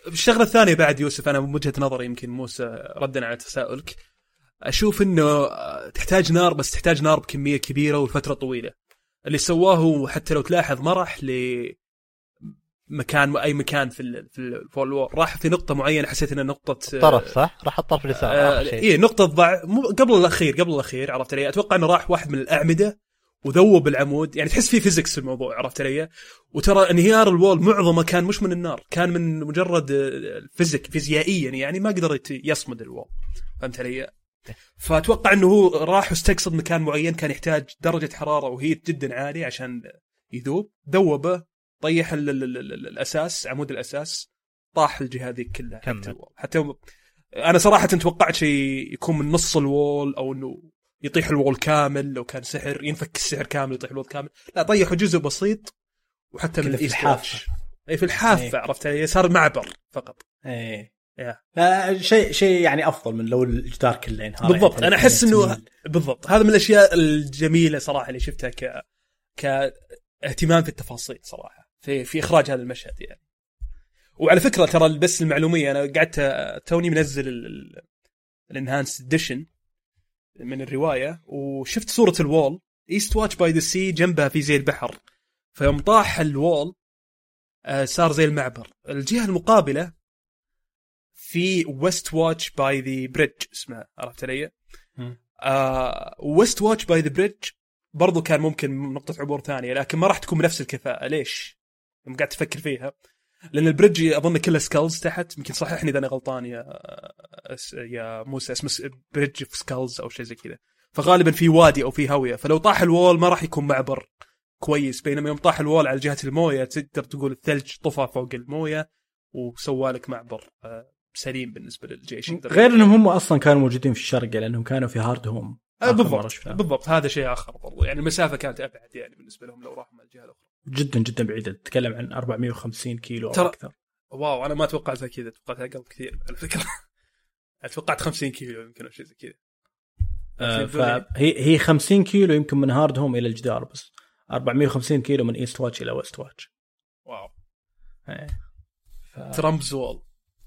الشغله الثانيه بعد يوسف، انا من وجهه نظري يمكن موسى ردنا على تساؤلك، اشوف انه تحتاج نار، بس تحتاج نار بكميه كبيره والفتره طويله. اللي سواه حتى لو تلاحظ ما راح لمكان اي مكان في ال في الفول وور، راح في نقطه معينه حسيت انها نقطه طرف صح، راح الطرف اليسار آه اي نقطه ضع قبل الاخير قبل الاخير عرفت علي. اتوقع انه راح واحد من الاعمده وذوب العمود، يعني تحس في فيزيكس في الموضوع عرفت علي. وترى انهيار الوول معظمه كان مش من النار، كان من مجرد الفيزيك فيزيائيا، يعني ما قدر يصمد الوول فهمت علي. فاتوقع انه هو راح واستقصد مكان معين كان يحتاج درجه حراره وهيت جدا عاليه عشان يذوب، ذوبه طيح ال ال ال الاساس عمود الاساس، طاح الجهه ذيك كلها حتى انا صراحه توقعت شيء يكون من نص الوول او انه يطيح الوول كامل، لو كان سحر ينفك السحر كامل يطيح الوول كامل، لا طيحوا جزء بسيط وحتى من في الحافه اي في الحافه عرفت علي، صار معبر فقط. ايه yeah. لا شيء شيء يعني افضل من لو الجدار كله ينهار بالضبط. يعني انا احس انه بالضبط هذا من الاشياء الجميله صراحه اللي شفتها ك كاهتمام في التفاصيل صراحه في في اخراج هذا المشهد يعني. وعلى فكره ترى بس المعلوميه، انا قعدت توني منزل الانهانس اديشن من الروايه وشفت صوره الوول ايست واتش باي ذا سي جنبها في زي البحر، فيوم طاح الوول صار زي المعبر. الجهه المقابله في ويست واتش باي ذا بريدج اسمها عرفت علي. ويست واتش باي ذا بريدج برضو كان ممكن نقطه عبور ثانيه، لكن ما راح تكون بنفس الكفاءه. ليش؟ يوم قاعد تفكر فيها، لان البريدج اظن كله سكالز تحت، يمكن صححني اذا انا غلطان يا يا موسى، اسمه بريدج اوف سكالز او شيء زي كذا، فغالبا في وادي او في هاويه، فلو طاح الوول ما راح يكون معبر كويس. بينما يوم طاح الوول على جهه المويه تقدر تقول الثلج طفى فوق المويه وسوى لك معبر سليم بالنسبه للجيش. غير انهم هم اصلا كانوا موجودين في الشرق لانهم كانوا في هارد هوم. أه بالضبط بالضبط هذا شيء اخر برضو، يعني المسافه كانت ابعد يعني بالنسبه لهم لو راحوا من الجهه الاخرى جدا جدا بعيده، تتكلم عن أربعمية وخمسين كيلو او تر... اكثر. واو انا ما توقعت زي كذا، توقعت اقل كثير على فكره. اتوقعت خمسين كيلو يمكن او شيء زي كذا. آه فهي هي خمسين كيلو يمكن من هارد هوم الى الجدار، بس أربعمية وخمسين كيلو من ايست واتش الى ويست واتش. واو ف... ترامبز وول.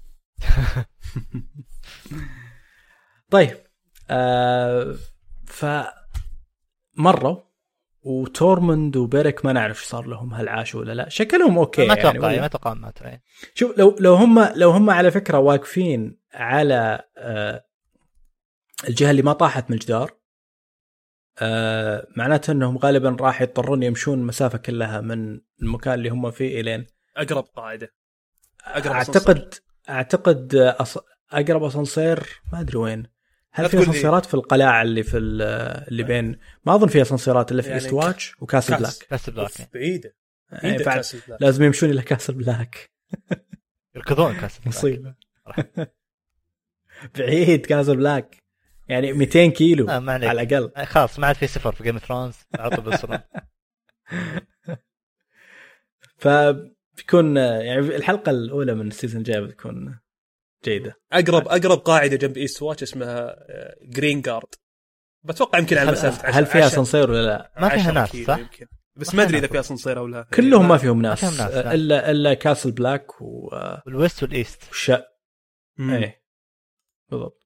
طيب آه ف مروا وتورموند وبيرك ما نعرف صار لهم، هل عاشوا ولا لا؟ شكلهم اوكي ما يعني توقع ما توقع ما ترى. شوف لو لو هم لو هم على فكره واقفين على آه الجهه اللي ما طاحت من الجدار، آه معناته انهم غالبا راح يضطرون يمشون المسافه كلها من المكان اللي هم فيه الين اقرب قاعده. أقرب اعتقد أصنصير. اعتقد أص... اقرب اسانسير ما ادري وين. هل في اسانسيرات في القلاع اللي في اللي بين؟ ما اظن فيها اسانسيرات الا في يعني ايست واتش وكاسل بلاك. كاسل بلاك بعيده بعيده كاسل بلاك. لازم يمشون الى كاسل بلاك. يركضون كاسل مصيبه. بعيد كاسل بلاك يعني مئتين كيلو آه على الاقل. خلاص ما عاد في سفر في جيم اوف ثرونز عطوا بالسرعه. فبيكون يعني الحلقه الاولى من السيزون الجاي بتكون جيدة. أقرب أقرب قاعدة جنب إيست واتش اسمها جرين جارد، بتوقع يمكن على مسافة عشر. هل فيها أسانسير ولا لا؟ ما فيها ناس صح؟ يمكن. بس ما أدري إذا فيها أسانسير أو لا. كلهم ما فيهم ناس, ما فيهم ناس إلا إلا كاسل بلاك و والويست والإيست والشا. إيه بالضبط.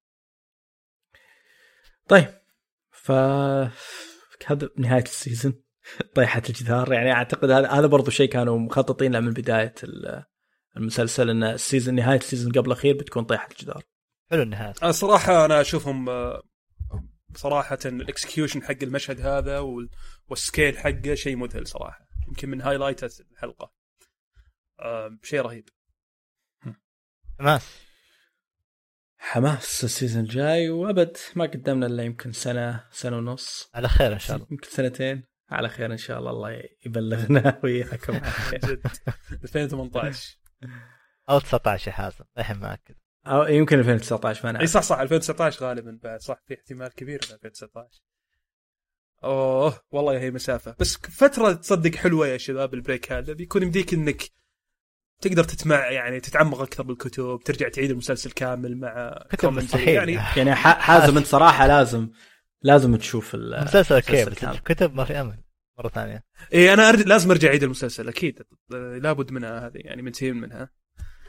طيب ف هذا نهاية السيزون طيحة الجدار، يعني أعتقد هذا هذا برضو شيء كانوا مخططين له من بداية المسلسل، ان السيزون نهايه السيزون قبل الاخير بتكون طيحه الجدار. حلو النهايه. انا صراحه انا اشوفهم صراحه الاكسكيوشن حق المشهد هذا والسكيل حقه شيء مذهل صراحه، يمكن من هايلايتات الحلقه. أه شيء رهيب. حماس حماس السيزون الجاي، وابد ما قدامنا الا يمكن سنه سنه ونص على خير ان شاء الله، يمكن سنتين على خير ان شاء الله. الله يبلغنا وياكم ألفين وثمانية عشر او تسعة عشر حازم الحين ما اكد، او يمكن ألفين وتسعة عشر ما نعرف. اي صح صح ألفين وتسعة عشر غالبا بعد، صح في احتمال كبير ألفين وتسعة عشر. اوه والله هي مسافه، بس فتره تصدق حلوه يا شباب. البريك هذا بيكون يمديك انك تقدر تتمع يعني تتعمق اكثر بالكتب، ترجع تعيد المسلسل كامل مع كومنتري يعني يعني حازم انت صراحه لازم لازم تشوف المسلسل كيف الكتب ما في امل مره ثانيه. اي انا أرد... لازم ارجع اعيد المسلسل اكيد، لابد منها هذه يعني منتهين منها.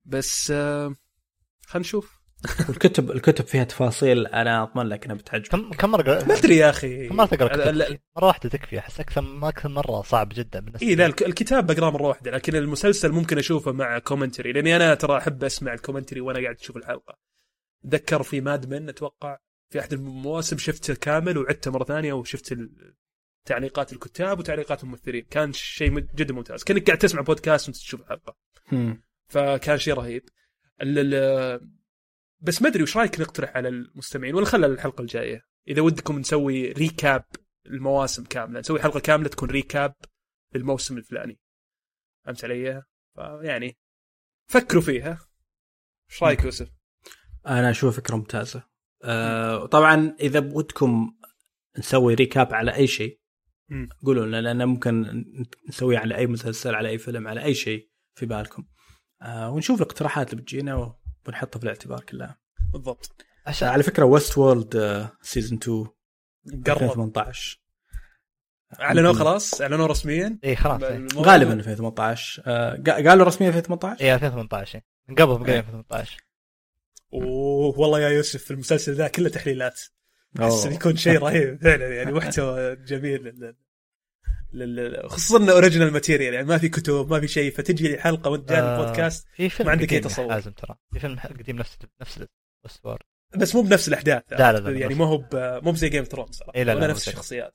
بس آه خلينا نشوف. الكتب الكتب فيها تفاصيل انا اضمن لك انها بتعجبك. كم كم مره ما ادري يا اخي كم مره تقرا كتب؟ مره واحده تكفي. احس اكثر ما اكثر مره صعب جدا بالنسبه اي لا الكتاب بقراه مره واحده، لكن المسلسل ممكن اشوفه مع كومنتري، لاني انا ترى احب اسمع الكومنتري وانا قاعد اشوف الحلقه. ذكر في مادمن اتوقع في احد المواسم شفته كامل وعدته مره ثانيه وشفت تعليقات الكتاب وتعليقات الممثلين، كان شيء جدا ممتاز، كأنك قاعد تسمع بودكاست وانت تشوف الحلقه. فكان شيء رهيب. بس ما ادري وش رايك نقترح على المستمعين ولا خلى الحلقه الجايه اذا ودكم نسوي ريكاب المواسم كامله، نسوي حلقه كامله تكون ريكاب للموسم الفلاني. فهمت علي؟ فيعني فكروا فيها. ايش رايك يوسف؟ انا اشوف فكره ممتازه. أه طبعا اذا ودكم نسوي ريكاب على اي شيء قولوا لنا، لان ممكن نسوي على اي مسلسل على اي فيلم على اي شيء في بالكم، أه ونشوف الاقتراحات اللي بتجينا ونحطها في الاعتبار كلها. بالضبط. عشان على فكره ويست وورلد سيزون اثنين قرب ثمانية عشر اعلنوا خلاص، اعلنوا رسميا. اي خلاص غالبا ألفين وثمانية عشر. أه قالوا رسميا ألفين وثمانية عشر. اي ألفين وثمانية عشر من قبل من ألفين وثمانية عشر. اوه والله يا يوسف المسلسل ذا كله تحليلات، بس بيكون شيء رهيب فعلا يعني، محتوى جميل لل... لل... خصوصا اوريجينال ماتيريال، يعني ما في كتب ما في شيء، فتجي حلقه وانت جاي آه البودكاست ما عندك اي تصور. لازم ترى في فيلم قديم نفس نفس الاسوار، بس مو بنفس الاحداث. لا لا لا يعني مو هو ب... مو زي جيم اوف ثرونز صراحه، إيه ولا نفس الشخصيات.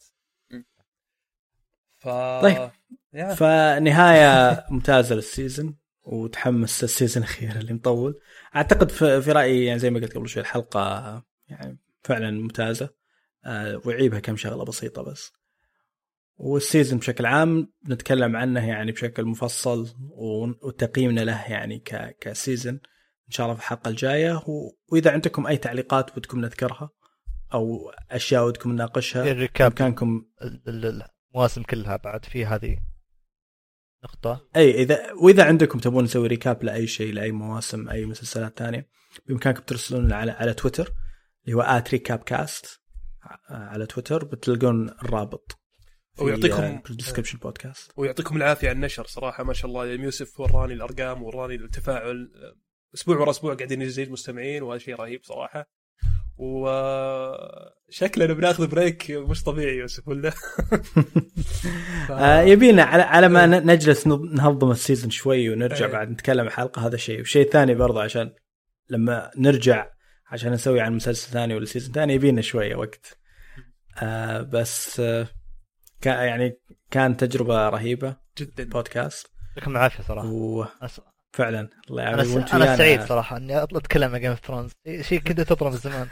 ف... طيب يعني. فنهايه ممتازه للسيزون، وتحمس السيزون الاخير اللي مطول. اعتقد في, في رايي يعني زي ما قلت قبل شوي الحلقه يعني فعلا ممتازه، أه وعيبها كم شغله بسيطه بس. والسيزون بشكل عام نتكلم عنه يعني بشكل مفصل وتقييمنا له يعني ك كسيزون ان شاء الله في الحلقه الجايه. واذا عندكم اي تعليقات ودكم نذكرها او اشياء ودكم نناقشها بامكانكم. المواسم كلها بعد في هذه نقطة. أي إذا وإذا عندكم تبون نسوي ريكاب لأي شيء لأي مواسم أي مسلسلات تانية بإمكانكم ترسلون على على تويتر اللي هو آت ريكاب كاست على تويتر، بتلقون الرابط ويعطيكم الديسكربشن بودكاست. ويعطيكم العافية على النشر صراحة ما شاء الله. يوسف وراني الأرقام وراني التفاعل أسبوع ورا أسبوع قاعدين يزيد مستمعين، وهذا شيء رهيب صراحة. وشكلنا بناخذ بريك مش طبيعي يوسف ولا ف... يبينا على على ما نجلس نهضم السيزون شوي ونرجع أيه. بعد نتكلم حلقة. هذا شيء وشيء ثاني برضه عشان لما نرجع عشان نسوي عن مسلسل ثاني ولا سيزون ثاني يبينا شوية وقت. آه بس آه كان يعني كان تجربة رهيبة جدا بودكاست. لكم العافية صراحة و... فعلا الله يعني أنا, س... أنا سعيد صراحة إني أطلع أتكلم عن جيم اوف ثرونز، شيء كده تطرم الزمان.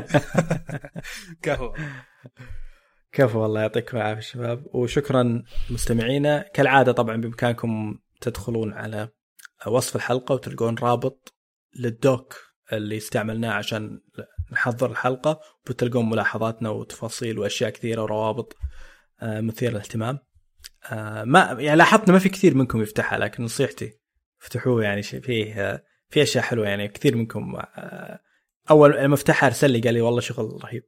كفو كفو والله يعطيكم العافية شباب. وشكرا مستمعينا كالعادة. طبعا بإمكانكم تدخلون على وصف الحلقة وتلقون رابط للدوك اللي استعملناه عشان نحضر الحلقة، وبتلقون ملاحظاتنا وتفاصيل وأشياء كثيرة وروابط مثيرة للاهتمام. ما يعني لاحظنا ما في كثير منكم يفتحها، لكن نصيحتي افتحوه يعني شيء فيه في اشياء حلوه يعني. كثير منكم اول لما فتحها ارسل لي قال لي والله شغل رهيب.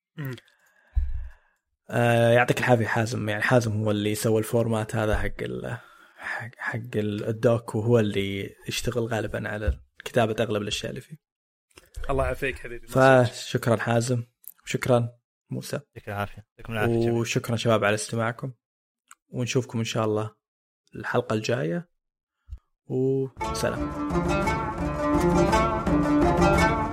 آه يعطيك العافيه حازم. يعني حازم هو اللي سوى الفورمات هذا حق ال حق, حق الدوك، وهو اللي يشتغل غالبا على كتابه اغلب الاشياء اللي فيه. الله يعافيك حبيبي. فشكرا حازم وشكرا موسى. يعطيك العافيه. يعطيكم العافيه وشكرا شباب على استماعكم، ونشوفكم ان شاء الله الحلقه الجايه وسلام.